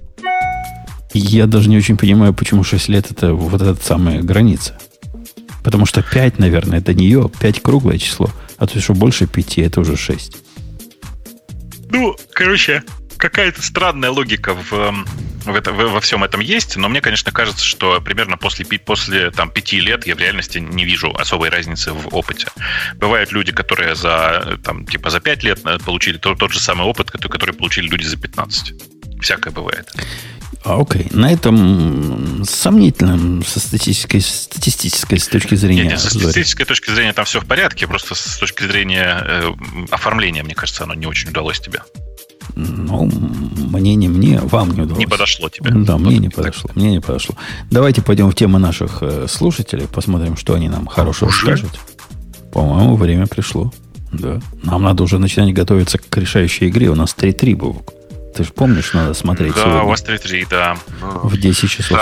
Я даже не очень понимаю, почему 6 лет это вот эта самая граница. Потому что 5, наверное, это не ее. 5 круглое число. А то, что больше 5, это уже 6. Ну, короче, какая-то странная логика в во всем этом есть, но мне, конечно, кажется, что примерно после 5 лет я в реальности не вижу особой разницы в опыте. Бывают люди, которые за 5 лет получили тот же самый опыт, который получили люди за 15. Всякое бывает. Окей. На этом сомнительном со статистической с точки зрения... Нет, со статистической точки зрения там все в порядке, просто с точки зрения оформления, мне кажется, оно не очень удалось тебе. Ну, мне, вам не удалось. Не подошло тебе. Да, мне не подошло. Давайте пойдем в темы наших слушателей, посмотрим, что они нам хорошего скажут. По-моему, время пришло. Да. Нам надо уже начинать готовиться к решающей игре. У нас 3-3, Бобок. Ты же помнишь, надо смотреть да, сегодня. У вас 3-3, да. В 10 часов.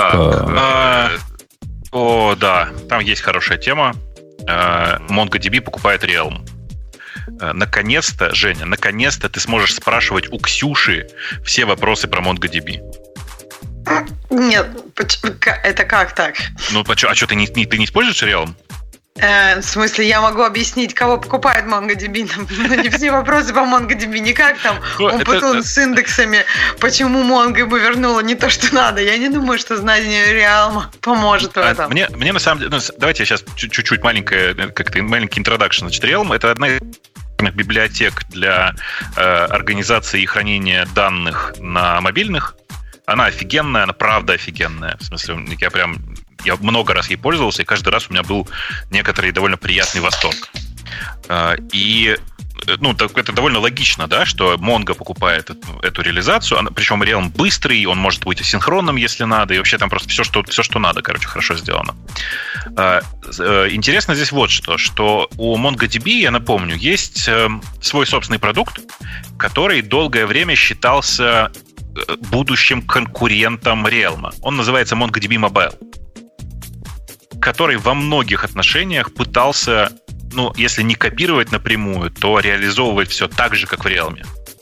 Да, там есть хорошая тема. MongoDB покупает Realm. Наконец-то, Женя, ты сможешь спрашивать у Ксюши все вопросы про MongoDB. Нет, это как так? Ну, а что, ты не используешь Realm? В смысле, я могу объяснить, кого покупает MongoDB, но не все вопросы по MongoDB, не как там опыт с индексами, почему Mongo ему вернула не то, что надо. Я не думаю, что знание Realm поможет в этом. Мне на самом деле, давайте я сейчас чуть-чуть маленький интродакшн. Значит, Realm — это одна из библиотек для организации и хранения данных на мобильных. Она офигенная, она правда офигенная. В смысле, я много раз ей пользовался, и каждый раз у меня был некоторый довольно приятный восторг. И это довольно логично, да, что Mongo покупает эту реализацию, причем Realm быстрый, он может быть асинхронным, если надо, и вообще там просто все, что надо, хорошо сделано. Интересно здесь вот что у MongoDB, я напомню, есть свой собственный продукт, который долгое время считался будущим конкурентом Realm. Он называется MongoDB Mobile, который во многих отношениях пытался, если не копировать напрямую, то реализовывать все так же, как в Realm.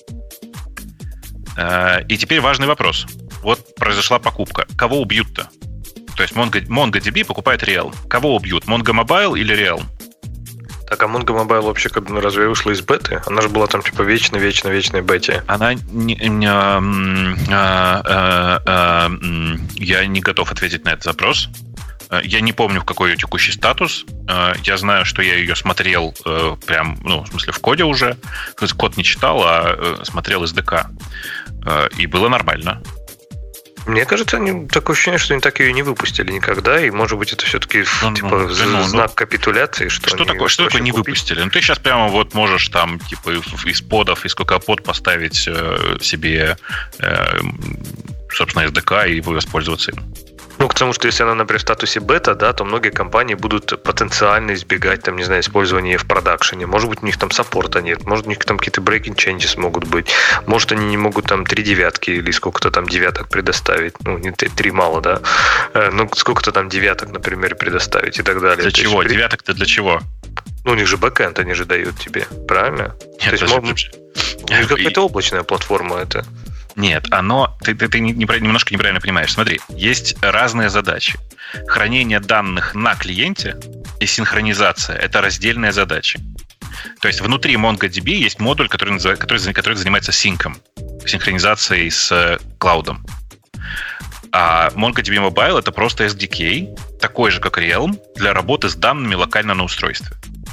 И теперь важный вопрос. Вот произошла покупка. Кого убьют-то? То есть MongoDB покупает Realm. Кого убьют? Mongo Mobile или Realm? Так, а Mongo Mobile вообще разве вышла из беты? Она же была там типа вечной бете. Она я не готов ответить на этот запрос. Я не помню, в какой ее текущий статус. Я знаю, что я ее смотрел прям, в смысле, в коде уже. Код не читал, а смотрел SDK. И было нормально. Мне кажется, такое ощущение, что они так ее не выпустили никогда, и, может быть, это все-таки знак капитуляции. Что такое не выпустили? Ты сейчас прямо вот можешь там типа из подов, из кокопод поставить себе, собственно, SDK и воспользоваться им. Потому что если она, например, в статусе бета, да, то многие компании будут потенциально избегать, там, не знаю, использования ее в продакшене. Может быть, у них там саппорта нет, может, у них там какие-то breaking changes могут быть. Может, они не могут там 3 девятки или сколько-то там девяток предоставить. Не 3 мало, да. Сколько-то там девяток, например, предоставить и так далее. Для чего? Девяток-то для чего? У них же бэкэнд, они же дают тебе, правильно? Нет, то есть, у них какая-то облачная платформа это. Нет, ты немножко неправильно понимаешь. Смотри, есть разные задачи. Хранение данных на клиенте и синхронизация – это раздельные задачи. То есть внутри MongoDB есть модуль, который занимается синком, синхронизацией с клаудом. А MongoDB Mobile – это просто SDK, такой же, как Realm, для работы с данными локально на устройстве.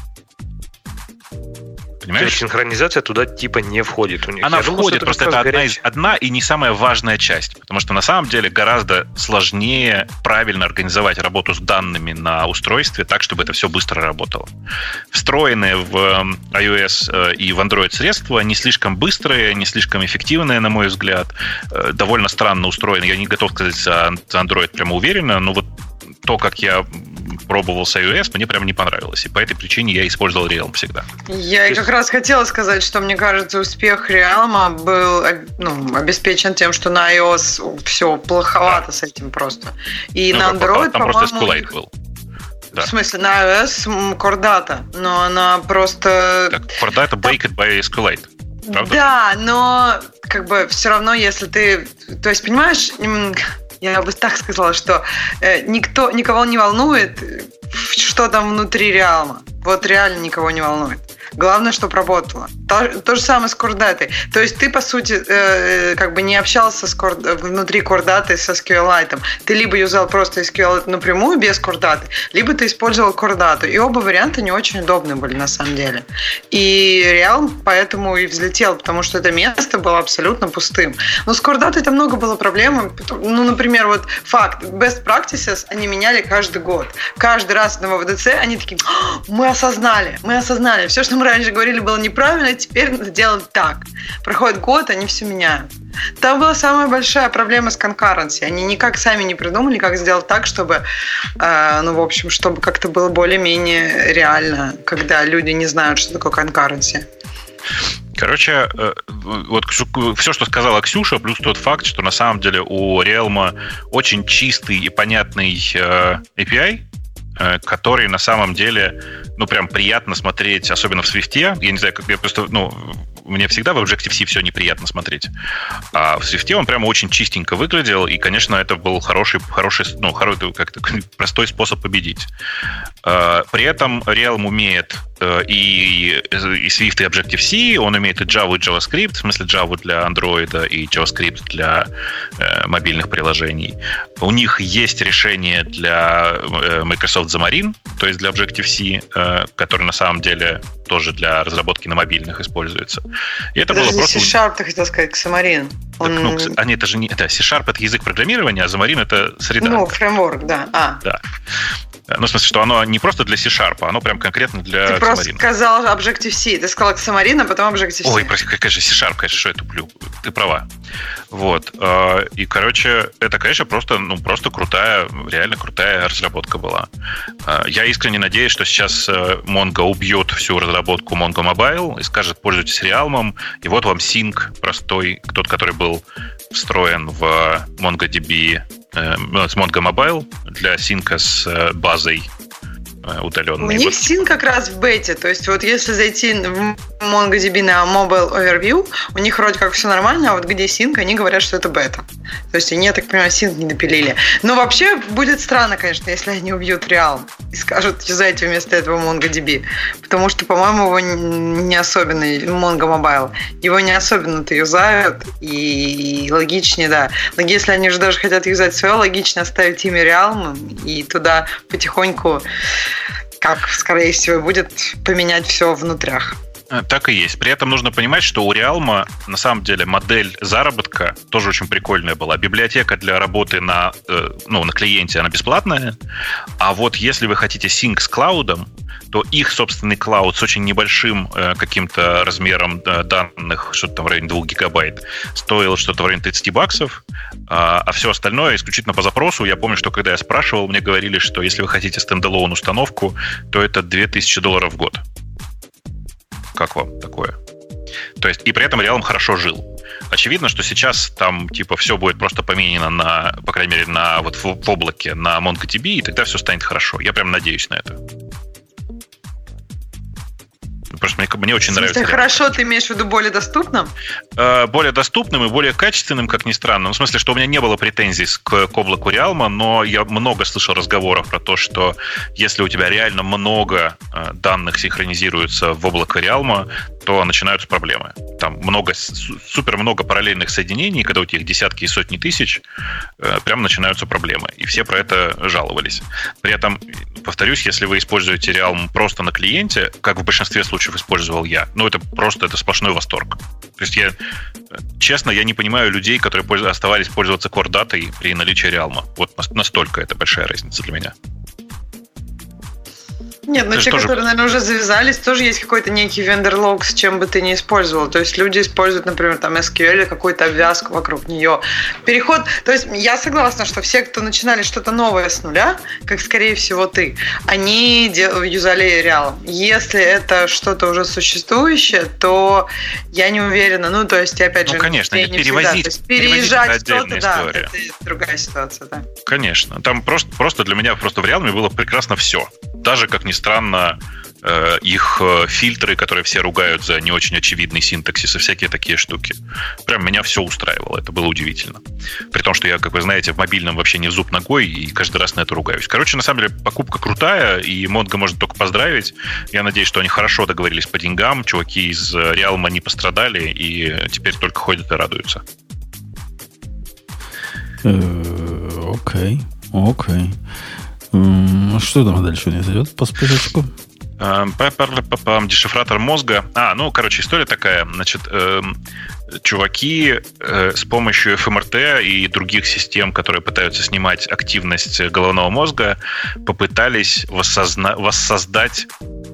Понимаешь? То есть синхронизация туда типа не входит у них. Она входит, просто это одна и не самая важная часть. Потому что на самом деле гораздо сложнее правильно организовать работу с данными на устройстве так, чтобы это все быстро работало. Встроенные в iOS и в Android средства не слишком быстрые, не слишком эффективные, на мой взгляд. Довольно странно устроены. Я не готов сказать за Android прямо уверенно, но вот то, как я пробовал с iOS, мне прям не понравилось. И по этой причине я использовал Realm всегда. Я как раз хотела сказать, что, мне кажется, успех Realm был обеспечен тем, что на iOS все плоховато с этим просто. И на Android, там по-моему... просто SQLite был. Да. В смысле, на iOS Core Data, но она просто... Так, Core Data baked by SQLite. Правда? Да, но все равно, если ты... То есть, понимаешь... Я бы так сказала, что никого не волнует, что там внутри Realm. Вот реально никого не волнует. Главное, чтобы работало. То же самое с Core Data. То есть ты, по сути, как бы не общался внутри Core Data со SQLite. Ты либо юзал просто SQLite напрямую без Core Data, либо ты использовал Core Data. И оба варианта не очень удобны были на самом деле. И Realm поэтому и взлетел, потому что это место было абсолютно пустым. Но с Core Data это много было проблем. Ну, например, вот факт. Best Practices они меняли каждый год. Каждый раз на ВВДЦ они такие: мы осознали. Все, что мы раньше говорили, было неправильно, теперь сделаем так. Проходит год, они все меняют. Там была самая большая проблема с конкуренцией. Они никак сами не придумали, как сделать так, чтобы, чтобы как-то было более-менее реально, когда люди не знают, что такое конкуренция. Короче, вот все, что сказала Ксюша, плюс тот факт, что на самом деле у Realm очень чистый и понятный API, который на самом деле, прям приятно смотреть, особенно в Swift. Я не знаю, как я просто, мне всегда в Objective-C все неприятно смотреть. А в Swift он прямо очень чистенько выглядел, и, конечно, это был хороший как-то простой способ победить. При этом Realm умеет и Swift, и Objective-C, он умеет и Java, и JavaScript, в смысле Java для Android и JavaScript для мобильных приложений. У них есть решение для Microsoft Xamarin, то есть для Objective-C, который на самом деле тоже для разработки на мобильных используется. И это было просто... C-Sharp, ты хотел сказать, Xamarin. Это же не... Это C-Sharp — это язык программирования, а Xamarin — это среда. Фреймворк, да. Да. В смысле, что оно не просто для C-Sharp, оно прям конкретно для Xamarin. Ты просто сказал Objective-C. Ты сказал Xamarin, а потом Objective-C. Ой, прости, конечно, C-Sharp, конечно, что я туплю. Ты права. Вот. И, короче, это, конечно, просто крутая, реально крутая разработка была. Я искренне надеюсь, что сейчас Mongo убьет всю разработку Mongo Mobile и скажет: пользуйтесь Realm, и вот вам Sync простой, тот, который был встроен в MongoDB, с Mongo Mobile для синка с базой удаленной. У них синк как раз в бете. То есть вот если зайти в MongoDB на Mobile Overview, у них вроде как все нормально, а вот где синк, они говорят, что это бета. То есть они, я так понимаю, синк не допилили. Но вообще будет странно, конечно, если они убьют Realm и скажут: юзайте вместо этого MongoDB. Потому что, по-моему, его не особенно, Mongo Mobile, его не особенно-то юзают, и логичнее, да. Но если они же даже хотят юзать свое, логичнее оставить имя Realm и туда потихоньку, как, скорее всего, будет, поменять все внутрях. Так и есть. При этом нужно понимать, что у Realm на самом деле модель заработка тоже очень прикольная была. Библиотека для работы на клиенте, она бесплатная. А вот если вы хотите синк с клаудом, то их собственный клауд с очень небольшим каким-то размером данных, что-то там в районе 2 гигабайт, стоил что-то в районе $30, а все остальное исключительно по запросу. Я помню, что когда я спрашивал, мне говорили, что если вы хотите стендалон установку, то это $2000 в год. Как вам такое? То есть, и при этом Realm хорошо жил. Очевидно, что сейчас там все будет просто поменено по крайней мере, в облаке на MongoDB, и тогда все станет хорошо. Я прям надеюсь на это. Просто мне очень нравится. Хорошо, ты имеешь в виду более доступным? Более доступным и более качественным, как ни странно. В смысле, что у меня не было претензий к облаку Realm, но я много слышал разговоров про то, что если у тебя реально много данных синхронизируется в облако Realm, то начинаются проблемы. Там супер много параллельных соединений, когда у тебя их десятки и сотни тысяч, прям начинаются проблемы. И все про это жаловались. При этом, повторюсь, если вы используете Realm просто на клиенте, как в большинстве случаев использовал я, это сплошной восторг. То есть честно, я не понимаю людей, которые оставались пользоваться Core Data при наличии Realm. Вот настолько это большая разница для меня. Нет, но те, которые, наверное, уже завязались, тоже есть какой-то некий вендор-лог, с чем бы ты ни использовал. То есть люди используют, например, там SQL или какую-то обвязку вокруг нее. Переход... То есть я согласна, что все, кто начинали что-то новое с нуля, как, скорее всего, ты, они юзали Realm. Если это что-то уже существующее, то я не уверена. То есть, опять же... конечно, переезжать что-то, да, это другая ситуация, да. Конечно. Там просто для меня в Realm было прекрасно все. Даже, как ни странно, их фильтры, которые все ругают за не очень очевидный синтаксис и всякие такие штуки. Прям меня все устраивало. Это было удивительно. При том, что я, как вы знаете, в мобильном вообще не в зуб ногой и каждый раз на это ругаюсь. Короче, на самом деле, покупка крутая, и Mongo можно только поздравить. Я надеюсь, что они хорошо договорились по деньгам. Чуваки из Realm не пострадали, и теперь только ходят и радуются. Окей. Что там дальше у них идет по списочку? Дешифратор мозга. История такая. Значит, чуваки с помощью ФМРТ и других систем, которые пытаются снимать активность головного мозга, попытались воссоздать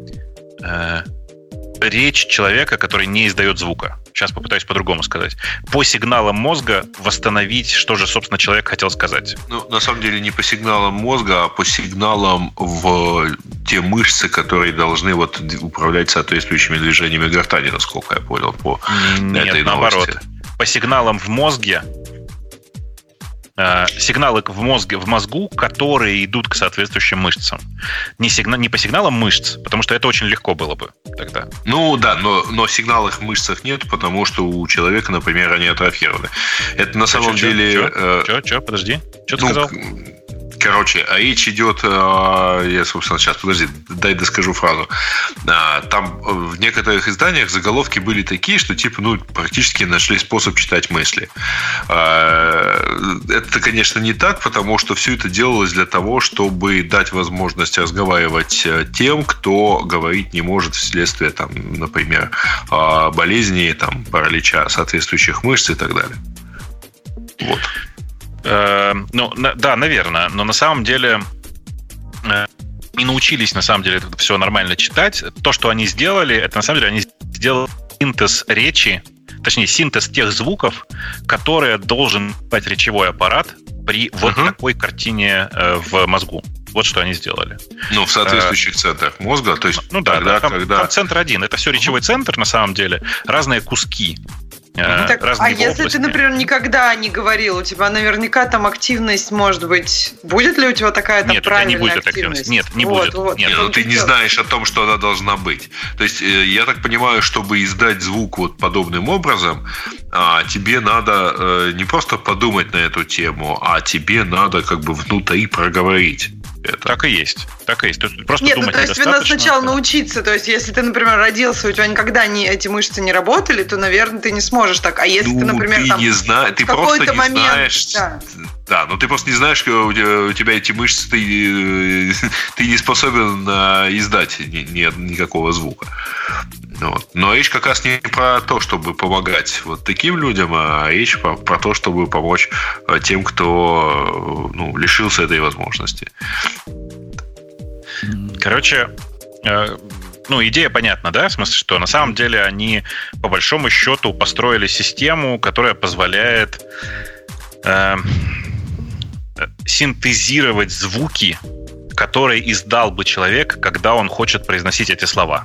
речь человека, который не издает звука. Сейчас попытаюсь по-другому сказать. По сигналам мозга восстановить, что же, собственно, человек хотел сказать. На самом деле не по сигналам мозга, а по сигналам в те мышцы, которые должны управлять соответствующими движениями гортани, насколько я понял, по этой наоборот. новости. По сигналам в мозге, сигналы в мозгу, которые идут к соответствующим мышцам. Не по сигналам мышц, потому что это очень легко было бы тогда. Но сигналов в мышцах нет, потому что у человека, например, они атрофированы. Это на самом деле... Подожди. Что ты сказал? Короче, речь идет... Я, собственно, сейчас, дай доскажу фразу. Там в некоторых изданиях заголовки были такие, что практически нашли способ читать мысли. Это, конечно, не так, потому что все это делалось для того, чтобы дать возможность разговаривать тем, кто говорить не может вследствие, например, болезни, паралича соответствующих мышц и так далее. Вот. Да, наверное. Но на самом деле не научились, на самом деле, это все нормально читать. То, что они сделали, это на самом деле они сделали синтез речи, точнее, синтез тех звуков, которые должен дать речевой аппарат при такой картине в мозгу. Вот что они сделали. В соответствующих центрах мозга. То есть там центр один. Это все речевой центр, на самом деле. Разные куски. Если ты, например, никогда не говорил, у тебя наверняка там активность, может быть, будет ли у тебя такая правильная не будет активность? Нет, не будет. Нет, ты не знаешь о том, что она должна быть. То есть, я так понимаю, чтобы издать звук подобным образом, тебе надо не просто подумать на эту тему, а тебе надо внутри проговорить. Это. Так и есть. То есть просто Нет, думать то есть надо сначала научиться. То есть, если ты, например, родился, у тебя никогда эти мышцы не работали, то, наверное, ты не сможешь так. А если ты, например, ты просто не знаешь. Да, но ты просто не знаешь, что у тебя эти мышцы, ты не способен издать никакого звука. Но речь как раз не про то, чтобы помогать таким людям, а речь про то, чтобы помочь тем, кто лишился этой возможности. Короче, идея понятна, да? В смысле, что на самом деле они, по большому счету, построили систему, которая позволяет синтезировать звуки, которые издал бы человек, когда он хочет произносить эти слова.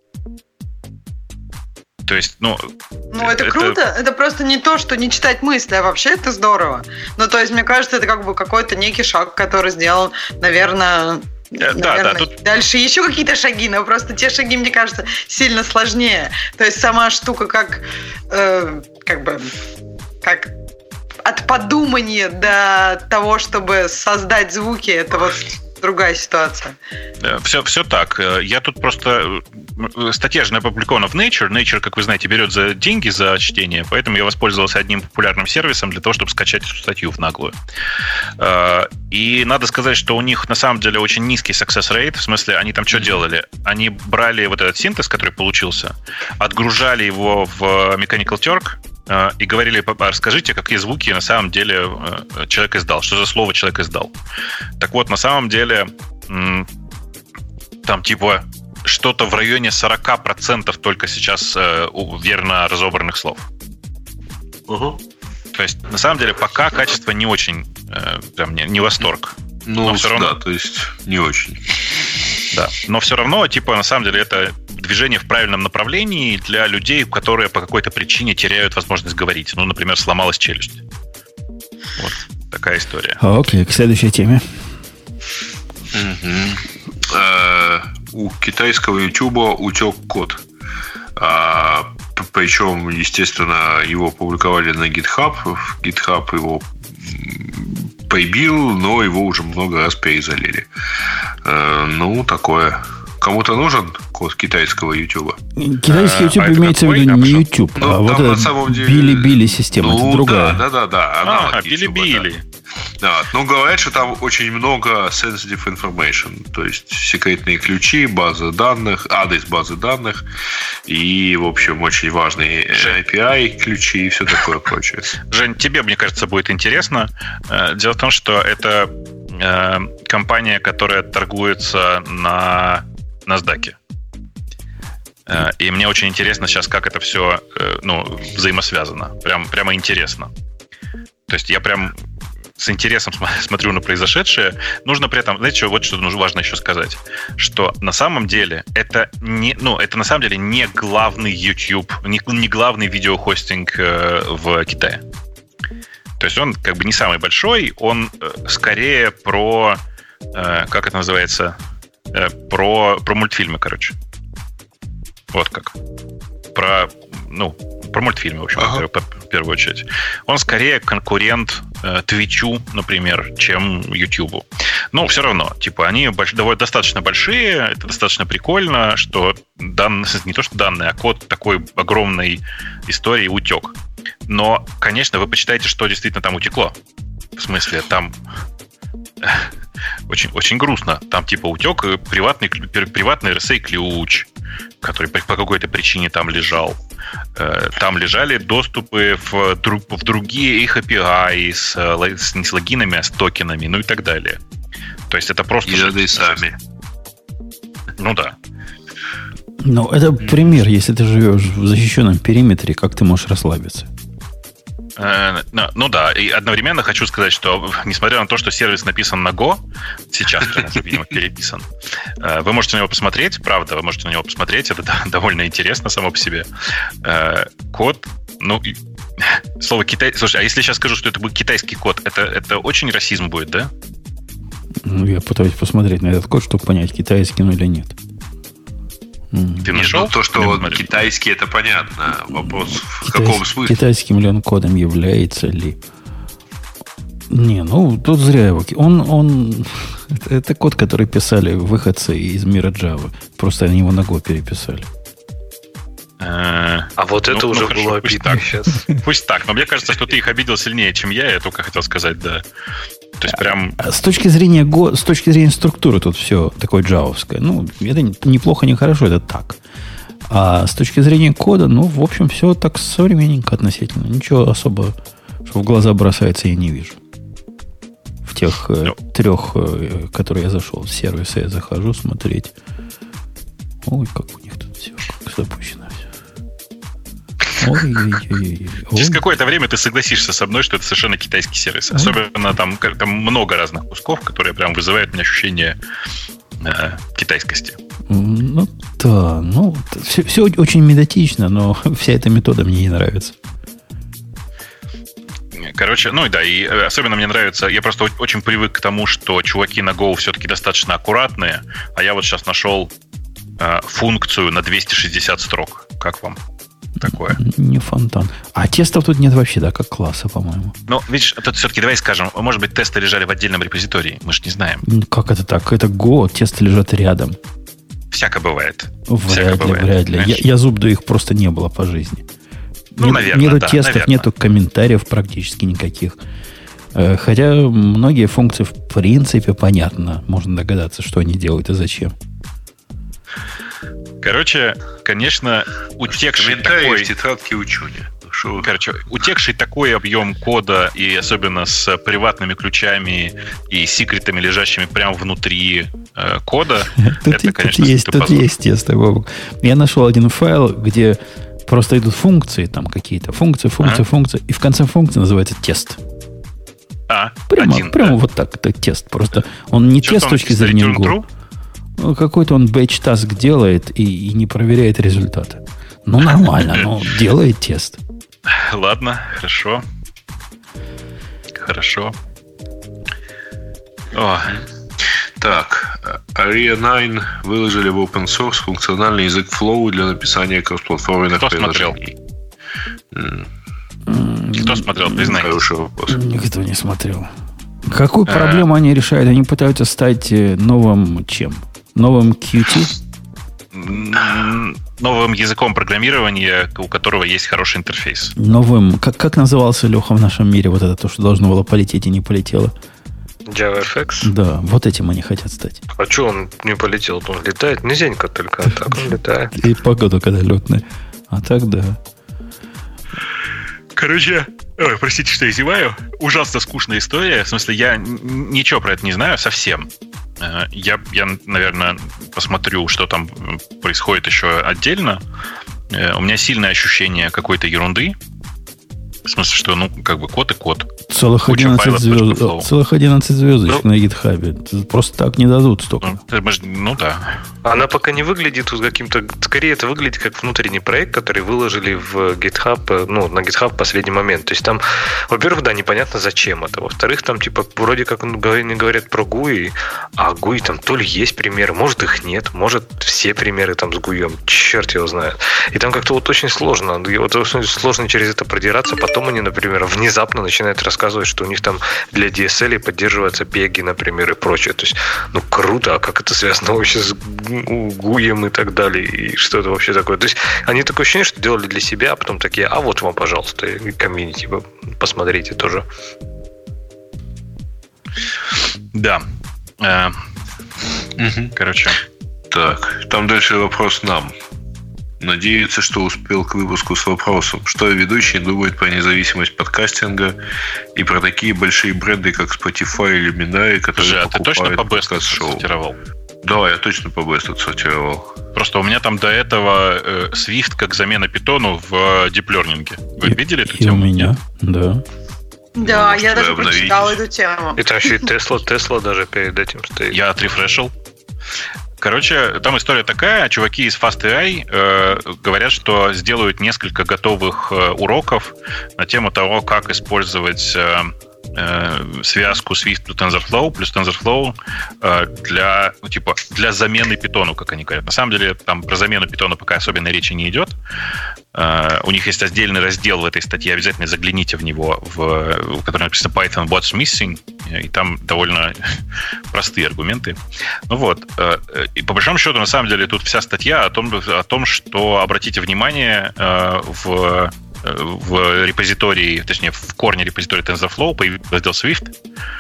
То есть, это круто. Это просто не то, что не читать мысли, а вообще это здорово. То есть, мне кажется, это какой-то некий шаг, который сделан, наверное... Тут... Дальше еще какие-то шаги, но просто те шаги, мне кажется, сильно сложнее. То есть сама штука как от подумания до того, чтобы создать звуки, это другая ситуация. Все так. Я тут просто... Статья же опубликована в Nature. Nature, как вы знаете, берет за деньги за чтение, поэтому я воспользовался одним популярным сервисом для того, чтобы скачать эту статью в наглую. И надо сказать, что у них на самом деле очень низкий success rate. В смысле, они там что делали? Они брали этот синтез, который получился, отгружали его в Mechanical Turk и говорили: расскажите, какие звуки на самом деле человек издал, что за слово человек издал. Так вот, на самом деле там что-то в районе 40% только сейчас верно разобранных слов. То есть, на самом деле, пока качество не очень, прям не восторг. Но все равно, то есть не очень. Да, но все равно, на самом деле, это движение в правильном направлении для людей, которые по какой-то причине теряют возможность говорить. Например, сломалась челюсть. Вот такая история. Окей, к следующей теме. у китайского YouTube утек код. Причем, естественно, его публиковали на GitHub. GitHub его прибил, но его уже много раз перезалили. Ну, такое. Кому-то нужен код китайского YouTube? Китайский YouTube имеется в виду не YouTube, а вот это Били-Били система. Это другая. Да. Били-Били. Да, ну говорят, что там очень много sensitive information, то есть секретные ключи, базы данных, адрес базы данных и, в общем, очень важные API ключи и все такое прочее. Жень, тебе, мне кажется, будет интересно. Дело в том, что это компания, которая торгуется на NASDAQ. И мне очень интересно сейчас, как это все взаимосвязано. Прямо интересно. То есть я прям с интересом смотрю на произошедшее. Нужно при этом, знаете, вот что нужно важно еще сказать, что на самом деле это на самом деле не главный YouTube, не главный видеохостинг в Китае. То есть он как бы не самый большой, он скорее про, как это называется, про мультфильмы, короче. Вот как. Про мультфильмы, в общем, в первую очередь. Он скорее конкурент Твичу, например, чем Ютубу. Но все равно, типа, они достаточно большие, это достаточно прикольно, что не то что данные, а код такой огромной истории утек. Но, конечно, вы почитаете, что действительно там утекло. В смысле, там очень, очень грустно. Там типа утек приватный RSA-ключ, который по какой-то причине там лежал. Там лежали доступы в другие их API не с логинами, а с токенами, ну и так далее. То есть это просто... И сами. Ну да. Ну, это пример, если ты живешь в защищенном периметре, как ты можешь расслабиться? Ну да, и одновременно хочу сказать, что несмотря на то, что сервис написан на Go, сейчас, видимо, переписан, вы можете на него посмотреть, правда, вы можете на него посмотреть, это довольно интересно само по себе. Код, слово китайский. Слушай, а если я сейчас скажу, что это будет китайский код, это очень расизм будет, да? Ну, я пытаюсь посмотреть на этот код, чтобы понять, китайский он или нет. Ты нашел? То, что он китайский, это понятно. Вопрос в каком смысле? Китайским ли он кодом является ли? Не, тут зря его. Это код, который писали выходцы из мира Java. Просто они его на Go переписали. А вот это уже было обидно сейчас. Пусть так, но мне кажется, что ты их обидел сильнее, чем я только хотел сказать, да. То есть прям... С точки зрения Go, с точки зрения структуры тут все такое джавовское. Это неплохо, не хорошо, это так. А с точки зрения кода, в общем, все так современненько относительно. Ничего особо, что в глаза бросается, я не вижу. В тех трех, которые я зашел, в сервисы я захожу смотреть. Ой, как у них тут все, как запущено все. Через какое-то время ты согласишься со мной, что это совершенно китайский сервис. Особенно там много разных кусков, которые прям вызывают у меня ощущение китайскости. Все очень методично, но вся эта метода мне не нравится. Короче, и особенно мне нравится, я просто очень привык к тому, что чуваки на Go все-таки достаточно аккуратные, а я вот сейчас нашел функцию на 260 строк. Как вам такое? Не фонтан. А тестов тут нет вообще, да, как класса, по-моему. Видишь, тут все-таки давай скажем, может быть, тесты лежали в отдельном репозитории, мы же не знаем. Как это так? Это Go, тесты лежат рядом. Всяко бывает. Вряд ли. Я зубду их просто не было по жизни. Наверное, нету тестов, нету комментариев практически никаких. Хотя многие функции в принципе понятно. Можно догадаться, что они делают и зачем. Короче, конечно, утекший такой... в тетрадке ученые. Утекший такой объем кода, и особенно с приватными ключами и секретами, лежащими прямо внутри кода, это, конечно, тут есть тесты. Я нашел один файл, где просто идут функции, там какие-то функции, и в конце функции называется тест. Прямо вот так, это тест. Просто он не тест с точки зрения Go. Какой-то он batch-task делает и не проверяет результаты. Нормально, делает тест. Ладно, хорошо. Так, Aria 9 выложили в open source функциональный язык Flow для написания кроссплатформенных приложений. Кто смотрел, признай. Хороший вопрос. Никто не смотрел. Какую проблему они решают? Они пытаются стать новым чем? Новым Qt? Новым языком программирования, у которого есть хороший интерфейс. Новым. Как назывался, Леха, в нашем мире вот это то, что должно было полететь и не полетело? JavaFX? Да, вот этим они хотят стать. А что он не полетел? Он летает низенько только, а так он летает. И погода когда летная. А так да. Короче, простите, что я зеваю. Ужасно скучная история. В смысле, я ничего про это не знаю совсем. Я, наверное, посмотрю, что там происходит еще отдельно. У меня сильное ощущение какой-то ерунды. В смысле, что, как бы код и код. Целых 11 звездочек на GitHub. Просто так не дадут столько. Да. Она пока не выглядит каким-то... Скорее, это выглядит как внутренний проект, который выложили в GitHub, на GitHub в последний момент. То есть там, во-первых, да, непонятно зачем это. Во-вторых, там типа вроде как не говорят про GUI, а GUI там то ли есть примеры, может их нет, может все примеры там с GUI, черт его знает. И там как-то вот очень сложно. И вот сложно через это продираться. Потом они, например, внезапно начинают рассказывать, что у них там для DSL поддерживаются пеги, например, и прочее. То есть, круто, а как это связано вообще с гуем и так далее, и что это вообще такое. То есть, они такое ощущение, что делали для себя, а потом такие, а вот вам, пожалуйста, комьюнити, посмотрите тоже. Да. Короче. Так, там дальше вопрос нам. Надеется, что успел к выпуску с вопросом, что ведущий думает про независимость подкастинга и про такие большие бренды, как Spotify или Minari, которые покупают ты точно по Best отсортировал? Да, я точно по Best отсортировал. Просто у меня там до этого Swift как замена Python в Deep Learning. Вы видели эту тему? И у меня, да. Да, я даже прочитал эту тему. И там еще и Tesla даже перед этим стоит. Я отрефрешил. Короче, там история такая. Чуваки из FastAI говорят, что сделают несколько готовых уроков на тему того, как использовать связку Swift плюс TensorFlow для замены Python, как они говорят. На самом деле, там про замену Python пока особенной речи не идет. У них есть отдельный раздел в этой статье, обязательно загляните в него, в котором написано Python What's Missing, и там довольно простые аргументы. И по большому счету, на самом деле, тут вся статья о том, что, обратите внимание, в репозитории, точнее, в корне репозитории TensorFlow появился раздел Swift,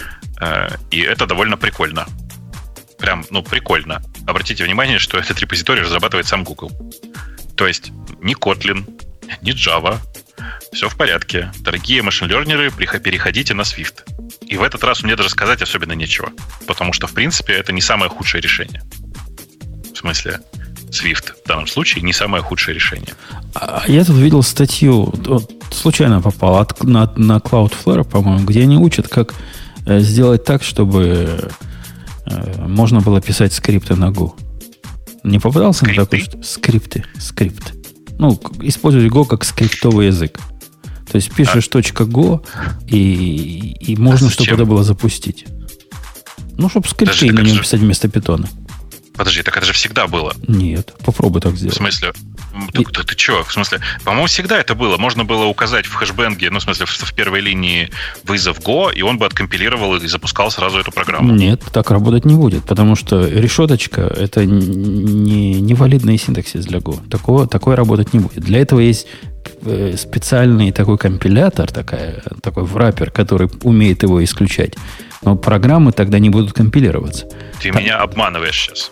и это довольно прикольно. Прям, прикольно. Обратите внимание, что этот репозиторий разрабатывает сам Google. То есть ни Kotlin, ни Java. Все в порядке. Дорогие машин-лернеры, переходите на Swift. И в этот раз мне даже сказать особенно нечего. Потому что, в принципе, это не самое худшее решение. В смысле, Swift в данном случае не самое худшее решение. Я тут видел статью, случайно попал, на Cloudflare, по-моему, где они учат, как сделать так, чтобы можно было писать скрипты на Go. Не попадался на такой? Скрипты. Использовать Go как скриптовый язык. То есть пишешь .go, и можно, чтобы это было запустить. Чтобы скрипты на нем писать вместо питона. Подожди, так это же всегда было. Нет, попробуй так сделать. В смысле? Ты что? В смысле? По-моему, всегда это было. Можно было указать в хэшбэнге, в смысле, в первой линии вызов Go, и он бы откомпилировал и запускал сразу эту программу. Нет, так работать не будет, потому что решеточка – это не валидный синтаксис для Go. Такое работать не будет. Для этого есть специальный такой компилятор, такой враппер, который умеет его исключать. Но программы тогда не будут компилироваться. Ты меня обманываешь сейчас.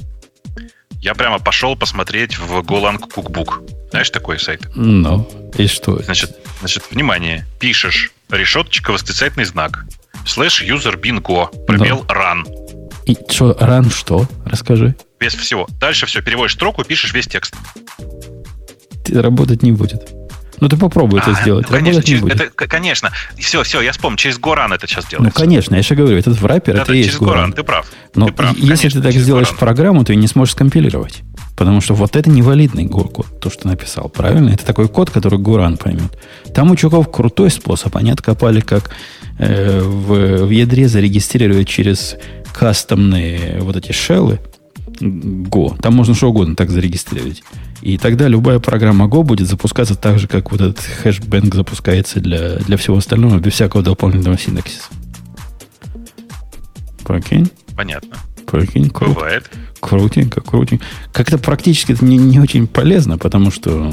Я прямо пошел посмотреть в Golang Cookbook. Знаешь такой сайт? И что? Значит, внимание. Пишешь решеточка, восклицательный знак. /user bin go. Пробел run. И что, run что? Расскажи. Без всего. Дальше все. Переводишь строку, пишешь весь текст. Работать не будет. Ты попробуй это сделать. Конечно, конечно. Все, я вспомнил. Через Goran это сейчас делается. Конечно, я же говорю, этот враппер, это и есть Goran. Ты прав. Но если ты так сделаешь программу, ты не сможешь скомпилировать. Потому что вот это невалидный Go-код, то, что написал. Правильно? Это такой код, который Goran поймет. Там у чуваков крутой способ. Они откопали, как в ядре зарегистрировать через кастомные вот эти шеллы Go. Там можно что угодно так зарегистрировать. И тогда любая программа Go будет запускаться так же, как вот этот хэшбэнк запускается для всего остального, без всякого дополнительного синтаксиса. Прикинь? Понятно. Прикинь, круто. Бывает. Крутенько. Как-то практически это не очень полезно, потому что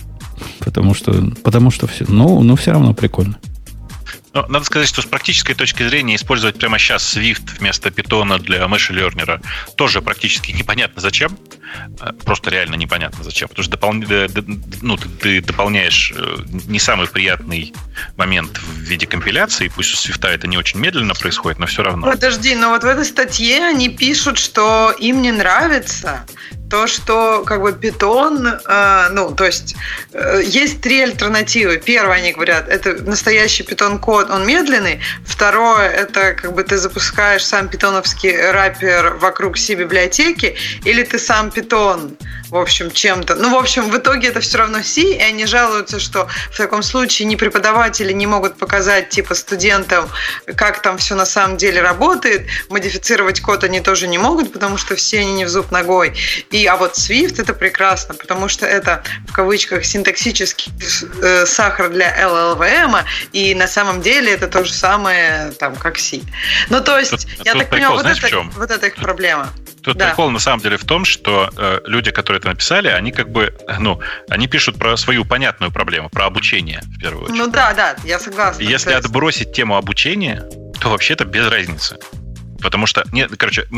все. Но все равно прикольно. Но надо сказать, что с практической точки зрения использовать прямо сейчас Swift вместо Python для Machine Learner тоже практически непонятно зачем. Просто реально непонятно зачем. Потому что ты дополняешь не самый приятный момент в виде компиляции. Пусть у Swift это не очень медленно происходит, но все равно. Подожди, но вот в этой статье они пишут, что им не нравится то, что как бы Python, то есть есть три альтернативы. Первое, они говорят, это настоящий Python код, он медленный. Второе, это как бы ты запускаешь сам питоновский раппер вокруг C-библиотеки, или ты сам Python, в общем, чем-то. В итоге это все равно C, и они жалуются, что в таком случае ни преподаватели не могут показать типа студентам, как там все на самом деле работает. Модифицировать код они тоже не могут, потому что все они не в зуб ногой. А вот Swift это прекрасно, потому что это, в кавычках, синтаксический сахар для LLVM, и на самом деле это то же самое, там, как C. То есть, я так понимаю, вот это их проблема. Тут прикол на самом деле в том, что люди, которые это написали, они они пишут про свою понятную проблему, про обучение, в первую очередь. Да, я согласна. Если отбросить тему обучения, то вообще-то без разницы. Потому что, нет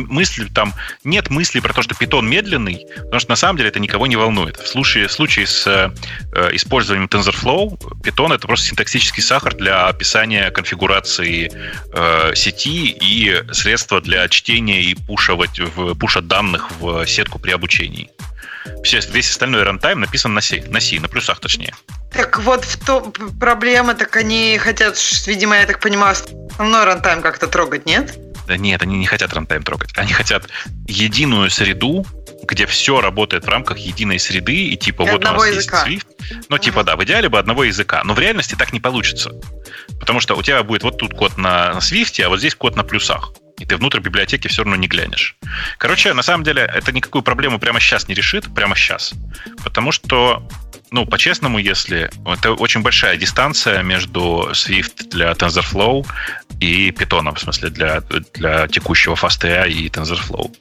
мысли про то, что Python медленный, потому что на самом деле это никого не волнует. В случае с использованием TensorFlow, Python — это просто синтаксический сахар для описания конфигурации сети и средства для чтения и пуша данных в сетку при обучении. Весь остальной рантайм написан на C, на плюсах точнее. Так вот, проблема, так они хотят, видимо, я так понимаю, основной рантайм как-то трогать, нет? Да нет, они не хотят рантайм трогать. Они хотят единую среду, где все работает в рамках единой среды, и типа вот у нас языка. Есть Swift. В идеале бы одного языка. Но в реальности так не получится. Потому что у тебя будет вот тут код на Swift, а вот здесь код на плюсах. И ты внутрь библиотеки все равно не глянешь. Короче, на самом деле, это никакую проблему прямо сейчас не решит. Прямо сейчас. Потому что, по-честному, это очень большая дистанция между Swift для TensorFlow и Python, в смысле, для текущего FastAI и TensorFlow.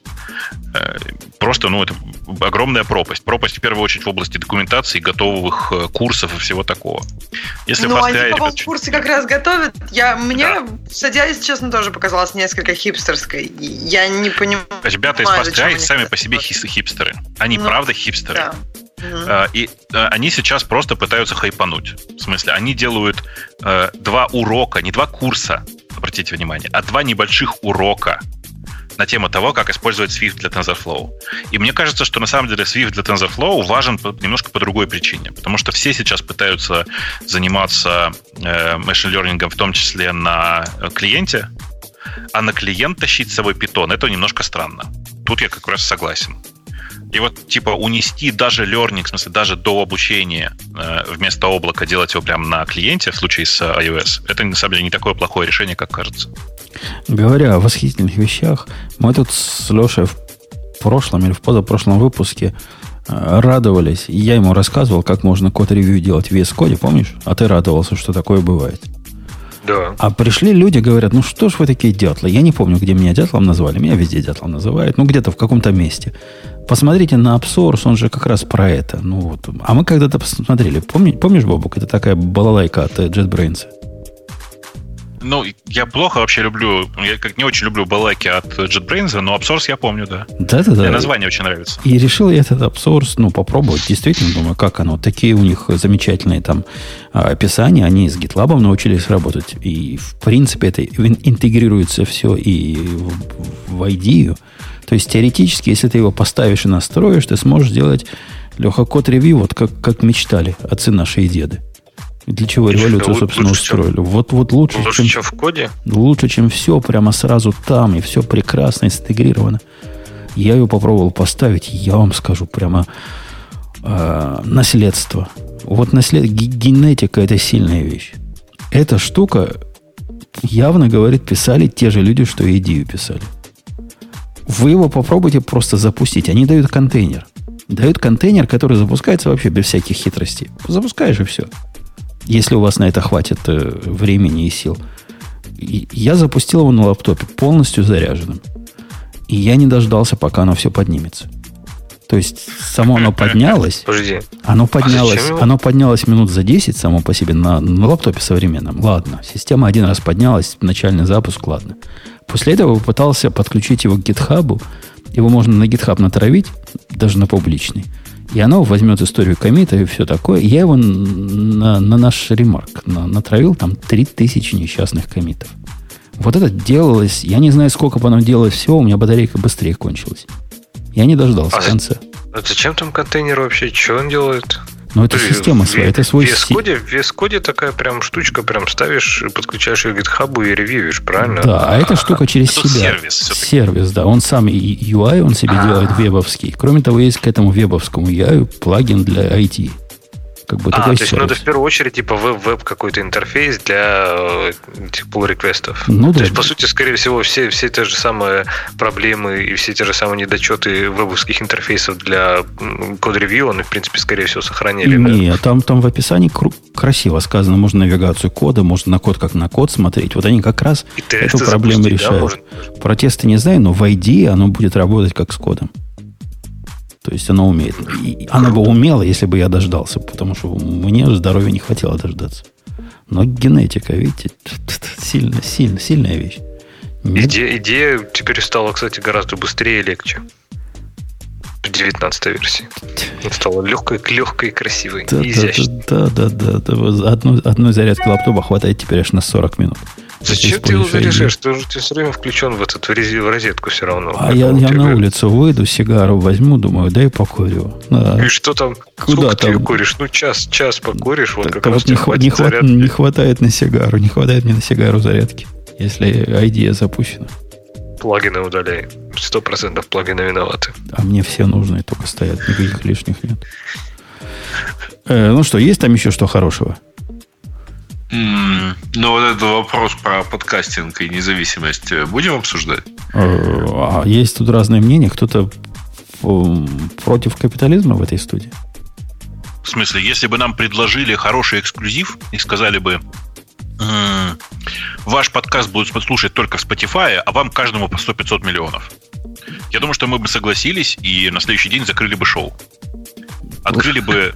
Просто, это огромная пропасть. Пропасть, в первую очередь, в области документации, готовых курсов и всего такого. Если они, по-моему, курсы как раз готовят. Мне статья, если честно, тоже показалась несколько хипстерской. Я не понимаю. Ребята из FastAI сами по себе хипстеры. Они правда хипстеры. Да. И они сейчас просто пытаются хайпануть. В смысле, они делают 2 урока, не 2 курса, обратите внимание, а 2 небольших урока на тему того, как использовать Swift для TensorFlow. И мне кажется, что на самом деле Swift для TensorFlow важен немножко по другой причине. Потому что все сейчас пытаются заниматься machine learning, в том числе на клиенте, а на клиент тащить с собой Python — это немножко странно. Тут я как раз согласен. И вот, унести даже learning, в смысле, даже до обучения вместо облака делать его прямо на клиенте в случае с iOS, это, на самом деле, не такое плохое решение, как кажется. Говоря о восхитительных вещах, мы тут с Лешей в прошлом или в позапрошлом выпуске радовались. И я ему рассказывал, как можно код-ревью делать в VS Code, помнишь? А ты радовался, что такое бывает. Да. А пришли люди, говорят, что ж вы такие дятлы? Я не помню, где меня дятлом назвали. Меня везде дятлом называют. Где-то в каком-то месте. Посмотрите на AppSource, он же как раз про это. А мы когда-то посмотрели. Помнишь, Бобук, это такая балалайка от JetBrains? Я плохо вообще люблю, я как не очень люблю балайки от JetBrains, но AppSource я помню, да. Да-да-да. Мне название очень нравится. И решил я этот AppSource, попробовать. Действительно, думаю, как оно. Такие у них замечательные там описания. Они с GitLab научились работать. И, в принципе, это интегрируется все и в IDEO. То есть, теоретически, если ты его поставишь и настроишь, ты сможешь сделать, Леха, код-ревью, вот как мечтали отцы наши и деды. Для чего революцию, собственно, устроили. Вот лучше, чем в коде. Лучше, чем все, прямо сразу там, и все прекрасно интегрировано. Я ее попробовал поставить, я вам скажу, прямо наследство. Генетика – это сильная вещь. Эта штука явно, говорит, писали те же люди, что и идею писали. Вы его попробуйте просто запустить. Они дают контейнер. Дают контейнер, который запускается вообще без всяких хитростей. Запускаешь и все. Если у вас на это хватит времени и сил. И я запустил его на лаптопе полностью заряженным. И я не дождался, пока оно все поднимется. То есть, само оно поднялось. Подожди. Оно поднялось минут за 10 само по себе на лаптопе современном. Ладно. Система один раз поднялась, начальный запуск, ладно. После этого попытался подключить его к GitHub. Его можно на GitHub натравить, даже на публичный. И оно возьмет историю коммита и все такое. И я его на наш ремарк натравил, там 3000 несчастных коммитов. Вот это делалось, я не знаю, сколько бы оно делалось всего, у меня батарейка быстрее кончилась. Я не дождался конца. А зачем там контейнер вообще? Что он делает? Ну, это система своя, это свой стиль. В VS Code такая прям штучка, прям ставишь, подключаешь ее к GitHub и ревьюешь, правильно? Да, а эта штука через себя. Сервис, да. Он сам и UI, он себе делает вебовский. Кроме того, есть к этому вебовскому UI плагин для IT. Как бы то есть надо в первую очередь типа веб какой-то интерфейс для этих pull-реквестов. Ну, то есть, по сути, скорее всего, все те же самые проблемы и все те же самые недочеты вебовских интерфейсов для код-ревью, они, в принципе, скорее всего, сохранили. Нет, там в описании красиво сказано, можно навигацию кода, можно на код как на код смотреть. Вот они как раз эту проблему решают. Да, про тесты не знаю, но в ID оно будет работать как с кодом. То есть оно умеет. И оно бы умело, если бы я дождался, потому что мне здоровья не хватило дождаться. Но генетика, видите, сильная вещь. Идея теперь стала, кстати, гораздо быстрее и легче. В 19-й версии. Стала легкой и красивой. И изящной. Да. Одной зарядки лаптопа хватает теперь аж на 40 минут. Зачем ты его заряжаешь? Ты все время включен в розетку все равно. А я на улицу выйду, сигару возьму, думаю, дай покурю. И что там? Куда там? Ты куришь? Ну, час покуришь, вот как раз не хватает на сигару. Не хватает мне на сигару зарядки, если IDE запущена. Плагины удаляй. 100% плагины виноваты. А мне все нужные только стоят. Никаких лишних нет. Ну что, есть там еще что хорошего? Ну, вот этот вопрос про подкастинг и независимость будем обсуждать? Есть тут разные мнения. Кто-то против капитализма в этой студии. В смысле, если бы нам предложили хороший эксклюзив и сказали бы, ваш подкаст будут слушать только в Spotify, а вам каждому по 100-500 миллионов. Я думаю, что мы бы согласились и на следующий день закрыли бы шоу. Открыли бы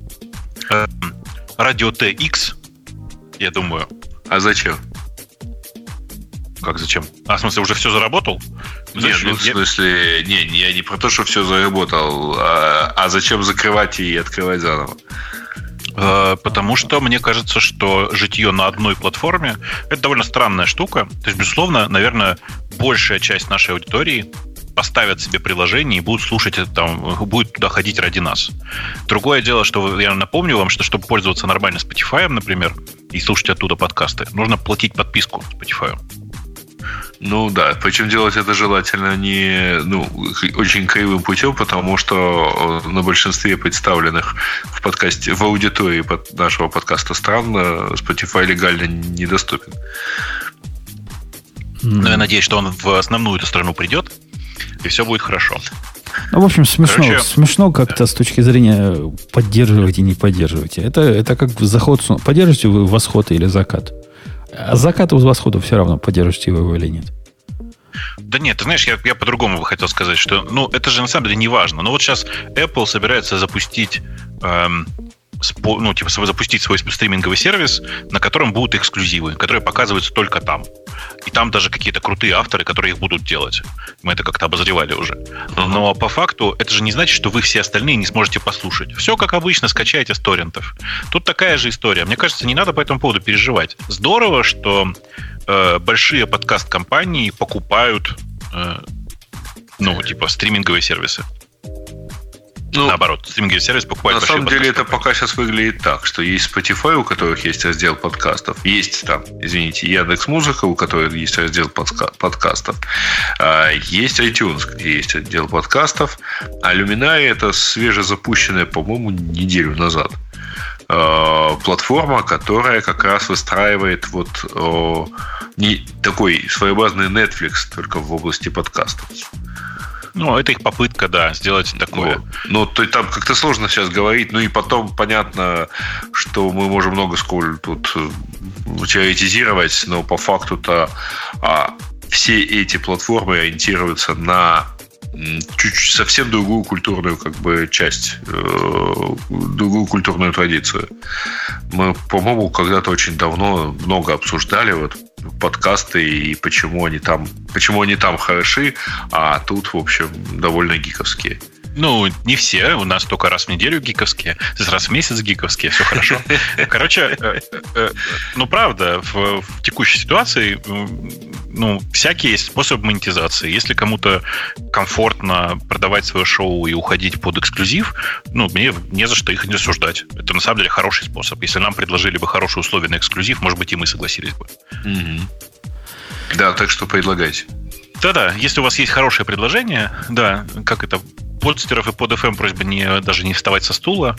Радио TX, я думаю. А зачем? Как зачем? В смысле, уже все заработал? Нет, в смысле, я не про то, что все заработал, а зачем закрывать и открывать заново? Потому что мне кажется, что житье на одной платформе – это довольно странная штука. То есть, безусловно, наверное, большая часть нашей аудитории поставят себе приложение и будут слушать это, там, будет туда ходить ради нас. Другое дело, что я напомню вам, что чтобы пользоваться нормально Spotify, например, и слушать оттуда подкасты, нужно платить подписку Spotify. Ну да, причем делать это желательно не очень кривым путем, потому что на большинстве представленных в подкасте, в аудитории нашего подкаста стран Spotify легально недоступен. Но я надеюсь, что он в основную эту страну придет, и все будет хорошо. Ну, в общем, смешно как-то с точки зрения поддерживать и не поддерживать. Это как заход. Поддержите вы восход или закат? А закат из восхода все равно, поддержите вы его или нет. Да нет, ты знаешь, я по-другому бы хотел сказать, что это же на самом деле не важно. Но вот сейчас Apple собирается запустить запустить свой стриминговый сервис, на котором будут эксклюзивы, которые показываются только там. И там даже какие-то крутые авторы, которые их будут делать. Мы это как-то обозревали уже. Но по факту это же не значит, что вы все остальные не сможете послушать. Все как обычно, скачайте с торрентов. Тут такая же история. Мне кажется, не надо по этому поводу переживать. Здорово, что большие подкаст-компании покупают стриминговые сервисы. Наоборот, стриминговый сервис покупает. На самом деле это пока сейчас выглядит так, что есть Spotify, у которых есть раздел подкастов, есть там, Яндекс.Музыка, у которых есть раздел подкастов, есть iTunes, где есть отдел подкастов, а Luminary это свежезапущенное, по-моему, неделю назад платформа, которая как раз выстраивает не такой своеобразный Netflix, только в области подкастов. Ну, это их попытка, да, сделать такое. Ну, то там как-то сложно сейчас говорить. Ну, и потом понятно, что мы можем много сколь тут теоретизировать, но по факту-то все эти платформы ориентируются на чуть-чуть совсем другую культурную часть, другую культурную традицию. Мы, по-моему, когда-то очень давно много обсуждали подкасты и почему они там хороши, а тут, в общем, довольно гиковские. Ну, не все. У нас только раз в неделю гиковские, раз в месяц гиковские, все хорошо. Короче, ну, правда, в текущей ситуации, всякие есть способы монетизации. Если кому-то комфортно продавать свое шоу и уходить под эксклюзив, мне не за что их не осуждать. Это, на самом деле, хороший способ. Если нам предложили бы хорошие условия на эксклюзив, может быть, и мы согласились бы. Да, так что предлагайте. Да-да, если у вас есть хорошее предложение, да, как это... Подстеров и под FM просьба даже не вставать со стула.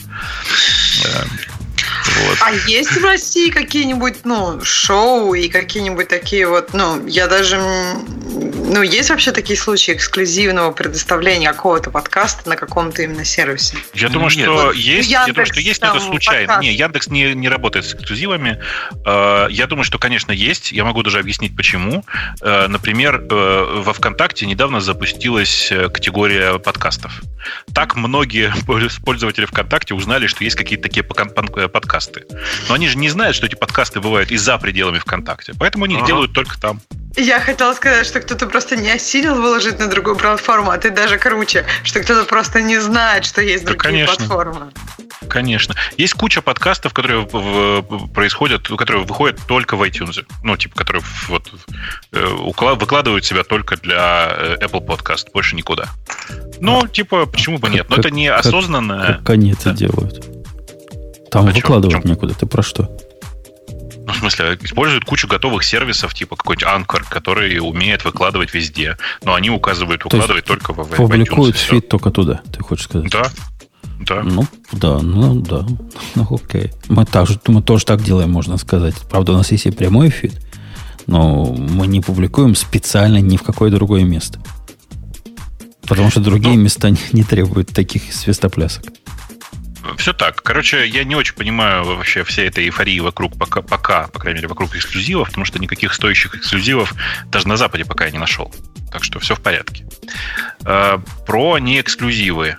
Вот. А есть в России какие-нибудь, шоу и какие-нибудь такие я даже... есть вообще такие случаи эксклюзивного предоставления какого-то подкаста на каком-то именно сервисе? Я думаю, что есть. Я думаю, что есть, но это случайно. Подкаст. Не, Яндекс не работает с эксклюзивами. Я думаю, что, конечно, есть. Я могу даже объяснить, почему. Например, во ВКонтакте недавно запустилась категория подкастов. Так многие пользователи ВКонтакте узнали, что есть какие-то такие подкасты. Но они же не знают, что эти подкасты бывают и за пределами ВКонтакте. Поэтому они их делают только там. Я хотела сказать, что кто-то просто не осилил выложить на другую платформу, а ты даже круче, что кто-то просто не знает, что есть другие платформы. Конечно. Есть куча подкастов, которые которые выходят только в iTunes. Которые выкладывают себя только для Apple Podcast, больше никуда. Почему бы нет? Но это не осознанно. Как они это делают? Там выкладывать некуда. Ты про что? В смысле, используют кучу готовых сервисов, типа какой-нибудь Anchor, который умеет выкладывать везде. Но они указывают выкладывать только в iTunes. Публикуют фид только туда, ты хочешь сказать? Да. Да. Окей. Мы тоже так делаем, можно сказать. Правда, у нас есть и прямой фид, но мы не публикуем специально ни в какое другое место. Потому что другие места не требуют таких свистоплясок. Все так. Короче, я не очень понимаю вообще всей этой эйфории вокруг, пока, по крайней мере, вокруг эксклюзивов, потому что никаких стоящих эксклюзивов даже на Западе пока я не нашел. Так что все в порядке. Про неэксклюзивы.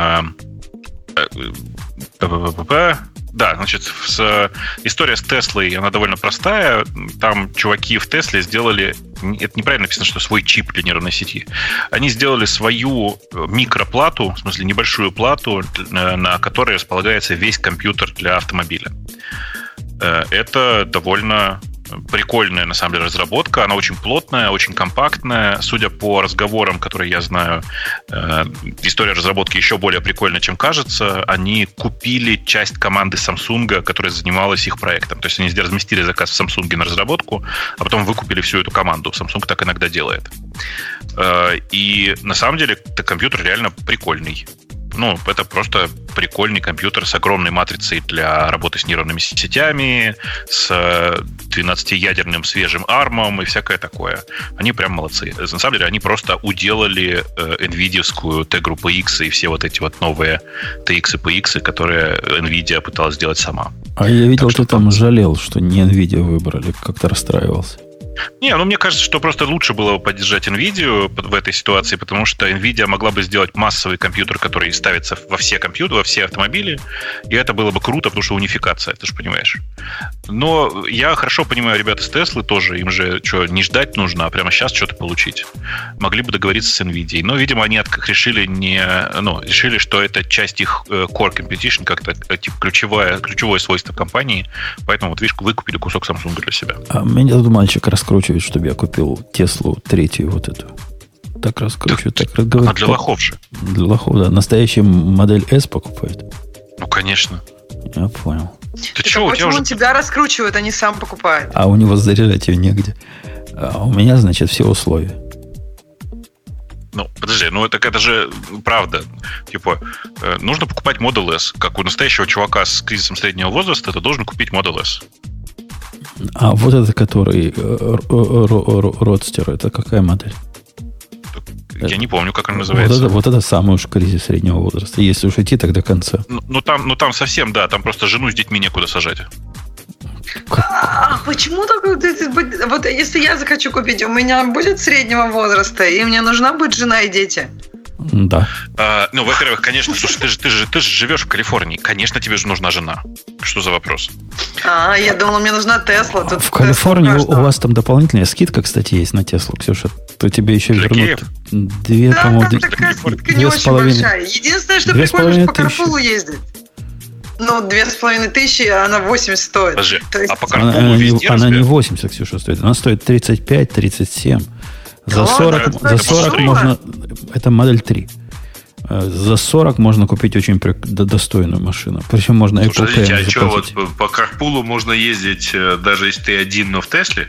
Да, значит, история с Теслой, она довольно простая. Там чуваки в Тесле сделали... Это неправильно написано, что свой чип для нейронной сети. Они сделали свою микроплату, в смысле небольшую плату, на которой располагается весь компьютер для автомобиля. Это довольно прикольная, на самом деле, разработка. Она очень плотная, очень компактная. Судя по разговорам, которые я знаю, история разработки еще более прикольная, чем кажется. Они купили часть команды Samsung, которая занималась их проектом. То есть они разместили заказ в Samsung на разработку, а потом выкупили всю эту команду. Samsung так иногда делает. И на самом деле компьютер реально прикольный. Это просто прикольный компьютер с огромной матрицей для работы с нейронными сетями, с 12-ядерным свежим ARM и всякое такое. Они прям молодцы. На самом деле, они просто уделали NVIDIA-скую T-группу X и все эти новые TX и PX, которые NVIDIA пыталась сделать сама. А я видел, ты там жалел, что не NVIDIA выбрали, как-то расстраивался. Мне кажется, что просто лучше было поддержать NVIDIA в этой ситуации, потому что NVIDIA могла бы сделать массовый компьютер, который ставится во все компьютеры, во все автомобили, и это было бы круто, потому что унификация, ты же понимаешь. Но я хорошо понимаю ребят из Теслы тоже, им же не ждать нужно, а прямо сейчас что-то получить. Могли бы договориться с NVIDIA, но, видимо, они решили, что это часть их core competition, как-то ключевое свойство компании, поэтому, видишь, выкупили кусок Samsung для себя. А меня тут мальчик раскручивает, чтобы я купил Теслу третью эту. Так раскручивает, так разговаривает. А для лохов же. Для лохов, да. Настоящая модель S покупает. Конечно. Я понял. Почему он тебя раскручивает, а не сам покупает? А у него заряжать ее негде. А у меня, значит, все условия. Ну, подожди, это же правда. Типа, нужно покупать Model S. Как у настоящего чувака с кризисом среднего возраста, ты должен купить Model S. А вот это, который Родстер, это какая модель? Я не помню, как она называется. Вот это самый уж кризис среднего возраста. Если уж идти, так до конца. Там совсем, да, там просто жену с детьми некуда сажать. А почему так? Вот если я захочу купить, у меня будет среднего возраста, и мне нужна будет жена и дети. Да. Во-первых, конечно, слушай, ты же живешь в Калифорнии. Конечно, тебе же нужна жена. Что за вопрос? Я думала, мне нужна Тесла. В Калифорнии у вас там дополнительная скидка, кстати, есть на Теслу, Ксюша. То тебе еще вернут 2, по-моему, там такая скидка не очень большая. Единственное, что прикольно, что по Карпулу ездить. 2500, а она 80 стоит. Подожди, а по Карпулу везде она не 80, Ксюша, стоит. Она стоит 35-37. За 40 можно... Это модель 3. За 40 можно купить очень достойную машину. Причем можно Apple Pay заплатить. А что, вот по Карпулу можно ездить, даже если ты один, но в Тесле?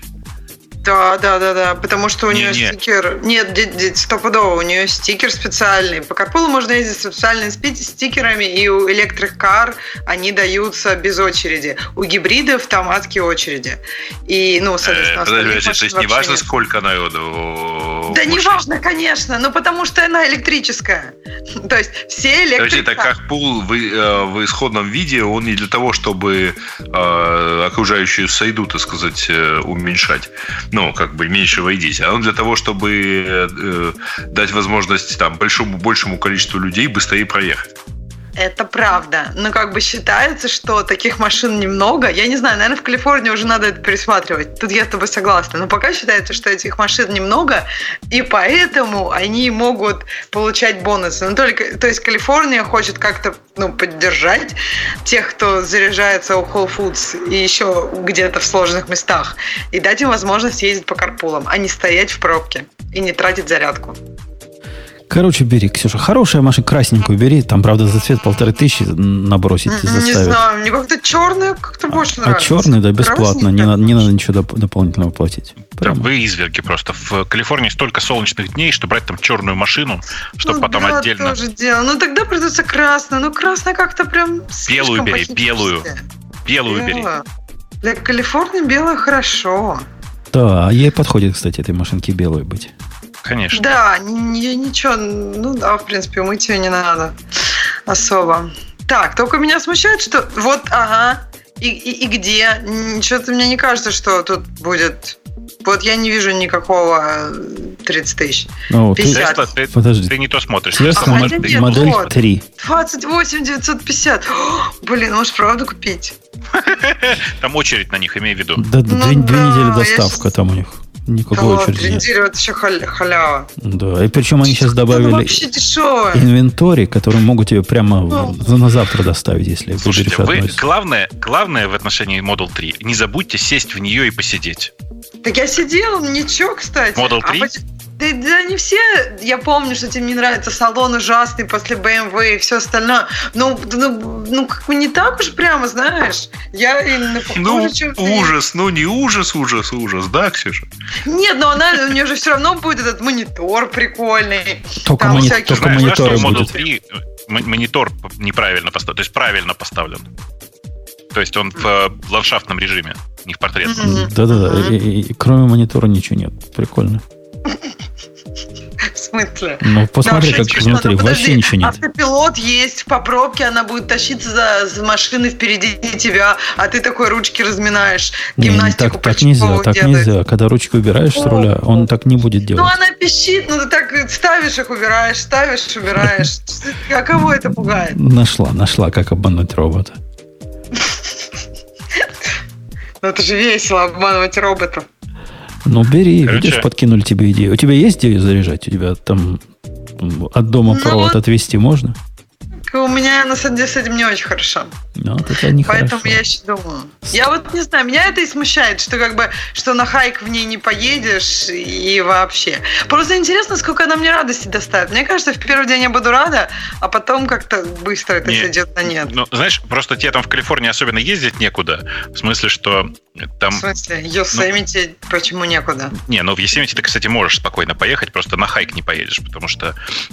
Да, потому что у нее стикер... Нет, стопудово, у нее стикер специальный. По Карпулу можно ездить с специальными стикерами, и у Electric Car они даются без очереди. У гибридов там адские очереди. И, соответственно... то есть не важно, сколько она... Да не важно, конечно, потому что она электрическая. То есть все Electric Car... Так Карпул в исходном виде, он не для того, чтобы окружающую среду, так сказать, уменьшать. Меньше войдите. А он для того, чтобы дать возможность большему количеству людей быстрее проехать. Это правда. Но считается, что таких машин немного. Я не знаю, наверное, в Калифорнии уже надо это пересматривать. Тут я с тобой согласна. Но пока считается, что этих машин немного, и поэтому они могут получать бонусы. То есть Калифорния хочет как-то поддержать тех, кто заряжается у Whole Foods и еще где-то в сложных местах, и дать им возможность ездить по карпулам, а не стоять в пробке и не тратить зарядку. Короче, бери, Ксюша. Хорошая машина, красненькую бери. Там, правда, за цвет 1500 набросить заставят. Не знаю, мне как-то черная как-то больше нравится. А черный, да, бесплатно. Не надо ничего дополнительного платить. Прямо. Вы изверги просто. В Калифорнии столько солнечных дней, что брать там черную машину, чтобы потом отдельно... тоже дело. Тогда придется красную. Красная как-то прям... Белую бери, белую. Белую бери. Для Калифорнии белая хорошо. Да, ей подходит, кстати, этой машинке белой быть. Конечно. Да, ничего, в принципе, мыть ее не надо особо. Так, только меня смущает, что и где? Что-то мне не кажется, что тут будет... Вот я не вижу никакого 30 тысяч. 50. Подожди. Ты не то смотришь. Модель 3. 28 950. Может, правда купить? Там очередь на них, имей в виду. Да, 2 недели доставка там у них. Никакой очереди. 3 недели, это еще халява. Да, и причем они сейчас добавили инвентарь, который могут тебе прямо на завтра доставить, если слушайте, вы главное в отношении Model 3, не забудьте сесть в нее и посидеть. Так я сидела, ничего, кстати. Model 3? Да не все. Я помню, что тебе не нравится салон ужасный после BMW и все остальное. Не так уж прямо, знаешь. Я именно похожа, чем ты. Ужас, не ужас, да, Ксюша? Нет, но у нее же все равно будет этот монитор прикольный. Только мониторы Model 3 монитор неправильно поставлен, то есть правильно поставлен. То есть он в ландшафтном режиме, не в портретном. Да. И кроме монитора ничего нет. Прикольно. В смысле? Посмотри, как внутри. Вообще ничего нет. Автопилот есть, по пробке она будет тащиться за машиной впереди тебя, а ты такой ручки разминаешь, гимнастику так нельзя. Когда ручки убираешь с руля, он так не будет делать. Она пищит, ты так ставишь их, убираешь. А кого это пугает? Нашла, как обмануть робота. Это же весело обманывать робота. Бери, видишь, подкинули тебе идею. У тебя есть идея заряжать? У тебя там от дома провод отвезти можно? У меня, на самом деле, с этим не очень хорошо. Это не Поэтому хорошо. я еще думаю. Я не знаю, меня это и смущает, что на хайк в ней не поедешь и вообще. Просто интересно, сколько она мне радости доставит. Мне кажется, в первый день я буду рада, а потом как-то быстро это сойдет на нет. Знаешь, просто тебе там в Калифорнии особенно ездить некуда. В смысле, что Там, в смысле? Yosemite почему некуда? Не, в Yosemite ты, кстати, можешь спокойно поехать, просто на хайк не поедешь, потому что,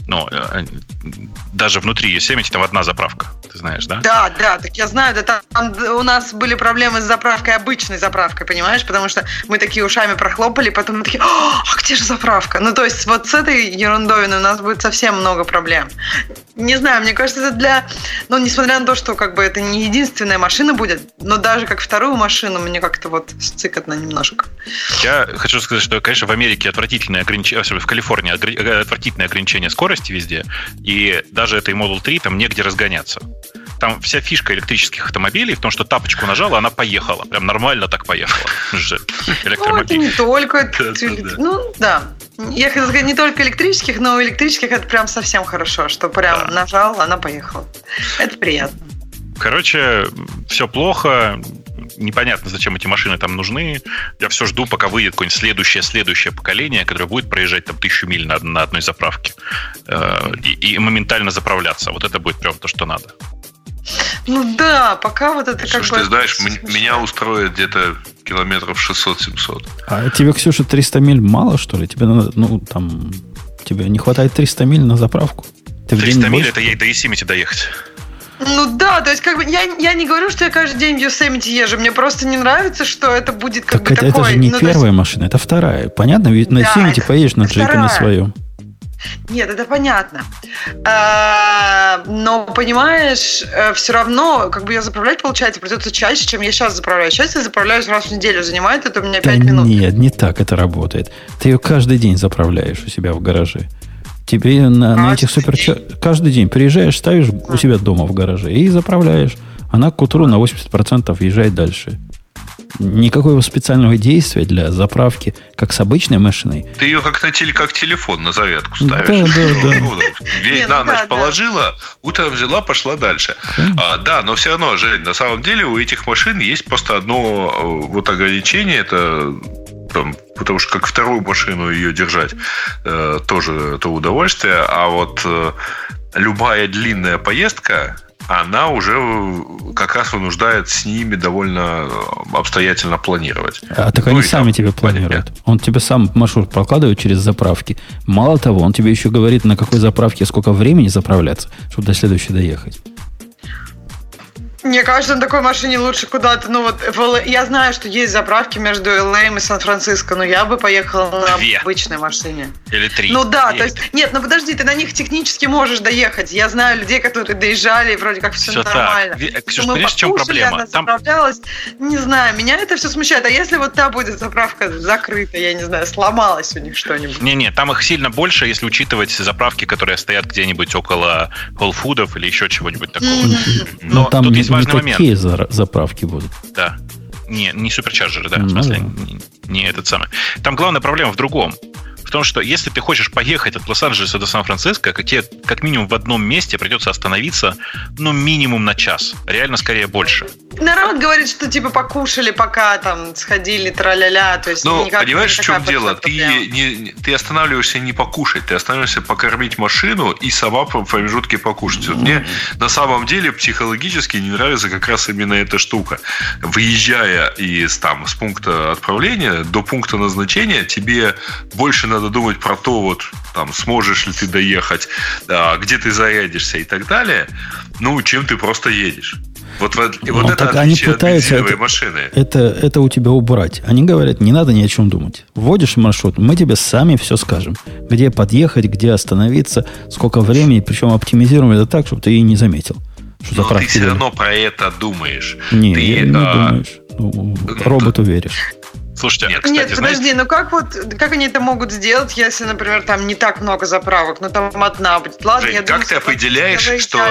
даже внутри Yosemite там одна заправка, ты знаешь, да? Да, так я знаю, да, там у нас были проблемы с заправкой, обычной заправкой, понимаешь, потому что мы такие ушами прохлопали, потом мы такие, а где же заправка? То есть вот с этой ерундовиной у нас будет совсем много проблем. Не знаю, мне кажется, это для... несмотря на то, что это не единственная машина будет, но даже как вторую машину мне как-то сцикотно немножко. Я хочу сказать, что, конечно, в Америке отвратительное ограничение, особенно в Калифорнии отвратительное ограничение скорости везде, и даже этой Model 3 там негде разгоняться. Там вся фишка электрических автомобилей в том, что тапочку нажала, она поехала. Прям нормально так поехала. Это не только... Да. Я хотела сказать, не только электрических, но у электрических это прям совсем хорошо, что прям нажал, она поехала. Это приятно. Короче, все плохо. Непонятно, зачем эти машины там нужны. Я все жду, пока выйдет какое-нибудь следующее поколение, которое будет проезжать там 1000 миль на одной заправке. И моментально заправляться. Вот это будет прям то, что надо. Да, пока это ты знаешь, меня устроит где-то километров 600-700. А тебе, Ксюша, 300 миль мало, что ли? Тебе надо, тебе не хватает 300 миль на заправку? 300 миль, это ей до Yosemite доехать. То есть я не говорю, что я каждый день в Yosemite езжу. Мне просто не нравится, что это будет такой... Это же не первая машина, это вторая. Понятно? Ведь на Yosemite поедешь на Джейке на своем. Нет, это понятно. Но, понимаешь, все равно, ее заправлять, получается, придется чаще, чем я сейчас заправляю. Сейчас я заправляюсь раз в неделю, занимает это у меня 5 минут. Нет, не так это работает. Ты ее каждый день заправляешь у себя в гараже. Тебе на этих каждый день приезжаешь, ставишь у себя дома в гараже и заправляешь. Она к утру на 80% езжает дальше. Никакого специального действия для заправки, как с обычной машиной. Ты ее как телефон на зарядку ставишь. Весь на ночь положила, утром взяла, пошла дальше. Но все равно, Жень, на самом деле у этих машин есть просто одно ограничение. Это потому что как вторую машину ее держать тоже то удовольствие. А любая длинная поездка, она уже как раз вынуждает с ними довольно обстоятельно планировать. Так они сами тебе планируют. Он тебе сам маршрут прокладывает через заправки. Мало того, он тебе еще говорит, на какой заправке сколько времени заправляться, чтобы до следующей доехать. Мне кажется, на такой машине лучше куда-то, я знаю, что есть заправки между LA и Сан-Франциско, но я бы поехала на обычной машине. Или 3. То есть, нет, подожди, ты на них технически можешь доехать. Я знаю людей, которые доезжали, и вроде как все нормально. Ксюша, понимаешь, в чем проблема? Она заправлялась, не знаю, меня это все смущает. А если та будет заправка закрыта, я не знаю, сломалось у них что-нибудь? Не, там их сильно больше, если учитывать заправки, которые стоят где-нибудь около Whole Foods или еще чего-нибудь такого. Но там тут есть важный момент. Какие заправки будут? Да. Не суперчарджеры, да. В смысле, не этот самый. Там главная проблема в другом. В том, что если ты хочешь поехать от Лос-Анджелеса до Сан-Франциско, как минимум в одном месте придется остановиться, минимум на час. Реально, скорее, больше. Народ говорит, что покушали, пока сходили, тра-ля-ля. То есть понимаешь, в чем дело? Ты останавливаешься не покушать, ты останавливаешься покормить машину и сама в промежутке покушать. Мне на самом деле психологически не нравится как раз именно эта штука. Выезжая с пункта отправления до пункта назначения, тебе больше надо думать про то, сможешь ли ты доехать, где ты заедешься и так далее, чем ты просто едешь. Это отличие от бензиновой машины. Это у тебя убрать. Они говорят, не надо ни о чем думать. Вводишь маршрут, мы тебе сами все скажем. Где подъехать, где остановиться, сколько времени, причем оптимизируем это так, чтобы ты и не заметил. Но ты все равно про это думаешь. Не думаешь. Роботу веришь. Слушайте, кстати, подожди, как они это могут сделать, если, например, там не так много заправок, там одна будет? Ладно, Жень, как ты определяешь,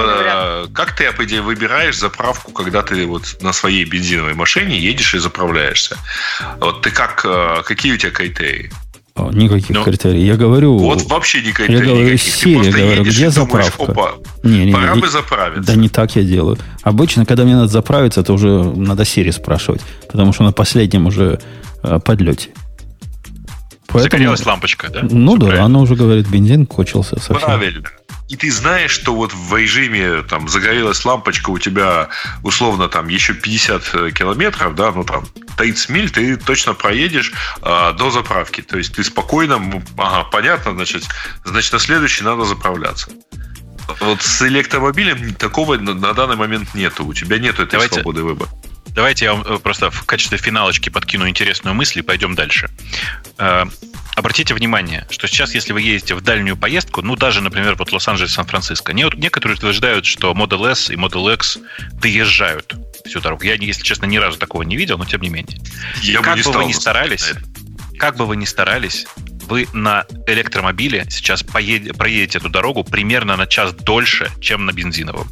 как ты выбираешь заправку, когда ты на своей бензиновой машине едешь и заправляешься? Ты какие у тебя критерии? Никаких критерий. Я говорю... вообще не критерий. Я говорю, Сири, где заправка? Пора бы заправиться. Да не так я делаю. Обычно, когда мне надо заправиться, это уже надо Сири спрашивать, потому что на последнем уже подлете. Загорелась лампочка, да? Да, она уже говорит, бензин кончился совсем. Правильно. И ты знаешь, что вот в режиме там загорелась лампочка у тебя условно там еще 50 километров, да, ну там 30 миль ты точно проедешь до заправки. То есть ты спокойно, понятно, значит на следующий надо заправляться. Вот с электромобилем такого на данный момент нету. У тебя нету этой свободы выбора. Давайте я вам просто в качестве финалочки подкину интересную мысль и пойдем дальше. Обратите внимание, что сейчас, если вы едете в дальнюю поездку, ну, даже, например, вот Лос-Анджелес, Сан-Франциско, некоторые утверждают, что Model S и Model X доезжают всю дорогу. Я, если честно, ни разу такого не видел, но тем не менее. Как бы вы ни старались, вы на электромобиле сейчас проедете эту дорогу примерно на час дольше, чем на бензиновом.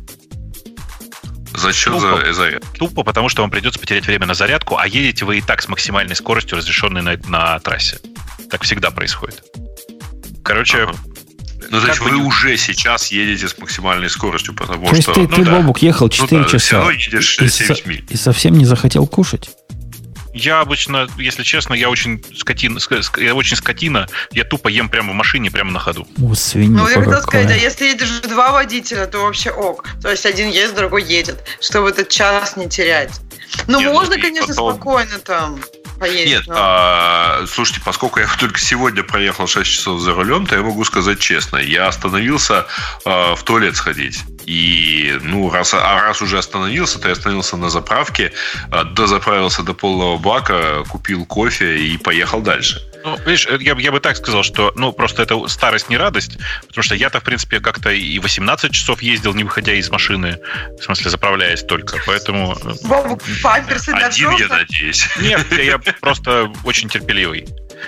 За счет зарядки. Тупо, потому что вам придется потерять время на зарядку, а едете вы и так с максимальной скоростью, разрешенной на трассе. Так всегда происходит. Короче... Ну, значит, вы уже сейчас едете с максимальной скоростью, потому что... То есть ты, Бобук, ехал 4 часа все равно едешь 70 миль. И совсем не захотел кушать? Я обычно, если честно, я очень скотина. Я тупо ем прямо в машине, прямо на ходу. О, свинья. Ну, я хотел сказать, а если едешь 2 водителя, то вообще ок. То есть один едет, другой едет, чтобы этот час не терять. Ну, можно, конечно, спокойно там поесть. Нет, слушайте, поскольку я только сегодня проехал 6 часов за рулем, то я могу сказать честно, я остановился в туалет сходить. И, ну, раз уже остановился, то я остановился на заправке, дозаправился до полного бака, купил кофе и поехал дальше. Ну, видишь, я бы так сказал, что, ну, просто это старость не радость, потому что я-то, в принципе, как-то и 18 часов ездил, не выходя из машины, в смысле, заправляясь только, поэтому... Бобук, памперсы для Один, я надеюсь. Нет, я просто очень терпеливый.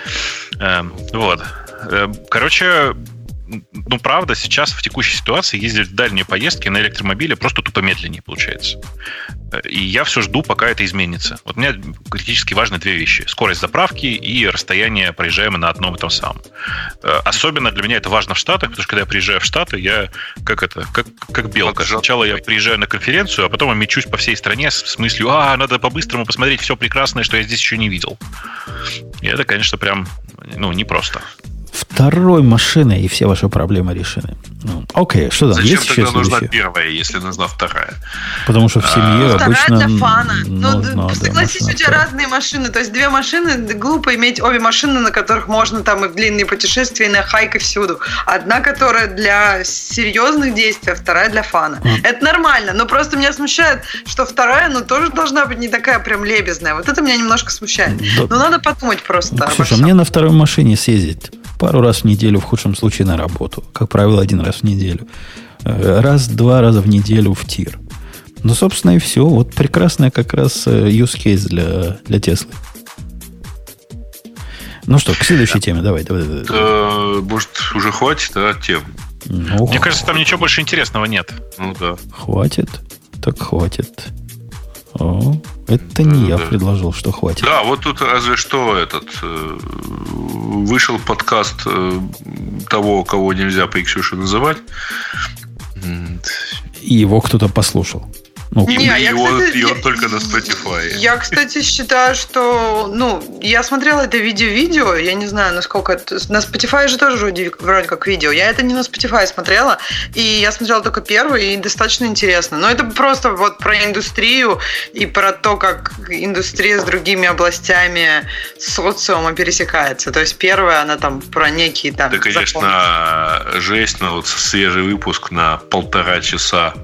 Вот. Короче... Ну, правда, сейчас в текущей ситуации ездить в дальние поездки на электромобиле просто тупо медленнее получается. И я все жду, пока это изменится. Вот мне критически важны 2 вещи. Скорость заправки и расстояние, проезжаемое на одном и том самом. Особенно для меня это важно в Штатах, потому что когда я приезжаю в Штаты, я как белка. Сначала я приезжаю на конференцию, а потом я мечусь по всей стране с мыслью, надо по-быстрому посмотреть все прекрасное, что я здесь еще не видел. И это, конечно, прям, непросто. Второй машиной, и все ваши проблемы решены. Окей, что там? Зачем есть тогда еще нужна следующее? первая, если нужна вторая? Потому что в семье обычно... Вторая для фана. Согласись, у тебя разные машины. То есть 2 машины, глупо иметь обе машины, на которых можно там и в длинные путешествия, и на хайк, и всюду. Одна, которая для серьезных действий, а вторая для фана. Это нормально, но просто меня смущает, что вторая, тоже должна быть не такая прям лебезная. Вот это меня немножко смущает. Но надо подумать просто. Ксюша, мне на второй машине съездить пару раз в неделю, в худшем случае на работу. Как правило, 1 раз в неделю. 1-2 раза в неделю в тир. Ну, собственно, и все. Вот прекрасная как раз use case для Теслы. Ну что, к следующей теме. Давай. Может, уже хватит, тем? Мне кажется, там ничего больше интересного нет. Ну да. Хватит? Так хватит. Это не я предложил, что хватит. Да, вот тут разве что вышел подкаст того, кого нельзя по Ксюше называть. И его кто-то послушал. Он только на Spotify. Я, кстати, считаю, что... я смотрела это видео, я не знаю, насколько это... На Spotify же тоже вроде как видео. Я это не на Spotify смотрела, и я смотрела только первый, и достаточно интересно. Но это просто вот про индустрию и про то, как индустрия с другими областями социума пересекается. То есть первая, она там про некие там... Да, конечно, жесть, но вот свежий выпуск на 1,5 часа.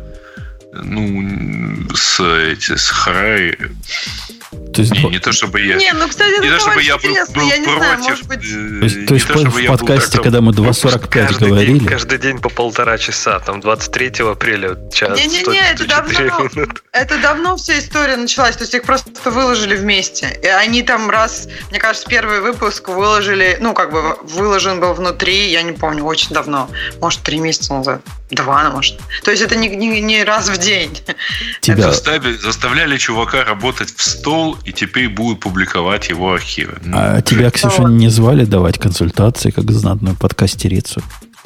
С Харай. Не то чтобы я... кстати, не то чтобы я был против. То есть в подкасте, когда мы 2:45 говорили... Каждый день по 1,5 часа. Там 23 апреля час. Это давно вся история началась. То есть их просто выложили вместе. И они там мне кажется, первый выпуск выложили... выложен был внутри, я не помню, очень давно. Может, 3 месяца назад. 2, может. То есть это не раз в день. Заставляли чувака работать в стол, и теперь будут публиковать его архивы. А тебя, Ксюша, не звали давать консультации, как знатную подкастерицу?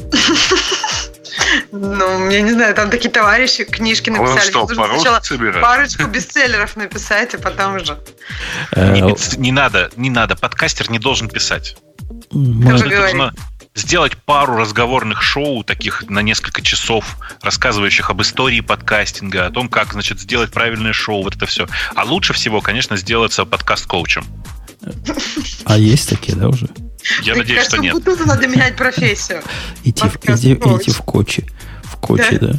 Я не знаю, там такие товарищи книжки написали. Что, сначала парочку бестселлеров написать, а потом уже. Не надо. Подкастер не должен писать. сделать пару разговорных шоу, таких на несколько часов, рассказывающих об истории подкастинга, о том, как, значит, сделать правильное шоу, вот это все. А лучше всего, конечно, сделаться подкаст-коучем. А есть такие, да, уже? Я надеюсь, что нет. Тут надо менять профессию. Идти в Кочи. В Кочи, да.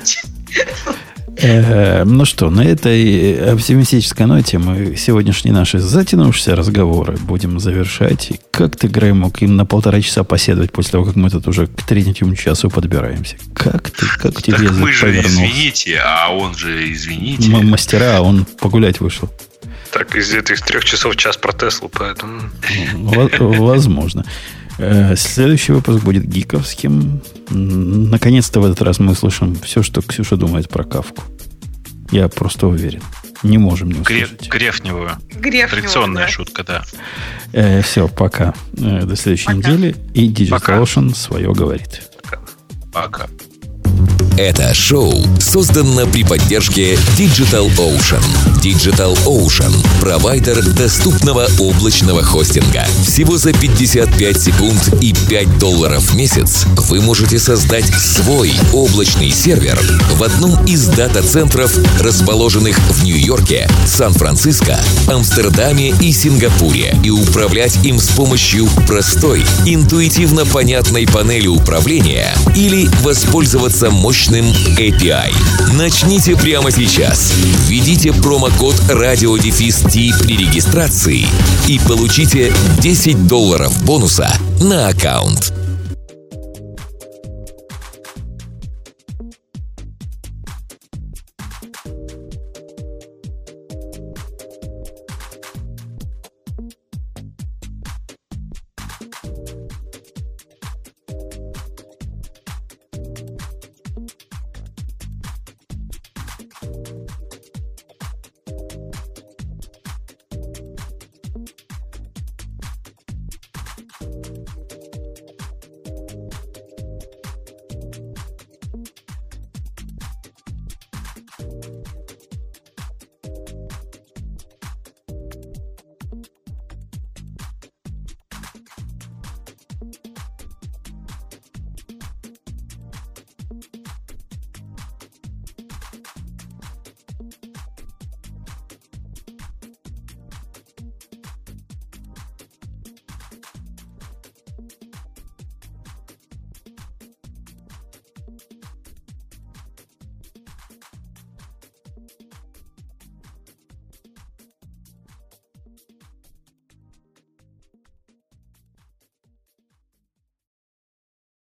Ну что, на этой оптимистической ноте мы сегодняшние наши затянувшиеся разговоры будем завершать. Как ты, Грей, мог им на 1,5 часа поседовать после того, как мы тут уже к 3-му часу подбираемся? Как тебе язык мы же повернулся? Извините, а он же извините. Мы мастера, а он погулять вышел. Так, из этих 3 часов час про Теслу, поэтому... Возможно. Следующий выпуск будет гиковским. Наконец-то в этот раз мы слышим все, что Ксюша думает про Кафку. Я просто уверен. Не можем не услышать. Грефневую. Традиционная шутка, да. Все, пока. До следующей недели. И Digital Ocean свое говорит. Пока. Это шоу создано при поддержке Digital Ocean. Digital Ocean – провайдер доступного облачного хостинга. Всего за 55 секунд и $5 в месяц вы можете создать свой облачный сервер в одном из дата-центров, расположенных в Нью-Йорке, Сан-Франциско, Амстердаме и Сингапуре, и управлять им с помощью простой, интуитивно понятной панели управления или воспользоваться мощным API. Начните прямо сейчас. Введите промокод RadioDefist при регистрации и получите $10 бонуса на аккаунт.